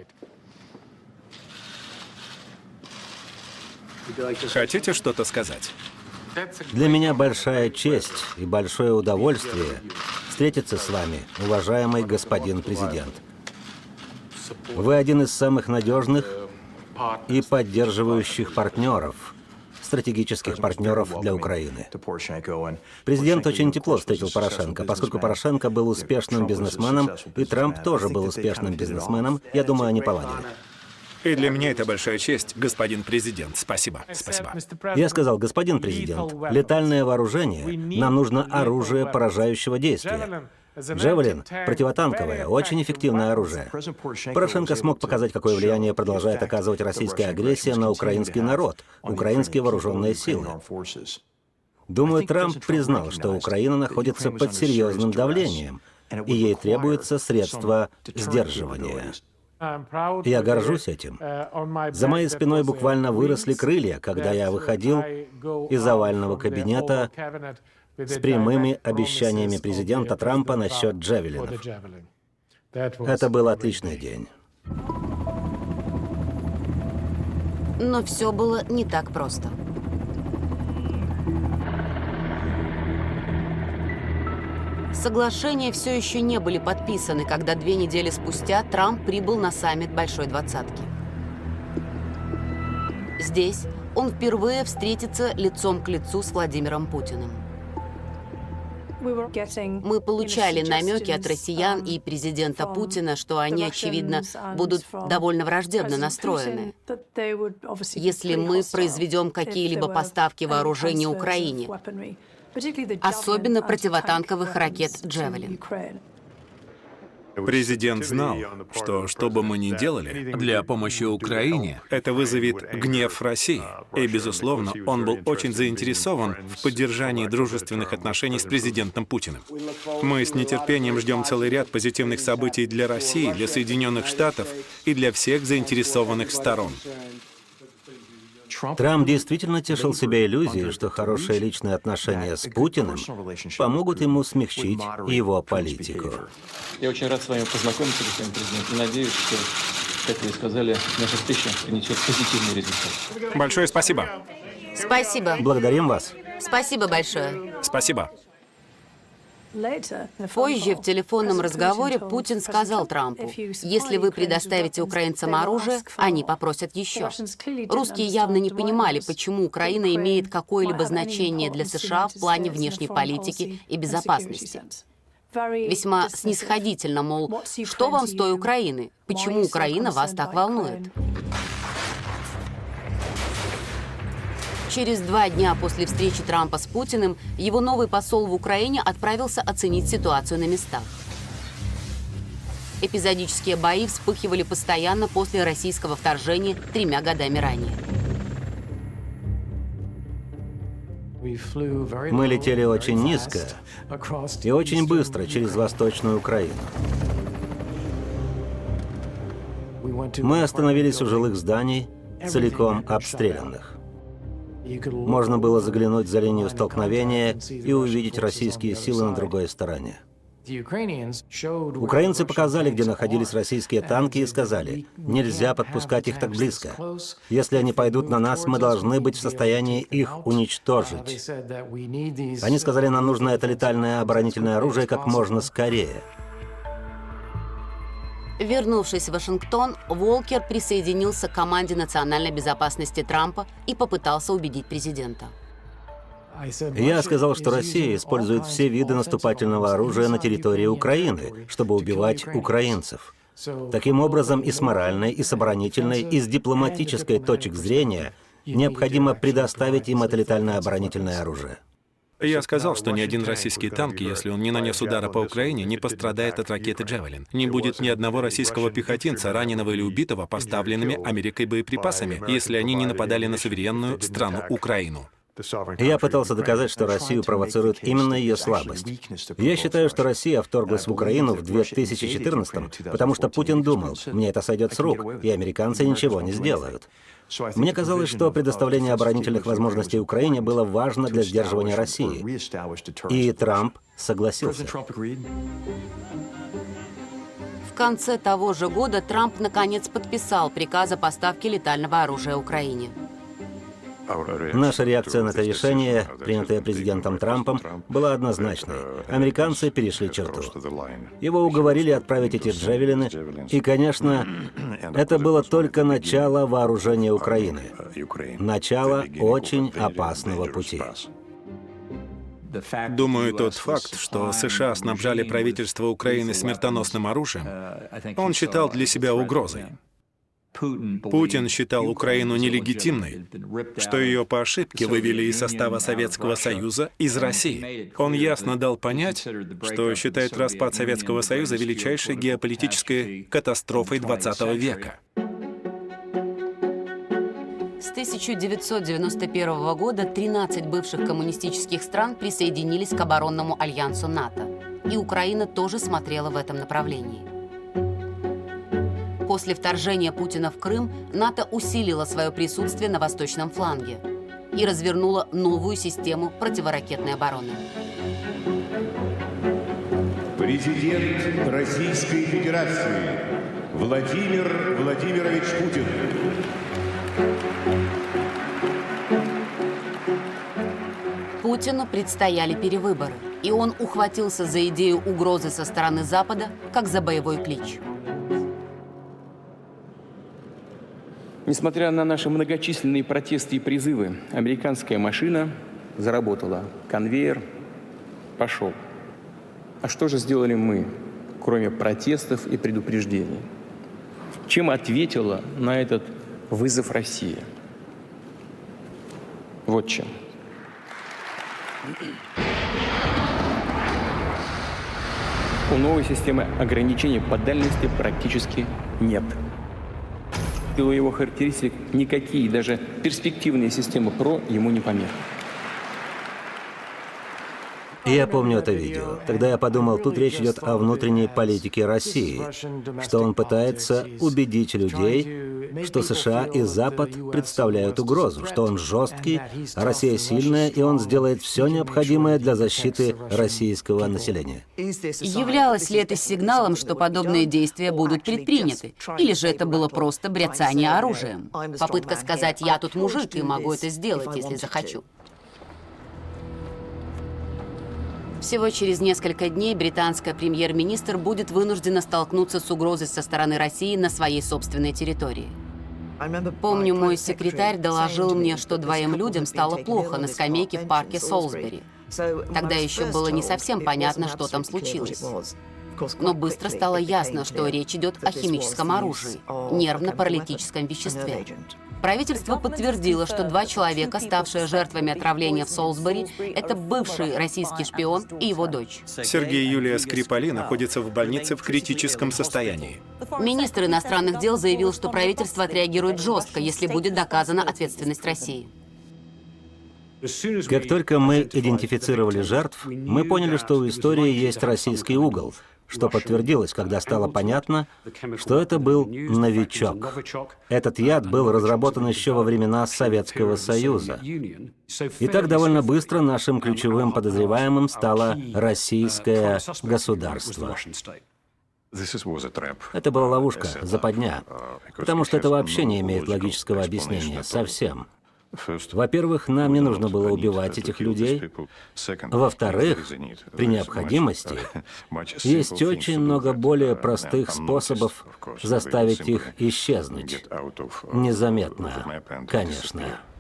Хотите что-то сказать? Для меня большая честь и большое удовольствие встретиться с вами, уважаемый господин президент. Вы один из самых надежных и поддерживающих партнеров, стратегических партнеров для Украины. Президент очень тепло встретил Порошенко, поскольку Порошенко был успешным бизнесменом, и Трамп тоже был успешным бизнесменом. Я думаю, они поладили. И для меня это большая честь, господин президент. Спасибо. Спасибо. Я сказал: господин президент, летальное вооружение, нам нужно оружие поражающего действия. Джавелин — противотанковое, очень эффективное оружие. Порошенко смог показать, какое влияние продолжает оказывать российская агрессия на украинский народ, украинские вооруженные силы. Думаю, Трамп признал, что Украина находится под серьезным давлением, и ей требуются средства сдерживания. Я горжусь этим. За моей спиной буквально выросли крылья, когда я выходил из овального кабинета с прямыми обещаниями президента Трампа насчет джавелинов. Это был отличный день. Но все было не так просто. Соглашения все еще не были подписаны, когда две недели спустя Трамп прибыл на саммит Большой Двадцатки. Здесь он впервые встретится лицом к лицу с Владимиром Путиным. Мы получали намеки от россиян и президента Путина, что они, очевидно, будут довольно враждебно настроены, если мы произведем какие-либо поставки вооружения Украине, особенно противотанковых ракет «Джавелин». Президент знал, что, что бы мы ни делали для помощи Украине, это вызовет гнев России. И, безусловно, он был очень заинтересован в поддержании дружественных отношений с президентом Путиным. Мы с нетерпением ждем целый ряд позитивных событий для России, для Соединенных Штатов и для всех заинтересованных сторон. Трамп действительно тешил себя иллюзией, что хорошие личные отношения с Путиным помогут ему смягчить его политику. Я очень рад с вами познакомиться, господин президент, и надеюсь, что, как вы сказали, наша встреча принесет позитивный результат. Большое спасибо. Спасибо. Благодарим вас. Спасибо большое. Спасибо. Позже в телефонном разговоре Путин сказал Трампу: если вы предоставите украинцам оружие, они попросят еще. Русские явно не понимали, почему Украина имеет какое-либо значение для США в плане внешней политики и безопасности. Весьма снисходительно, мол, что вам с той Украины? Почему Украина вас так волнует? Через два дня после встречи Трампа с Путиным его новый посол в Украине отправился оценить ситуацию на местах. Эпизодические бои вспыхивали постоянно после российского вторжения тремя годами ранее. Мы летели очень низко и очень быстро через Восточную Украину. Мы остановились у жилых зданий, целиком обстрелянных. Можно было заглянуть за линию столкновения и увидеть российские силы на другой стороне. Украинцы показали, где находились российские танки, и сказали: нельзя подпускать их так близко. Если они пойдут на нас, мы должны быть в состоянии их уничтожить. Они сказали: нам нужно это летальное оборонительное оружие как можно скорее. Вернувшись в Вашингтон, Волкер присоединился к команде национальной безопасности Трампа и попытался убедить президента. Я сказал, что Россия использует все виды наступательного оружия на территории Украины, чтобы убивать украинцев. Таким образом, и с моральной, и с оборонительной, и с дипломатической точек зрения необходимо предоставить им это летальное оборонительное оружие. Я сказал, что ни один российский танк, если он не нанес удара по Украине, не пострадает от ракеты «Джавелин». Не будет ни одного российского пехотинца, раненого или убитого, поставленными Америкой боеприпасами, если они не нападали на суверенную страну Украину. Я пытался доказать, что Россию провоцирует именно ее слабость. Я считаю, что Россия вторглась в Украину в две тысячи четырнадцатом, потому что Путин думал: мне это сойдет с рук, и американцы ничего не сделают. Мне казалось, что предоставление оборонительных возможностей Украине было важно для сдерживания России. И Трамп согласился. В конце того же года Трамп наконец подписал приказ о поставке летального оружия Украине. Наша реакция на это решение, принятое президентом Трампом, была однозначной. Американцы перешли черту. Его уговорили отправить эти джавелины, и, конечно, это было только начало вооружения Украины. Начало очень опасного пути. Думаю, тот факт, что США снабжали правительство Украины смертоносным оружием, он считал для себя угрозой. Путин считал Украину нелегитимной, что ее по ошибке вывели из состава Советского Союза из России. Он ясно дал понять, что считает распад Советского Союза величайшей геополитической катастрофой двадцатого века. С тысяча девятьсот девяносто первого года тринадцать бывших коммунистических стран присоединились к оборонному альянсу НАТО, и Украина тоже смотрела в этом направлении. После вторжения Путина в Крым НАТО усилило свое присутствие на восточном фланге и развернуло новую систему противоракетной обороны. Президент Российской Федерации Владимир Владимирович Путин. Путину предстояли перевыборы, и он ухватился за идею угрозы со стороны Запада как за боевой клич. Несмотря на наши многочисленные протесты и призывы, американская машина заработала. Конвейер пошел. А что же сделали мы, кроме протестов и предупреждений? Чем ответила на этот вызов Россия? Вот чем. У новой системы ограничений по дальности практически нет. В силу его характеристик никакие, даже перспективные системы ПРО ему не помеха. Я помню это видео. Тогда я подумал, тут речь идет о внутренней политике России, что он пытается убедить людей, что США и Запад представляют угрозу, что он жесткий, а Россия сильная, и он сделает все необходимое для защиты российского населения. Являлось ли это сигналом, что подобные действия будут предприняты? Или же это было просто бряцание оружием? Попытка сказать «я тут мужик и могу это сделать, если захочу». Всего через несколько дней британская премьер-министр будет вынуждена столкнуться с угрозой со стороны России на своей собственной территории. Помню, мой секретарь доложил мне, что двоим людям стало плохо на скамейке в парке Солсбери. Тогда еще было не совсем понятно, что там случилось. Но быстро стало ясно, что речь идет о химическом оружии, нервно-паралитическом веществе. Правительство подтвердило, что два человека, ставшие жертвами отравления в Солсбери, это бывший российский шпион и его дочь. Сергей и Юлия Скрипали находятся в больнице в критическом состоянии. Министр иностранных дел заявил, что правительство отреагирует жестко, если будет доказана ответственность России. Как только мы идентифицировали жертв, мы поняли, что у истории есть российский угол, что подтвердилось, когда стало понятно, что это был новичок. Этот яд был разработан еще во времена Советского Союза. И так довольно быстро нашим ключевым подозреваемым стало российское государство. Это была ловушка, западня, потому что это вообще не имеет логического объяснения, совсем. Во-первых, нам не нужно было убивать этих людей. Во-вторых, при необходимости есть очень много более простых способов заставить их исчезнуть. Незаметно, конечно.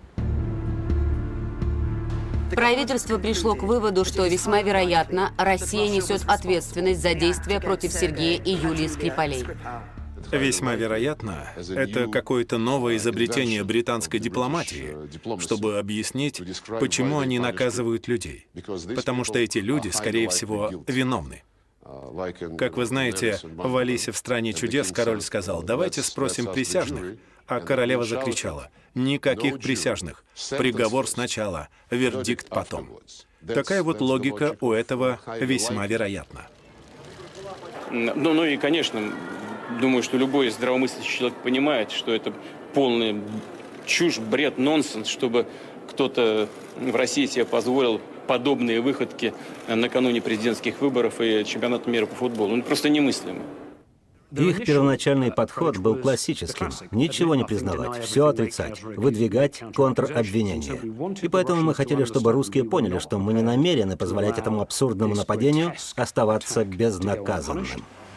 Правительство пришло к выводу, что весьма вероятно, Россия несет ответственность за действия против Сергея и Юлии Скрипалей. Весьма вероятно, это какое-то новое изобретение британской дипломатии, чтобы объяснить, почему они наказывают людей. Потому что эти люди, скорее всего, виновны. Как вы знаете, в «Алисе в стране чудес» король сказал: «Давайте спросим присяжных», а королева закричала: «Никаких присяжных. Приговор сначала, вердикт потом». Такая вот логика у этого весьма вероятна. Ну, ну и, конечно, думаю, что любой здравомыслящий человек понимает, что это полная чушь, бред, нонсенс, чтобы кто-то в России себе позволил подобные выходки накануне президентских выборов и чемпионата мира по футболу. Ну, просто немыслимо. Их первоначальный подход был классическим. Ничего не признавать, все отрицать, выдвигать контробвинения. И поэтому мы хотели, чтобы русские поняли, что мы не намерены позволять этому абсурдному нападению оставаться безнаказанным.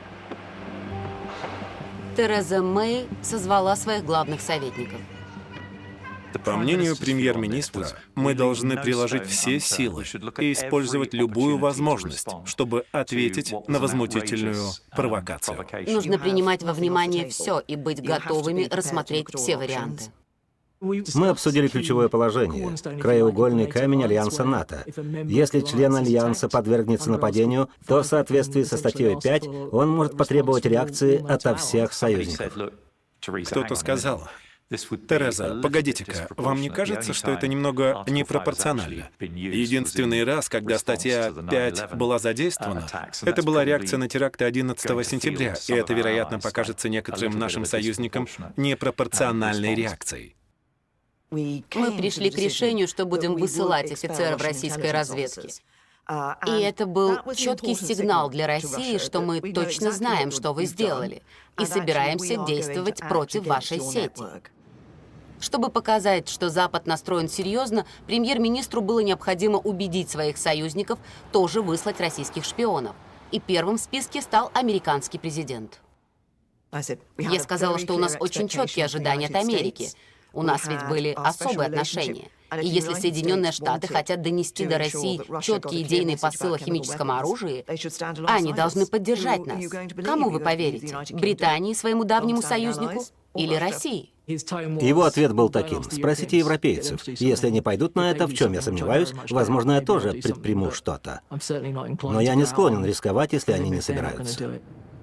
Тереза Мэй созвала своих главных советников. По мнению премьер-министра, мы должны приложить все силы и использовать любую возможность, чтобы ответить на возмутительную провокацию. Нужно принимать во внимание все и быть готовыми рассмотреть все варианты. Мы обсудили ключевое положение — краеугольный камень Альянса НАТО. Если член Альянса подвергнется нападению, то в соответствии со статьей пять он может потребовать реакции ото всех союзников. Кто-то сказал: «Тереза, погодите-ка, вам не кажется, что это немного непропорционально? Единственный раз, когда статья пять была задействована, это была реакция на теракты одиннадцатого сентября, и это, вероятно, покажется некоторым нашим союзникам непропорциональной реакцией». Мы пришли к решению, что будем высылать офицеров российской разведки. И это был четкий сигнал для России, что мы точно знаем, что вы сделали, и собираемся действовать против вашей сети. Чтобы показать, что Запад настроен серьезно, премьер-министру было необходимо убедить своих союзников тоже выслать российских шпионов. И первым в списке стал американский президент. Я сказала, что у нас очень четкие ожидания от Америки. У нас ведь были особые отношения. И если Соединенные Штаты хотят донести до России четкий идейный посыл о химическом оружии, они должны поддержать нас. Кому вы поверите? Британии, своему давнему союзнику, или России? Его ответ был таким: спросите европейцев. Если они пойдут на это, в чем я сомневаюсь, возможно, я тоже предприму что-то. Но я не склонен рисковать, если они не собираются.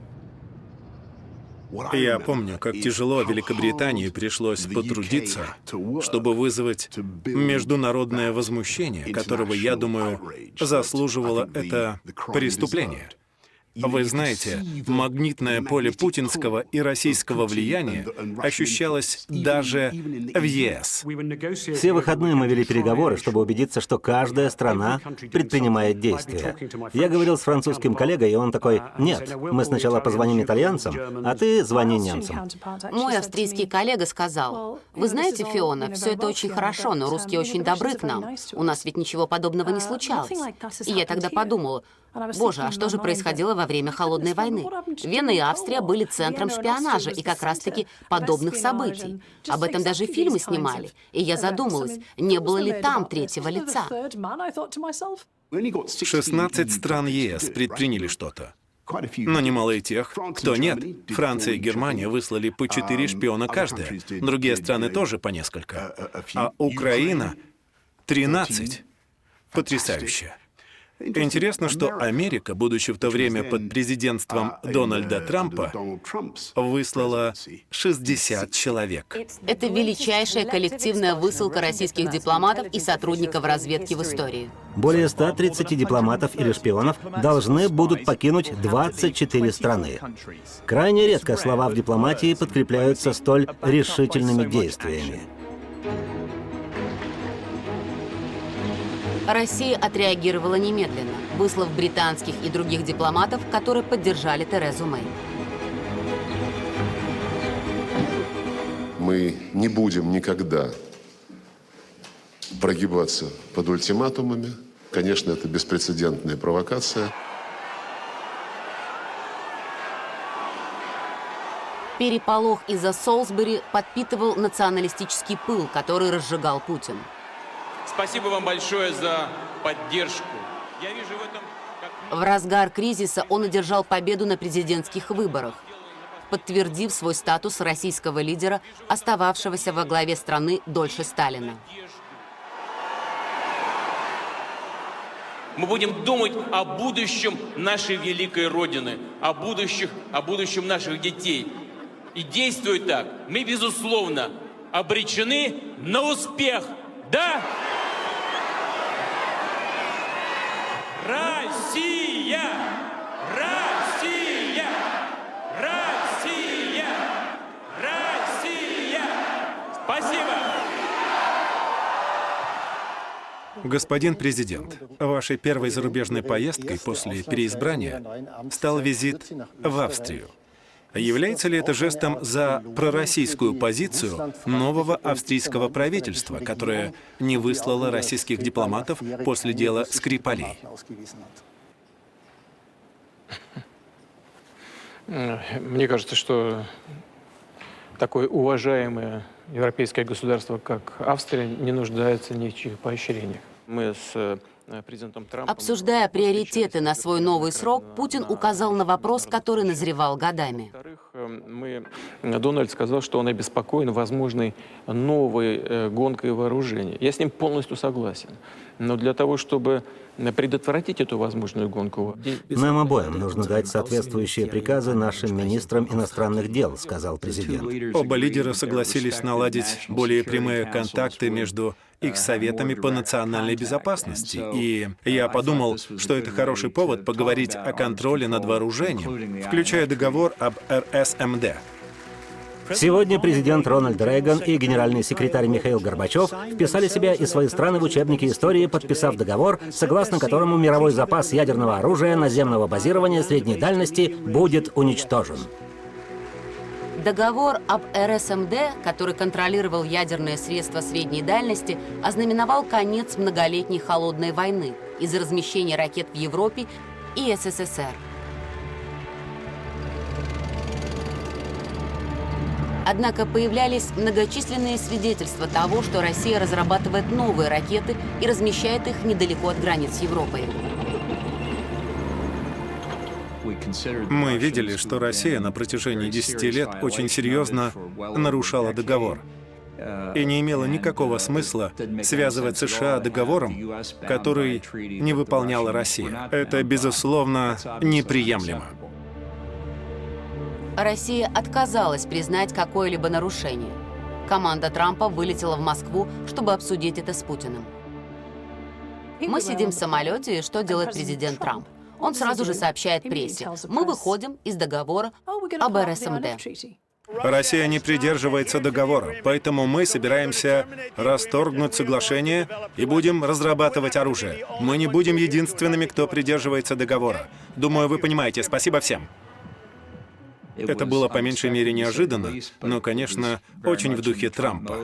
Я помню, как тяжело Великобритании пришлось потрудиться, чтобы вызвать международное возмущение, которого, я думаю, заслуживало это преступление. Вы знаете, магнитное поле путинского и российского влияния ощущалось даже в ЕС. Все выходные мы вели переговоры, чтобы убедиться, что каждая страна предпринимает действия. Я говорил с французским коллегой, и он такой: «Нет, мы сначала позвоним итальянцам, а ты звони немцам». Мой австрийский коллега сказал: «Вы знаете, Фиона, все это очень хорошо, но русские очень добры к нам. У нас ведь ничего подобного не случалось». И я тогда подумала: боже, а что же происходило во время Холодной войны? Вена и Австрия были центром шпионажа и как раз-таки подобных событий. Об этом даже фильмы снимали. И я задумалась, не было ли там третьего лица? шестнадцать стран ЕС предприняли что-то. Но немало и тех, кто нет. Франция и Германия выслали по четыре шпиона каждая. Другие страны тоже по несколько. А Украина — тринадцать. Потрясающе. Интересно, что Америка, будучи в то время под президентством Дональда Трампа, выслала шестьдесят человек. Это величайшая коллективная высылка российских дипломатов и сотрудников разведки в истории. Более ста тридцати дипломатов или шпионов должны будут покинуть двадцать четыре страны. Крайне редко слова в дипломатии подкрепляются столь решительными действиями. Россия отреагировала немедленно, выслав британских и других дипломатов, которые поддержали Терезу Мэй. Мы не будем никогда прогибаться под ультиматумами. Конечно, это беспрецедентная провокация. Переполох из-за Солсбери подпитывал националистический пыл, который разжигал Путин. Спасибо вам большое за поддержку. Я вижу в этом... Как... В разгар кризиса он одержал победу на президентских выборах, подтвердив свой статус российского лидера, остававшегося во главе страны дольше Сталина. Мы будем думать о будущем нашей великой Родины, о, будущих, о будущем наших детей. И действуя так, мы, безусловно, обречены на успех. Да? Россия! Россия! Россия! Россия! Спасибо! Господин президент, вашей первой зарубежной поездкой после переизбрания стал визит в Австрию. Является ли это жестом за пророссийскую позицию нового австрийского правительства, которое не выслало российских дипломатов после дела Скрипалей? Мне кажется, что такое уважаемое европейское государство, как Австрия, не нуждается ни в чьих поощрениях. Мы с президентом Трампом... Обсуждая приоритеты на свой новый срок, Путин указал на вопрос, который назревал годами. Во-вторых, мы... Дональд сказал, что он обеспокоен возможной новой гонкой вооружений. Я с ним полностью согласен. Но для того, чтобы предотвратить эту возможную гонку... Нам обоим нужно дать соответствующие приказы нашим министрам иностранных дел, сказал президент. Оба лидера согласились наладить более прямые контакты между их советами по национальной безопасности. И я подумал, что это хороший повод поговорить о контроле над вооружением, включая договор об эр эс эм дэ. Сегодня президент Рональд Рейган и генеральный секретарь Михаил Горбачев вписали себя и свои страны в учебники истории, подписав договор, согласно которому мировой запас ядерного оружия наземного базирования средней дальности будет уничтожен. Договор об эр эс эм дэ, который контролировал ядерные средства средней дальности, ознаменовал конец многолетней холодной войны из-за размещения ракет в Европе и эс эс эс эр. Однако появлялись многочисленные свидетельства того, что Россия разрабатывает новые ракеты и размещает их недалеко от границ Европы. Мы видели, что Россия на протяжении десяти лет очень серьезно нарушала договор. И не имело никакого смысла связывать США договором, который не выполняла Россия. Это, безусловно, неприемлемо. Россия отказалась признать какое-либо нарушение. Команда Трампа вылетела в Москву, чтобы обсудить это с Путиным. Мы сидим в самолете, и что делает президент Трамп? Он сразу же сообщает прессе: мы выходим из договора об эр эс эм дэ. Россия не придерживается договора, поэтому мы собираемся расторгнуть соглашение и будем разрабатывать оружие. Мы не будем единственными, кто придерживается договора. Думаю, вы понимаете. Спасибо всем. Это было по меньшей мере неожиданно, но, конечно, очень в духе Трампа.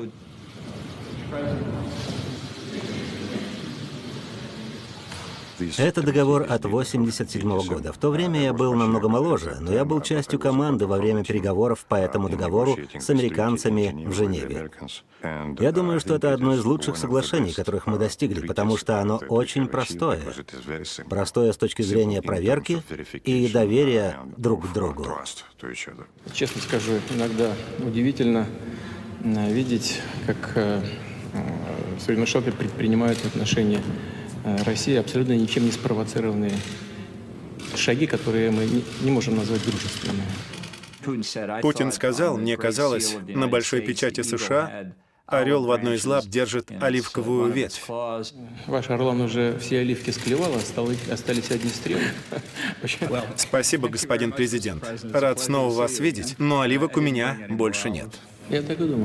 Это договор от восемьдесят седьмого года. В то время я был намного моложе, но я был частью команды во время переговоров по этому договору с американцами в Женеве. Я думаю, что это одно из лучших соглашений, которых мы достигли, потому что оно очень простое. Простое с точки зрения проверки и доверия друг к другу. Честно скажу, иногда удивительно видеть, как Соединенные Штаты предпринимают в отношении России абсолютно ничем не спровоцированные шаги, которые мы не, не можем назвать дружественными. Путин сказал, мне казалось, на большой печати США орел в одной из лап держит оливковую ветвь. Ваш Орлан уже все оливки склевал, остались одни стрелы. Спасибо, господин президент. Рад снова вас видеть, но оливок у меня больше нет. Я так и думал.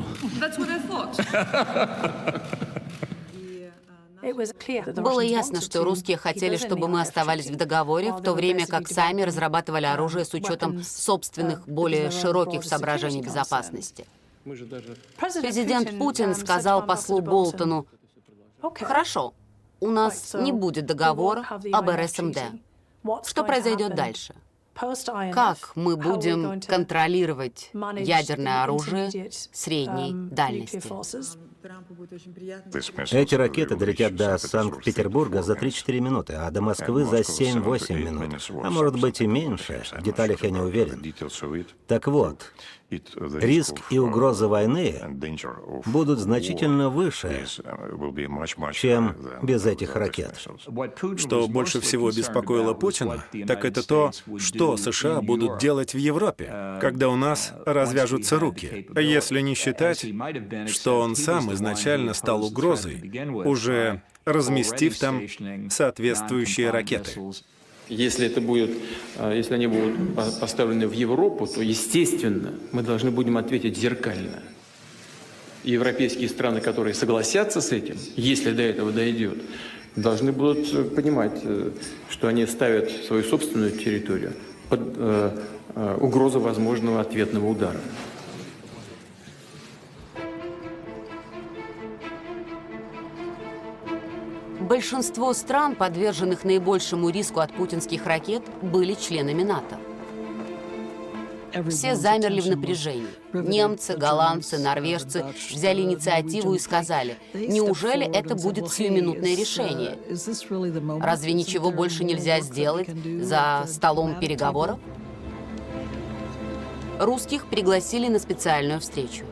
Было ясно, что русские хотели, чтобы мы оставались в договоре, в то время как сами разрабатывали оружие с учетом собственных, более широких соображений безопасности. Президент Путин сказал послу Болтону: «Хорошо, у нас не будет договора об эр эс эм дэ. Что произойдет дальше? Как мы будем контролировать ядерное оружие средней дальности?» Эти ракеты долетят до Санкт-Петербурга за три-четыре минуты, а до Москвы за семь-восемь минут. А может быть и меньше, в деталях я не уверен. Так вот, риск и угроза войны будут значительно выше, чем без этих ракет. Что больше всего беспокоило Путина, так это то, что США будут делать в Европе, когда у нас развяжутся руки, если не считать, что он сам изначально стал угрозой, уже разместив там соответствующие ракеты. Если это будет, если они будут поставлены в Европу, то, естественно, мы должны будем ответить зеркально. европейские страны, которые согласятся с этим, если до этого дойдет, должны будут понимать, что они ставят свою собственную территорию под э, э, угрозу возможного ответного удара. Большинство стран, подверженных наибольшему риску от путинских ракет, были членами НАТО. Все замерли в напряжении. Немцы, голландцы, норвежцы взяли инициативу и сказали, неужели это будет сиюминутное решение? Разве ничего больше нельзя сделать за столом переговоров? Русских пригласили на специальную встречу.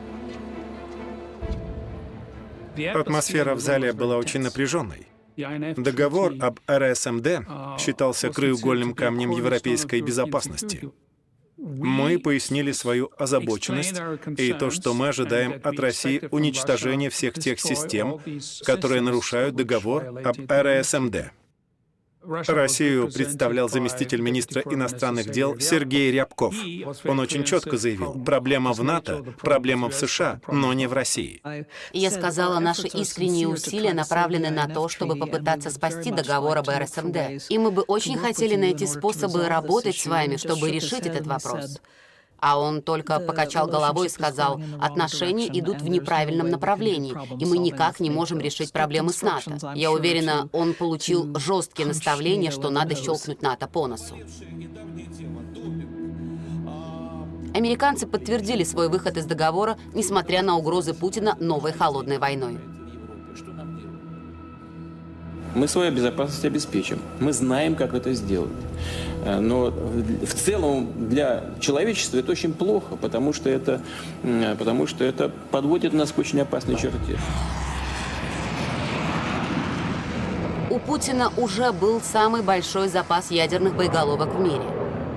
Атмосфера в зале была очень напряженной. Договор об эр эс эм дэ считался краеугольным камнем европейской безопасности. Мы пояснили свою озабоченность и то, что мы ожидаем от России уничтожения всех тех систем, которые нарушают договор об эр эс эм дэ. Россию представлял заместитель министра иностранных дел Сергей Рябков. Он очень четко заявил, проблема в НАТО, проблема в США, но не в России. Я сказала, наши искренние усилия направлены на то, чтобы попытаться спасти договор об эр эс эм дэ. И мы бы очень хотели найти способы работать с вами, чтобы решить этот вопрос. А он только покачал головой и сказал, отношения идут в неправильном направлении, и мы никак не можем решить проблемы с НАТО. Я уверена, он получил жесткие наставления, что надо щелкнуть НАТО по носу. Американцы подтвердили свой выход из договора, несмотря на угрозы Путина новой холодной войной. Мы свою безопасность обеспечим. Мы знаем, как это сделать. Но в целом для человечества это очень плохо, потому что это, потому что это подводит нас к очень опасной черте. У Путина уже был самый большой запас ядерных боеголовок в мире.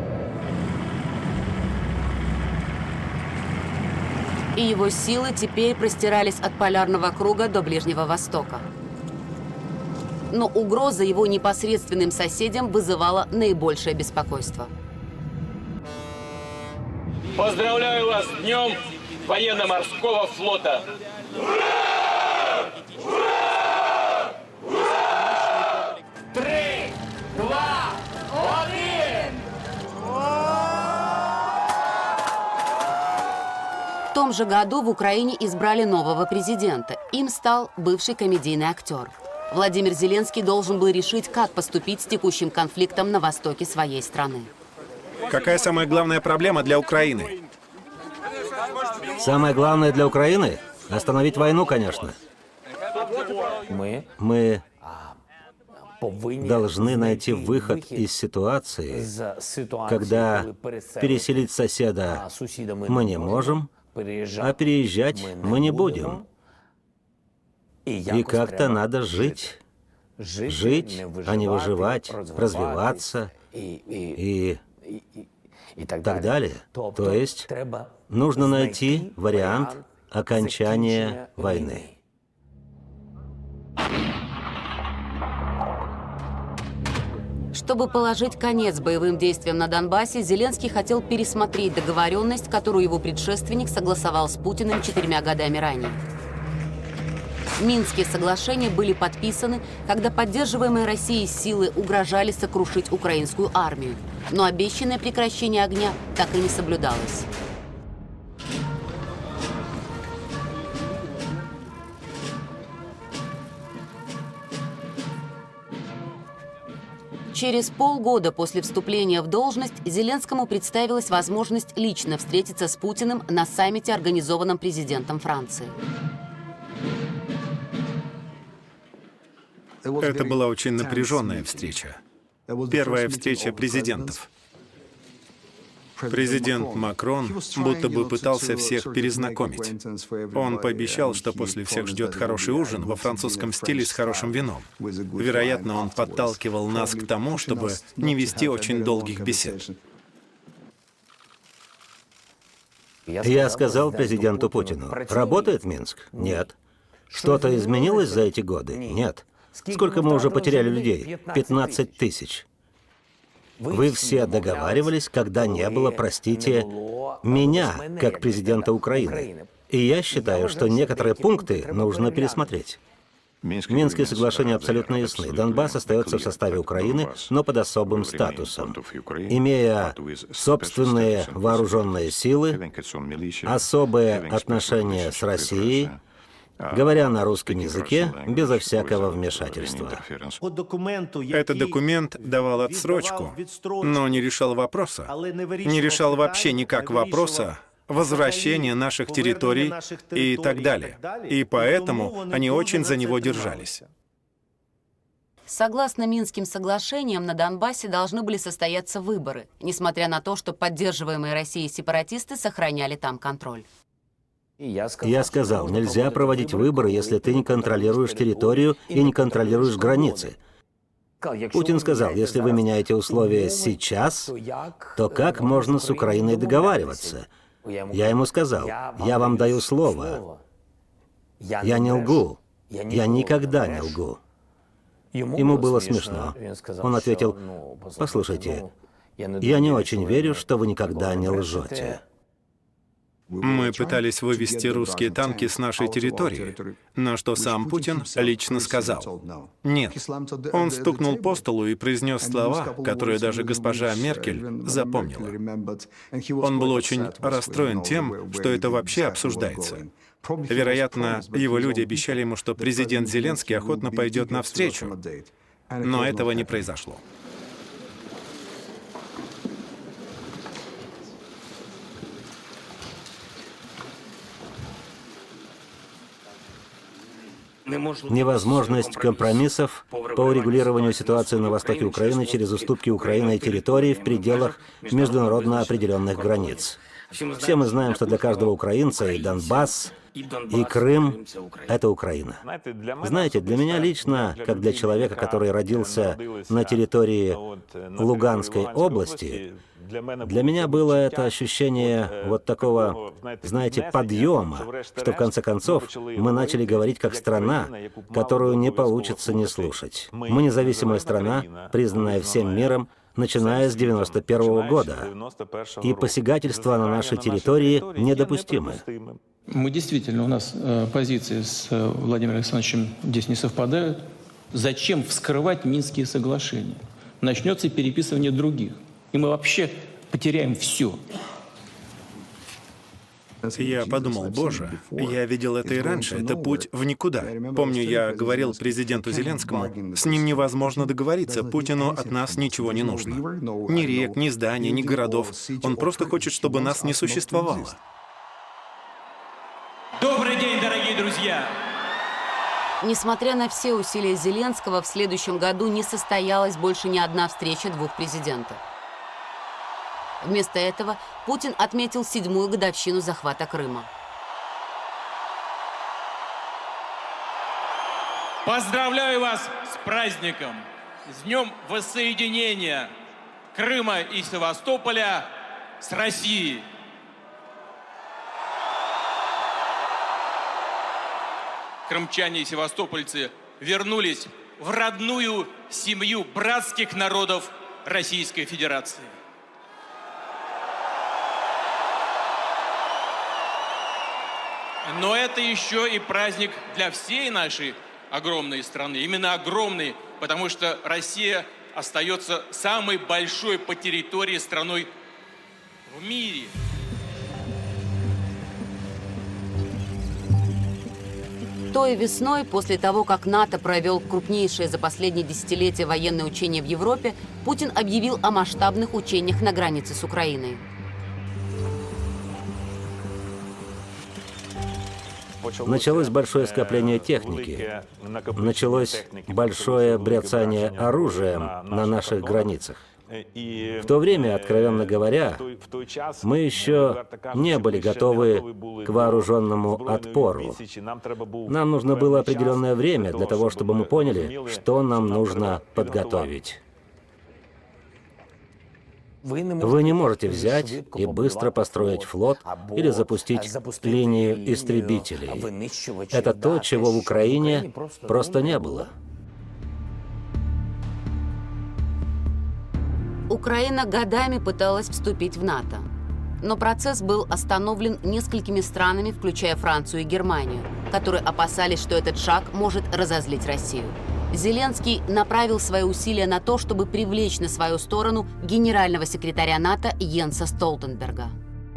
И его силы теперь простирались от Полярного круга до Ближнего Востока. Но угроза его непосредственным соседям вызывала наибольшее беспокойство. Поздравляю вас с Днем военно-морского флота! Три, два, один! В том же году в Украине избрали нового президента. Им стал бывший комедийный актер. Владимир Зеленский должен был решить, как поступить с текущим конфликтом на востоке своей страны. Какая самая главная проблема для Украины? Самое главное для Украины — остановить войну, конечно. Мы, Мы должны найти выход из ситуации, когда переселить соседа мы не можем, а переезжать мы не будем. И как-то надо жить. Жить, а не выживать, развиваться и, и так далее. То есть нужно найти вариант окончания войны. Чтобы положить конец боевым действиям на Донбассе, Зеленский хотел пересмотреть договоренность, которую его предшественник согласовал с Путиным четырьмя годами ранее. Минские соглашения были подписаны, когда поддерживаемые Россией силы угрожали сокрушить украинскую армию. Но обещанное прекращение огня так и не соблюдалось. Через полгода после вступления в должность Зеленскому представилась возможность лично встретиться с Путиным на саммите, организованном президентом Франции. Это была очень напряженная встреча. Первая встреча президентов. Президент Макрон будто бы пытался всех перезнакомить. Он пообещал, что после всех ждет хороший ужин во французском стиле с хорошим вином. Вероятно, он подталкивал нас к тому, чтобы не вести очень долгих бесед. Я сказал президенту Путину, работает Минск? Нет. Что-то изменилось за эти годы? Нет. Сколько мы уже потеряли людей? пятнадцать тысяч. Вы все договаривались, когда не было, простите, меня, как президента Украины. И я считаю, что некоторые пункты нужно пересмотреть. Минские соглашения абсолютно ясны. Донбасс остается в составе Украины, но под особым статусом, имея собственные вооруженные силы, особые отношения с Россией, говоря на русском языке, безо всякого вмешательства. Этот документ давал отсрочку, но не решал вопроса. Не решал вообще никак вопроса возвращения наших территорий и так далее. И поэтому они очень за него держались. Согласно Минским соглашениям, на Донбассе должны были состояться выборы, несмотря на то, что поддерживаемые Россией сепаратисты сохраняли там контроль. Я сказал, нельзя проводить выборы, если ты не контролируешь территорию и не контролируешь границы. Путин сказал, если вы меняете условия сейчас, то как можно с Украиной договариваться? Я ему сказал, я вам даю слово. Я не лгу. Я никогда не лгу. Ему было смешно. Он ответил, послушайте, я не очень верю, что вы никогда не лжете. Мы пытались вывести русские танки с нашей территории, на что сам Путин лично сказал «нет». Он стукнул по столу и произнес слова, которые даже госпожа Меркель запомнила. Он был очень расстроен тем, что это вообще обсуждается. Вероятно, его люди обещали ему, что президент Зеленский охотно пойдет навстречу, но этого не произошло. Невозможность компромиссов по урегулированию ситуации на востоке Украины через уступки Украиной территории в пределах международно определенных границ. Все мы знаем, что для каждого украинца и Донбасс, и Крым — это Украина. Знаете, для меня лично, как для человека, который родился на территории Луганской области, для меня было это ощущение вот такого, знаете, подъема, что в конце концов мы начали говорить как страна, которую не получится не слушать. Мы независимая страна, признанная всем миром, начиная с девяносто первого года. И посягательства на нашей территории недопустимы. Мы действительно, у нас э, позиции с э, Владимиром Александровичем здесь не совпадают. Зачем вскрывать Минские соглашения? Начнется переписывание других. И мы вообще потеряем все. Я подумал, боже, я видел это и раньше, это путь в никуда. Помню, я говорил президенту Зеленскому, с ним невозможно договориться, Путину от нас ничего не нужно. Ни рек, ни зданий, ни городов. Он просто хочет, чтобы нас не существовало. Добрый день, дорогие друзья! Несмотря на все усилия Зеленского, в следующем году не состоялась больше ни одна встреча двух президентов. Вместо этого Путин отметил седьмую годовщину захвата Крыма. Поздравляю вас с праздником, с Днем воссоединения Крыма и Севастополя с Россией. Крымчане и севастопольцы вернулись в родную семью братских народов Российской Федерации. Но это еще и праздник для всей нашей огромной страны. Именно огромный, потому что Россия остается самой большой по территории страной в мире. Той весной, после того, как НАТО провел крупнейшее за последние десятилетия военные учения в Европе, Путин объявил о масштабных учениях на границе с Украиной. Началось большое скопление техники, началось большое бряцание оружием на наших границах. В то время, откровенно говоря, мы еще не были готовы к вооруженному отпору. Нам нужно было определенное время для того, чтобы мы поняли, что нам нужно подготовить. Вы не можете взять и быстро построить флот или запустить линию истребителей. Это то, чего в Украине просто не было. Украина годами пыталась вступить в НАТО. Но процесс был остановлен несколькими странами, включая Францию и Германию, которые опасались, что этот шаг может разозлить Россию. Зеленский направил свои усилия на то, чтобы привлечь на свою сторону генерального секретаря НАТО Йенса Столтенберга.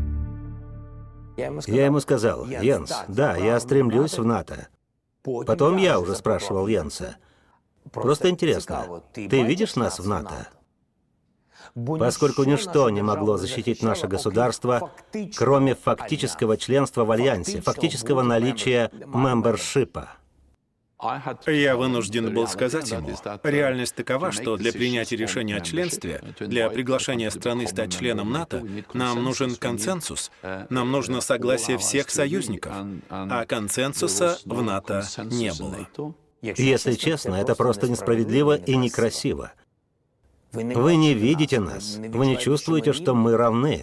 Я ему сказал: Йенс, да, я стремлюсь в НАТО. Потом я уже спрашивал Йенса: просто интересно, ты видишь нас в НАТО? Поскольку ничто не могло защитить наше государство, кроме фактического членства в Альянсе, фактического наличия мембершипа. Я вынужден был сказать ему, реальность такова, что для принятия решения о членстве, для приглашения страны стать членом НАТО, нам нужен консенсус, нам нужно согласие всех союзников, а консенсуса в НАТО не было. Если честно, это просто несправедливо и некрасиво. Вы не видите нас, вы не чувствуете, что мы равны.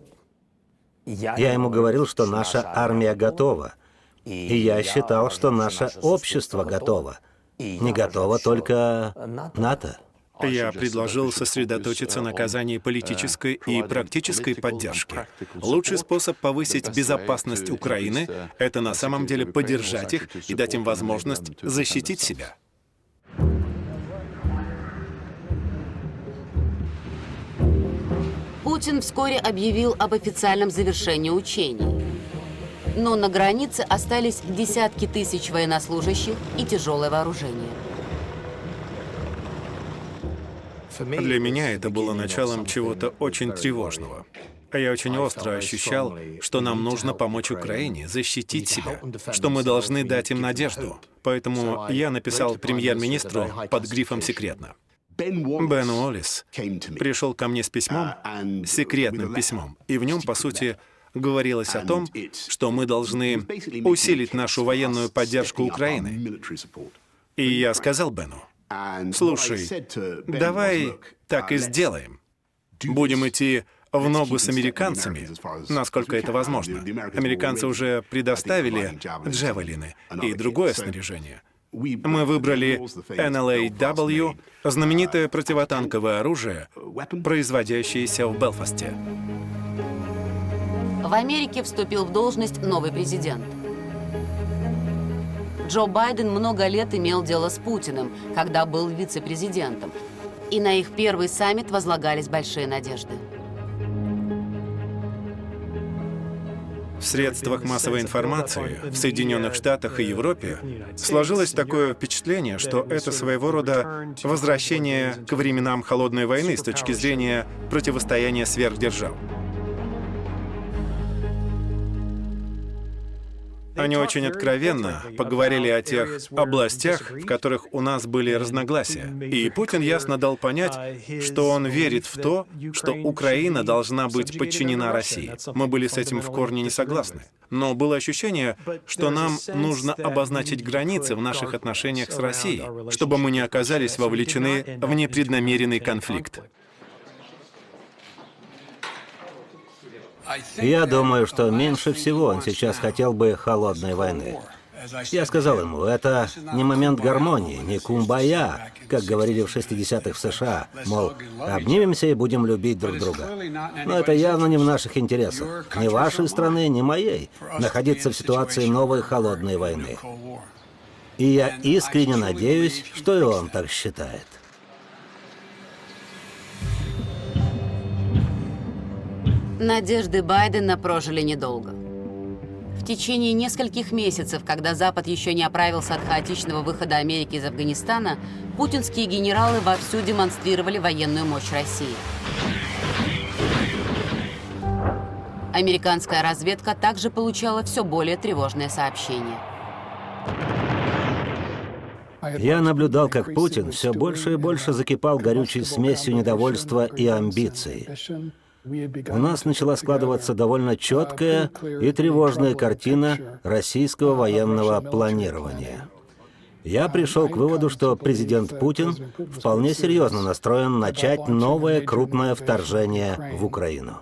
Я ему говорил, что наша армия готова. И я считал, что наше общество готово. Не готово только НАТО. Я предложил сосредоточиться на оказании политической и практической поддержки. Лучший способ повысить безопасность Украины — это на самом деле поддержать их и дать им возможность защитить себя. Путин вскоре объявил об официальном завершении учений. Но на границе остались десятки тысяч военнослужащих и тяжелое вооружение. Для меня это было началом чего-то очень тревожного. Я очень остро ощущал, что нам нужно помочь Украине защитить себя, что мы должны дать им надежду. Поэтому я написал премьер-министру под грифом «секретно». Бен Уоллес пришел ко мне с письмом, секретным письмом, и в нем, по сути, говорилось о том, что мы должны усилить нашу военную поддержку Украины. И я сказал Бену: слушай, давай так и сделаем. Будем идти в ногу с американцами, насколько это возможно. Американцы уже предоставили джавелины и другое снаряжение. Мы выбрали эн эл эй дабл ю, знаменитое противотанковое оружие, производящееся в Белфасте. В Америке вступил в должность новый президент. Джо Байден много лет имел дело с Путиным, когда был вице-президентом. И на их первый саммит возлагались большие надежды. В средствах массовой информации в Соединенных Штатах и Европе сложилось такое впечатление, что это своего рода возвращение к временам холодной войны с точки зрения противостояния сверхдержав. Они очень откровенно поговорили о тех областях, в которых у нас были разногласия. И Путин ясно дал понять, что он верит в то, что Украина должна быть подчинена России. Мы были с этим в корне не согласны. Но было ощущение, что нам нужно обозначить границы в наших отношениях с Россией, чтобы мы не оказались вовлечены в непреднамеренный конфликт. Я думаю, что меньше всего он сейчас хотел бы холодной войны. Я сказал ему, это не момент гармонии, не кумбая, как говорили в шестидесятых в США, мол, обнимемся и будем любить друг друга. Но это явно не в наших интересах, ни вашей страны, ни моей, находиться в ситуации новой холодной войны. И я искренне надеюсь, что и он так считает. Надежды Байдена прожили недолго. В течение нескольких месяцев, когда Запад еще не оправился от хаотичного выхода Америки из Афганистана, путинские генералы вовсю демонстрировали военную мощь России. Американская разведка также получала все более тревожные сообщения. Я наблюдал, как Путин все больше и больше закипал горючей смесью недовольства и амбиций. У нас начала складываться довольно четкая и тревожная картина российского военного планирования. Я пришел к выводу, что президент Путин вполне серьезно настроен начать новое крупное вторжение в Украину.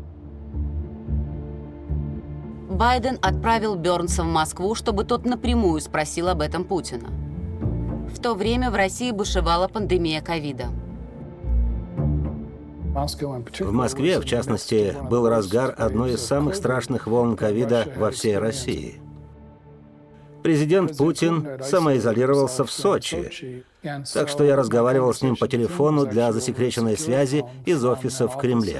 Байден отправил Бёрнса в Москву, чтобы тот напрямую спросил об этом Путина. В то время в России бушевала пандемия ковида. В Москве, в частности, был разгар одной из самых страшных волн ковида во всей России. Президент Путин самоизолировался в Сочи, так что я разговаривал с ним по телефону для засекреченной связи из офиса в Кремле.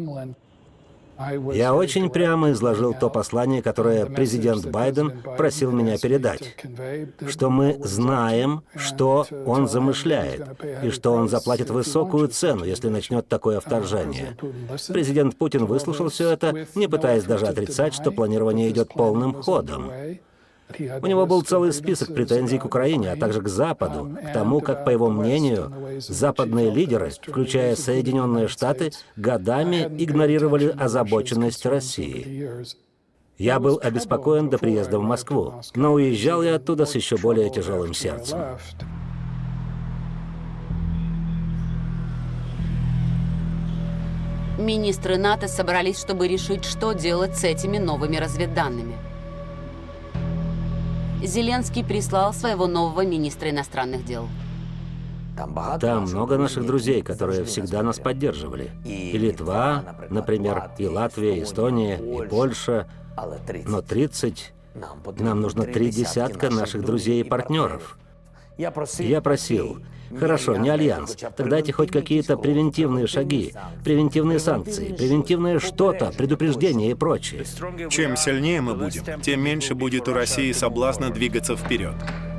Я очень прямо изложил то послание, которое президент Байден просил меня передать, что мы знаем, что он замышляет, и что он заплатит высокую цену, если начнет такое вторжение. Президент Путин выслушал все это, не пытаясь даже отрицать, что планирование идет полным ходом. У него был целый список претензий к Украине, а также к Западу, к тому, как, по его мнению, западные лидеры, включая Соединенные Штаты, годами игнорировали озабоченность России. Я был обеспокоен до приезда в Москву, но уезжал я оттуда с еще более тяжелым сердцем. Министры НАТО собрались, чтобы решить, что делать с этими новыми разведданными. Зеленский прислал своего нового министра иностранных дел. Там много наших друзей, которые всегда нас поддерживали. И Литва, например, и Латвия, и Эстония, и Польша. Но тридцать... Нам нужно три десятка наших друзей и партнеров. Я просил, хорошо, не альянс, так дайте хоть какие-то превентивные шаги, превентивные санкции, превентивное что-то, предупреждение и прочее. Чем сильнее мы будем, тем меньше будет у России соблазна двигаться вперед.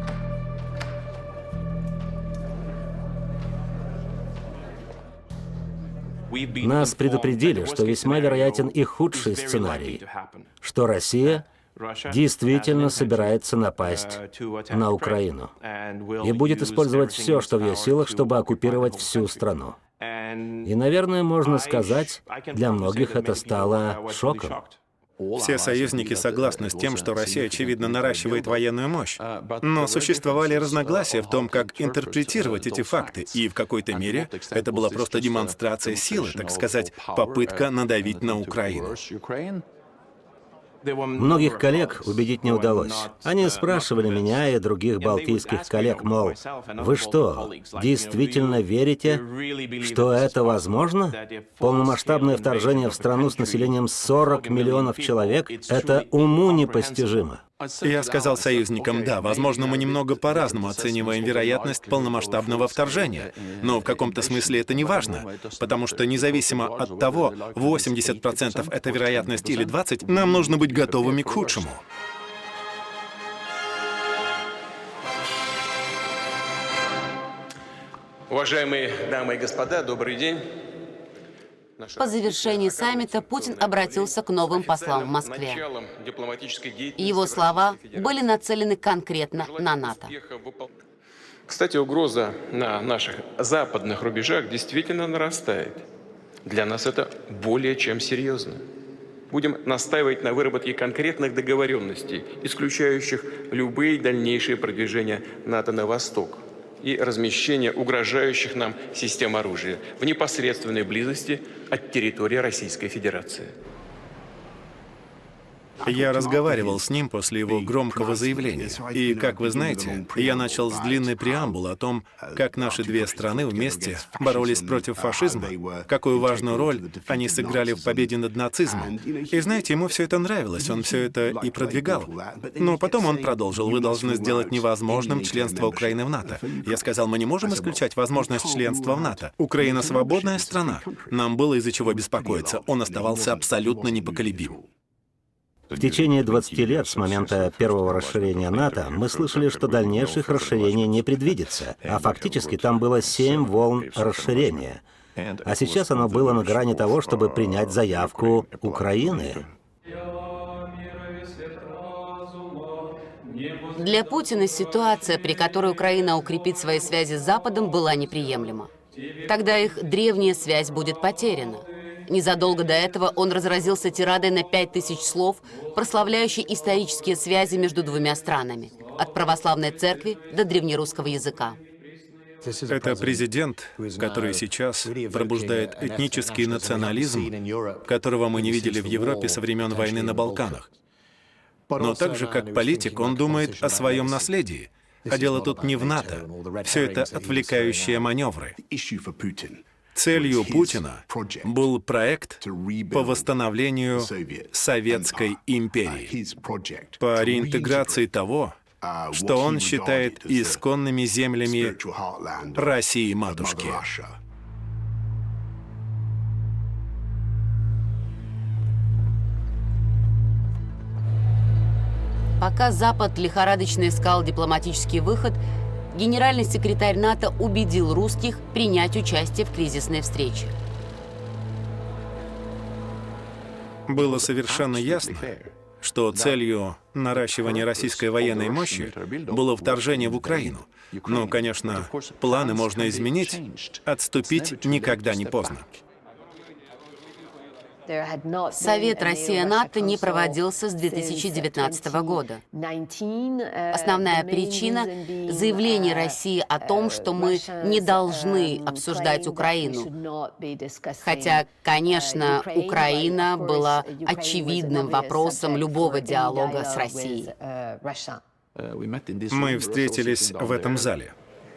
Нас предупредили, что весьма вероятен и худший сценарий, что Россия действительно собирается напасть на Украину и будет использовать все, что в ее силах, чтобы оккупировать всю страну. И, наверное, можно сказать, для многих это стало шоком. Все союзники согласны с тем, что Россия, очевидно, наращивает военную мощь. Но существовали разногласия в том, как интерпретировать эти факты, и в какой-то мере это была просто демонстрация силы, так сказать, попытка надавить на Украину. Многих коллег убедить не удалось. Они спрашивали меня и других балтийских коллег, мол, вы что, действительно верите, что это возможно? Полномасштабное вторжение в страну с населением сорок миллионов человек — это уму непостижимо. Я сказал союзникам, да, возможно, мы немного по-разному оцениваем вероятность полномасштабного вторжения, но в каком-то смысле это не важно, потому что независимо от того, восемьдесят процентов это вероятность или двадцать процентов, нам нужно быть готовыми к худшему. Уважаемые дамы и господа, добрый день. По завершении саммита Путин обратился к новым послам в Москве. Его слова были нацелены конкретно на НАТО. Кстати, угроза на наших западных рубежах действительно нарастает. Для нас это более чем серьезно. Будем настаивать на выработке конкретных договоренностей, исключающих любые дальнейшие продвижения НАТО на восток и размещение угрожающих нам систем оружия в непосредственной близости от территории Российской Федерации. Я разговаривал с ним после его громкого заявления. И, как вы знаете, я начал с длинной преамбулы о том, как наши две страны вместе боролись против фашизма, какую важную роль они сыграли в победе над нацизмом. И знаете, ему все это нравилось, он все это и продвигал. Но потом он продолжил: вы должны сделать невозможным членство Украины в НАТО. Я сказал, мы не можем исключать возможность членства в НАТО. Украина свободная страна. Нам было из-за чего беспокоиться. Он оставался абсолютно непоколебим. В течение двадцати лет с момента первого расширения НАТО мы слышали, что дальнейших расширений не предвидится, а фактически там было семь волн расширения. А сейчас оно было на грани того, чтобы принять заявку Украины. Для Путина ситуация, при которой Украина укрепит свои связи с Западом, была неприемлема. Тогда их древняя связь будет потеряна. Незадолго до этого он разразился тирадой на пять тысяч слов, прославляющей исторические связи между двумя странами, от православной церкви до древнерусского языка. Это президент, который сейчас пробуждает этнический национализм, которого мы не видели в Европе со времен войны на Балканах. Но так же, как политик, он думает о своем наследии. А дело тут не в НАТО. Все это отвлекающие маневры. Целью Путина был проект по восстановлению Советской империи, по реинтеграции того, что он считает исконными землями России-матушки. Пока Запад лихорадочно искал дипломатический выход, генеральный секретарь НАТО убедил русских принять участие в кризисной встрече. Было совершенно ясно, что целью наращивания российской военной мощи было вторжение в Украину. Но, конечно, планы можно изменить, отступить никогда не поздно. Совет Россия-НАТО не проводился с две тысячи девятнадцатого года. Основная причина — заявление России о том, что мы не должны обсуждать Украину. Хотя, конечно, Украина была очевидным вопросом любого диалога с Россией. Мы встретились в этом зале.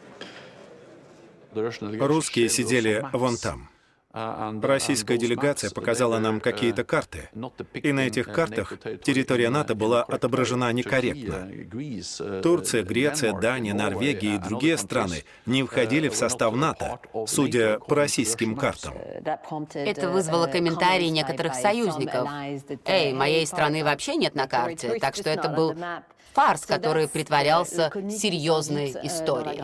Русские сидели вон там. Российская делегация показала нам какие-то карты, и на этих картах территория НАТО была отображена некорректно. Турция, Греция, Дания, Норвегия и другие страны не входили в состав НАТО, судя по российским картам. Это вызвало комментарии некоторых союзников. «Эй, моей страны вообще нет на карте», так что это был фарс, который притворялся серьезной историей.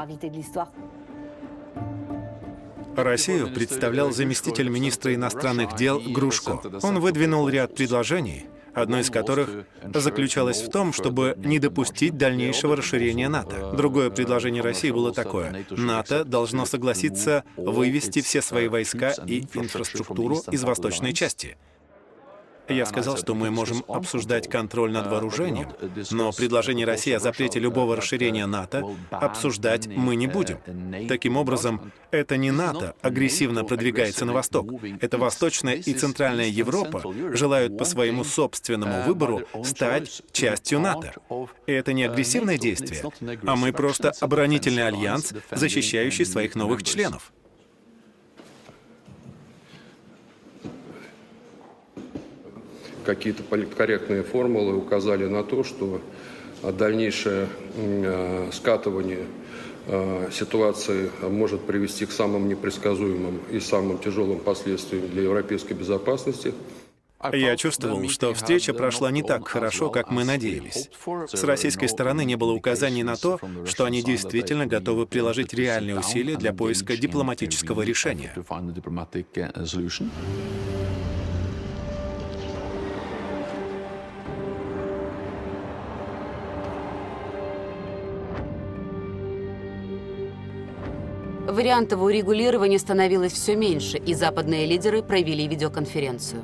Россию представлял заместитель министра иностранных дел Грушко. Он выдвинул ряд предложений, одно из которых заключалось в том, чтобы не допустить дальнейшего расширения НАТО. Другое предложение России было такое: НАТО должно согласиться вывести все свои войска и инфраструктуру из восточной части. Я сказал, что мы можем обсуждать контроль над вооружением, но предложение России о запрете любого расширения НАТО обсуждать мы не будем. Таким образом, это не НАТО агрессивно продвигается на восток. Это Восточная и Центральная Европа желают по своему собственному выбору стать частью НАТО. И это не агрессивное действие, а мы просто оборонительный альянс, защищающий своих новых членов. Какие-то политкорректные формулы указали на то, что дальнейшее э, скатывание э, ситуации может привести к самым непредсказуемым и самым тяжелым последствиям для европейской безопасности. Я чувствовал, что встреча прошла не так хорошо, как мы надеялись. С российской стороны не было указаний на то, что они действительно готовы приложить реальные усилия для поиска дипломатического решения. Вариантов урегулирования становилось все меньше, и западные лидеры провели видеоконференцию.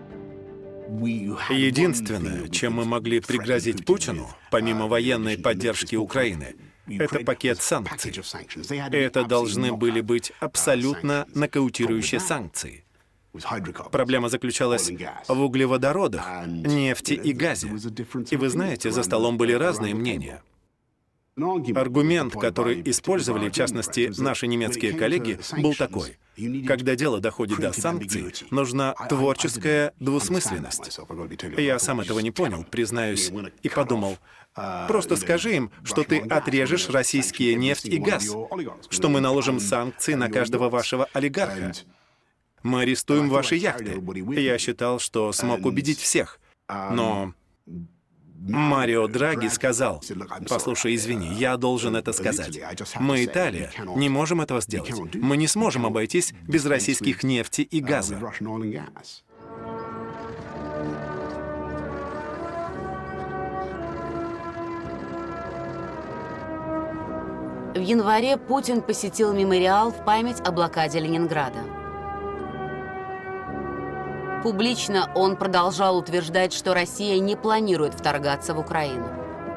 Единственное, чем мы могли пригрозить Путину, помимо военной поддержки Украины, это пакет санкций. Это должны были быть абсолютно нокаутирующие санкции. Проблема заключалась в углеводородах, нефти и газе. И вы знаете, за столом были разные мнения. Аргумент, который использовали, в частности, наши немецкие коллеги, был такой: когда дело доходит до санкций, нужна творческая двусмысленность. Я сам этого не понял, признаюсь, и подумал: просто скажи им, что ты отрежешь российские нефть и газ, что мы наложим санкции на каждого вашего олигарха. Мы арестуем ваши яхты. Я считал, что смог убедить всех. Но Марио Драги сказал: послушай, извини, я должен это сказать. Мы, Италия, не можем этого сделать. Мы не сможем обойтись без российских нефти и газа. В январе Путин посетил мемориал в память о блокаде Ленинграда. Публично он продолжал утверждать, что Россия не планирует вторгаться в Украину.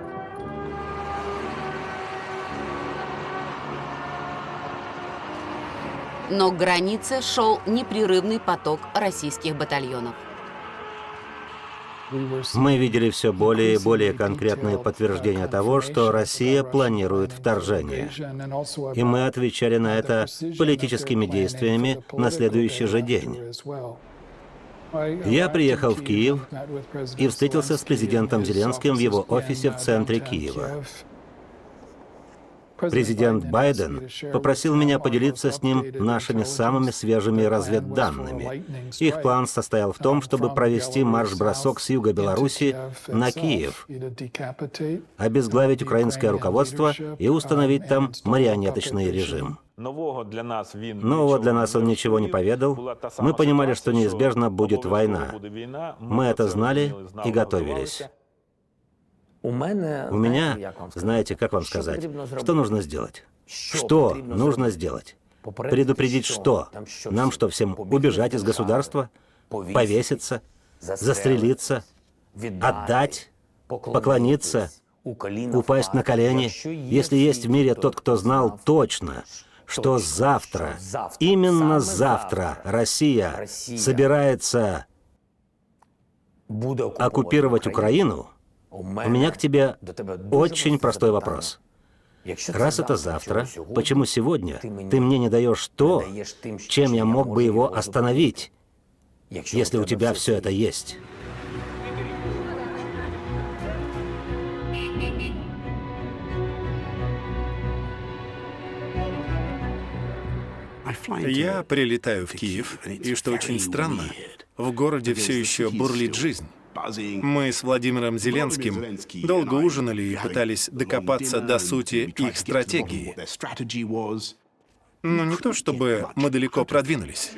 Но к границе шел непрерывный поток российских батальонов. Мы видели все более и более конкретные подтверждения того, что Россия планирует вторжение. И мы отвечали на это политическими действиями на следующий же день. Я приехал в Киев и встретился с президентом Зеленским в его офисе в центре Киева. Президент Байден попросил меня поделиться с ним нашими самыми свежими разведданными. Их план состоял в том, чтобы провести марш-бросок с юга Беларуси на Киев, обезглавить украинское руководство и установить там марионеточный режим. Нового для нас он ничего не поведал. Мы понимали, что неизбежно будет война. Мы это знали и готовились. У меня, знаете, как вам сказать, что нужно сделать? Что нужно сделать? Предупредить что? Нам что, всем убежать из государства? Повеситься? Застрелиться? Отдать? Поклониться? Упасть на колени? Если есть в мире тот, кто знал точно, что завтра, именно завтра Россия собирается оккупировать Украину, у меня к тебе очень простой вопрос. Раз это завтра, почему сегодня ты мне не даешь то, чем я мог бы его остановить, если у тебя все это есть? Я прилетаю в Киев, и, что очень странно, в городе все еще бурлит жизнь. Мы с Владимиром Зеленским долго ужинали и пытались докопаться до сути их стратегии. Но не то, чтобы мы далеко продвинулись.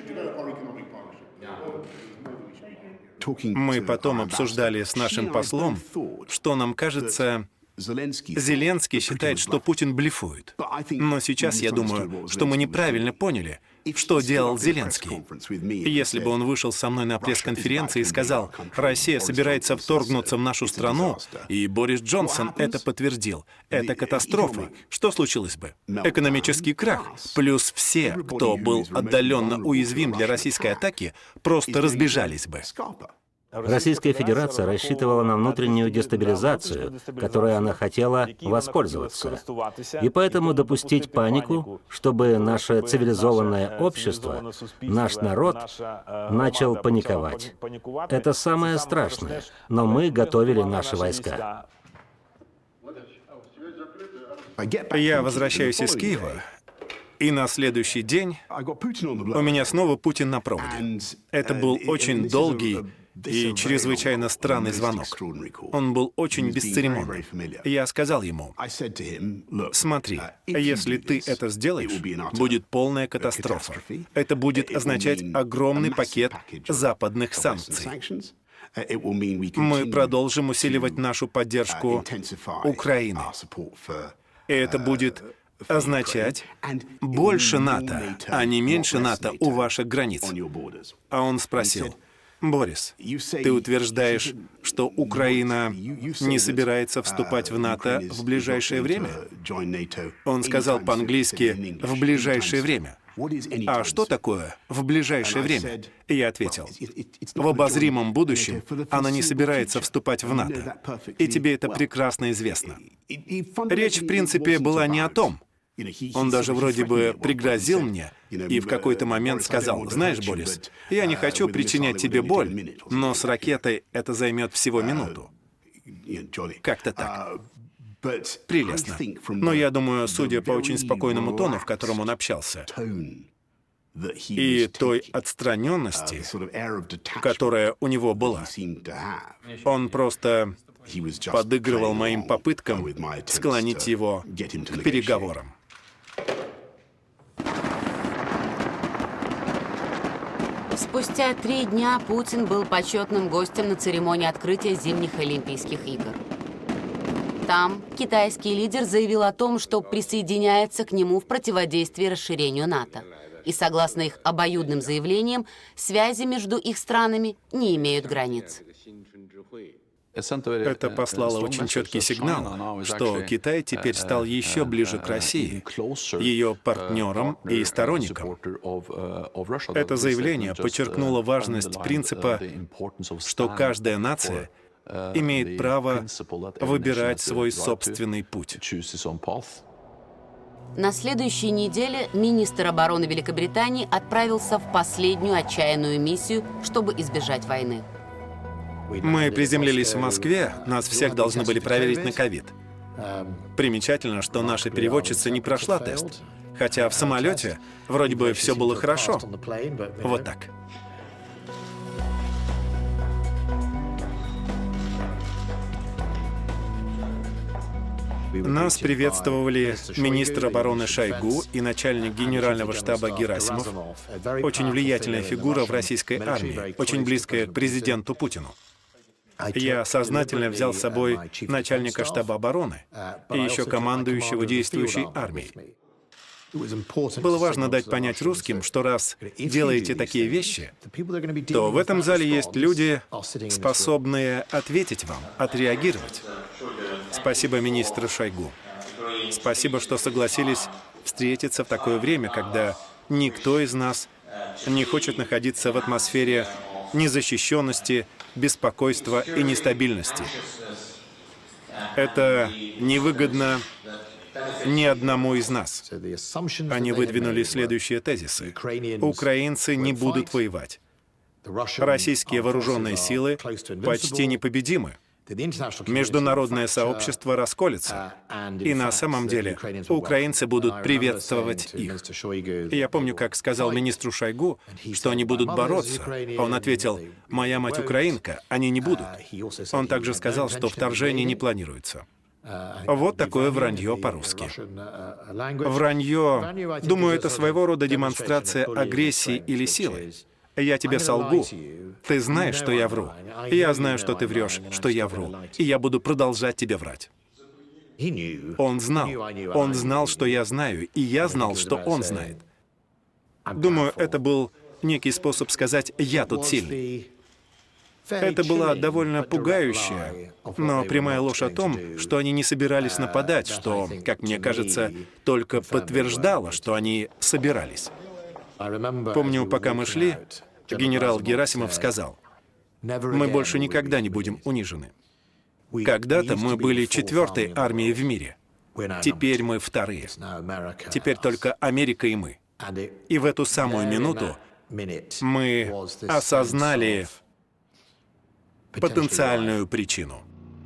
Мы потом обсуждали с нашим послом, что нам кажется, Зеленский считает, что Путин блефует. Но сейчас я думаю, что мы неправильно поняли, что делал Зеленский. Если бы он вышел со мной на пресс-конференции и сказал, «Россия собирается вторгнуться в нашу страну», и Борис Джонсон это подтвердил, это катастрофа, что случилось бы? Экономический крах. Плюс все, кто был отдаленно уязвим для российской атаки, просто разбежались бы. Российская Федерация рассчитывала на внутреннюю дестабилизацию, которой она хотела воспользоваться. И поэтому допустить панику, чтобы наше цивилизованное общество, наш народ начал паниковать. Это самое страшное. Но мы готовили наши войска. Я возвращаюсь из Киева, и на следующий день у меня снова Путин на проводе. Это был очень долгий и чрезвычайно странный звонок. Он был очень бесцеремонный. Я сказал ему, «Смотри, если ты это сделаешь, будет полная катастрофа. Это будет означать огромный пакет западных санкций. Мы продолжим усиливать нашу поддержку Украины. И это будет означать больше НАТО, а не меньше НАТО у ваших границ». А он спросил, «Борис, ты утверждаешь, что Украина не собирается вступать в НАТО в ближайшее время?» Он сказал по-английски «в ближайшее время». А что такое «в ближайшее время»? И я ответил, в обозримом будущем она не собирается вступать в НАТО. И тебе это прекрасно известно. Речь, в принципе, была не о том. Он даже вроде бы пригрозил мне и в какой-то момент сказал, «Знаешь, Борис, я не хочу причинять тебе боль, но с ракетой это займет всего минуту». Как-то так. Прелестно. Но я думаю, судя по очень спокойному тону, в котором он общался, и той отстраненности, которая у него была, он просто подыгрывал моим попыткам склонить его к переговорам. Спустя три дня Путин был почетным гостем на церемонии открытия зимних Олимпийских игр. Там китайский лидер заявил о том, что присоединяется к нему в противодействии расширению НАТО. И согласно их обоюдным заявлениям, связи между их странами не имеют границ. Это послало очень четкий сигнал, что Китай теперь стал еще ближе к России, ее партнером и сторонником. Это заявление подчеркнуло важность принципа, что каждая нация имеет право выбирать свой собственный путь. На следующей неделе министр обороны Великобритании отправился в последнюю отчаянную миссию, чтобы избежать войны. Мы приземлились в Москве, нас всех должны были проверить на ковид. Примечательно, что наша переводчица не прошла тест, хотя в самолете вроде бы все было хорошо. Вот так. Нас приветствовали министр обороны Шойгу и начальник генерального штаба Герасимов, очень влиятельная фигура в российской армии, очень близкая к президенту Путину. Я сознательно взял с собой начальника штаба обороны и еще командующего действующей армией. Было важно дать понять русским, что раз делаете такие вещи, то в этом зале есть люди, способные ответить вам, отреагировать. Спасибо министру Шойгу. Спасибо, что согласились встретиться в такое время, когда никто из нас не хочет находиться в атмосфере незащищенности, беспокойства и нестабильности. Это невыгодно ни одному из нас. Они выдвинули следующие тезисы. Украинцы не будут воевать. Российские вооруженные силы почти непобедимы. Международное сообщество расколется, и на самом деле украинцы будут приветствовать их. И я помню, как сказал министру Шойгу, что они будут бороться. Он ответил: «Моя мать украинка, они не будут». Он также сказал, что вторжение не планируется. Вот такое вранье по-русски. Вранье, думаю, это своего рода демонстрация агрессии или силы. Я тебе солгу. Ты знаешь, что я вру. Я знаю, что ты врешь, что я вру. И я буду продолжать тебе врать. Он знал. Он знал, что я знаю, и я знал, что он знает. Думаю, это был некий способ сказать «я тут сильный». Это была довольно пугающая, но прямая ложь о том, что они не собирались нападать, что, как мне кажется, только подтверждало, что они собирались. Помню, пока мы шли, генерал Герасимов сказал: «Мы больше никогда не будем унижены. Когда-то мы были четвертой армией в мире. Теперь мы вторые. Теперь только Америка и мы». И в эту самую минуту мы осознали потенциальную причину.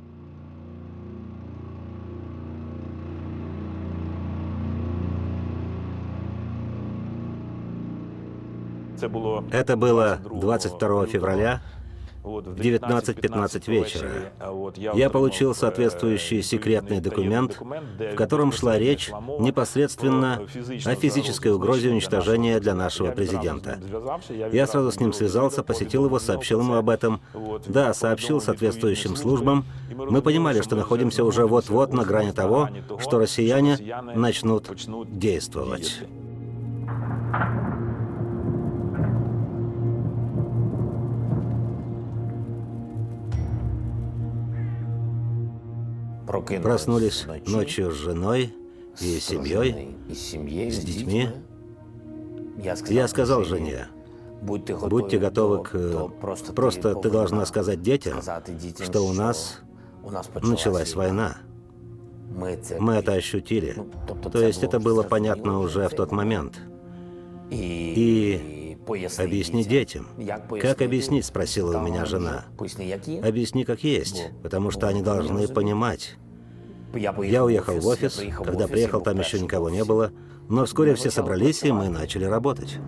Это было двадцать второго февраля в девятнадцать пятнадцать вечера. Я получил соответствующий секретный документ, в котором шла речь непосредственно о физической угрозе уничтожения для нашего президента. Я сразу с ним связался, посетил его, сообщил ему об этом. Да, сообщил соответствующим службам. Мы понимали, что находимся уже вот-вот на грани того, что россияне начнут действовать. Проснулись ночью с женой и семьей, с детьми. Я сказал жене: будьте готовы к... Просто ты должна сказать детям, что у нас началась война. Мы это ощутили. То есть это было понятно уже в тот момент. И объясни детям. Как объяснить, спросила у меня жена. Объясни как есть, потому что они должны понимать. Я уехал в офис. Когда приехал, там еще никого не было. Но вскоре все собрались, и мы начали работать.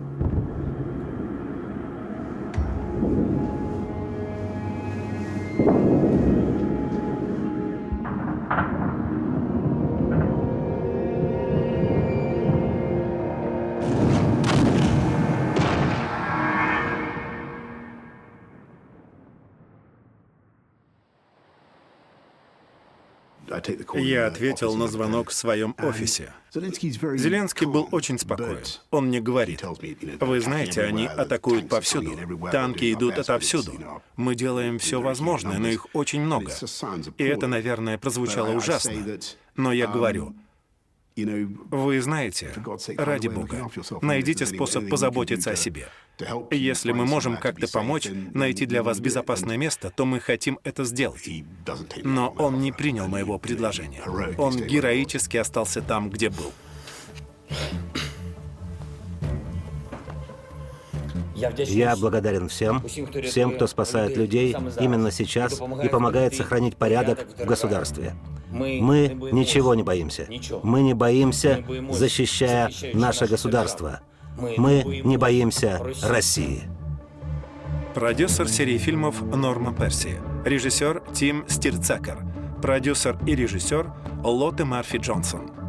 Я ответил на звонок в своем офисе. Зеленский был очень спокоен. Он мне говорит: вы знаете, они атакуют повсюду. Танки идут отовсюду. Мы делаем все возможное, но их очень много. И это, наверное, прозвучало ужасно. Но я говорю: вы знаете, ради Бога, найдите способ позаботиться о себе. Если мы можем как-то помочь найти для вас безопасное место, то мы хотим это сделать. Но он не принял моего предложения. Он героически остался там, где был. Я благодарен всем, всем, кто спасает людей именно сейчас и помогает сохранить порядок в государстве. Мы ничего не боимся. Мы не боимся, защищая наше государство. Мы не боимся России. Продюсер серии фильмов Норма Перси. Режиссер Тим Стирцакер. Продюсер и режиссер Лотте Марфи Джонсон.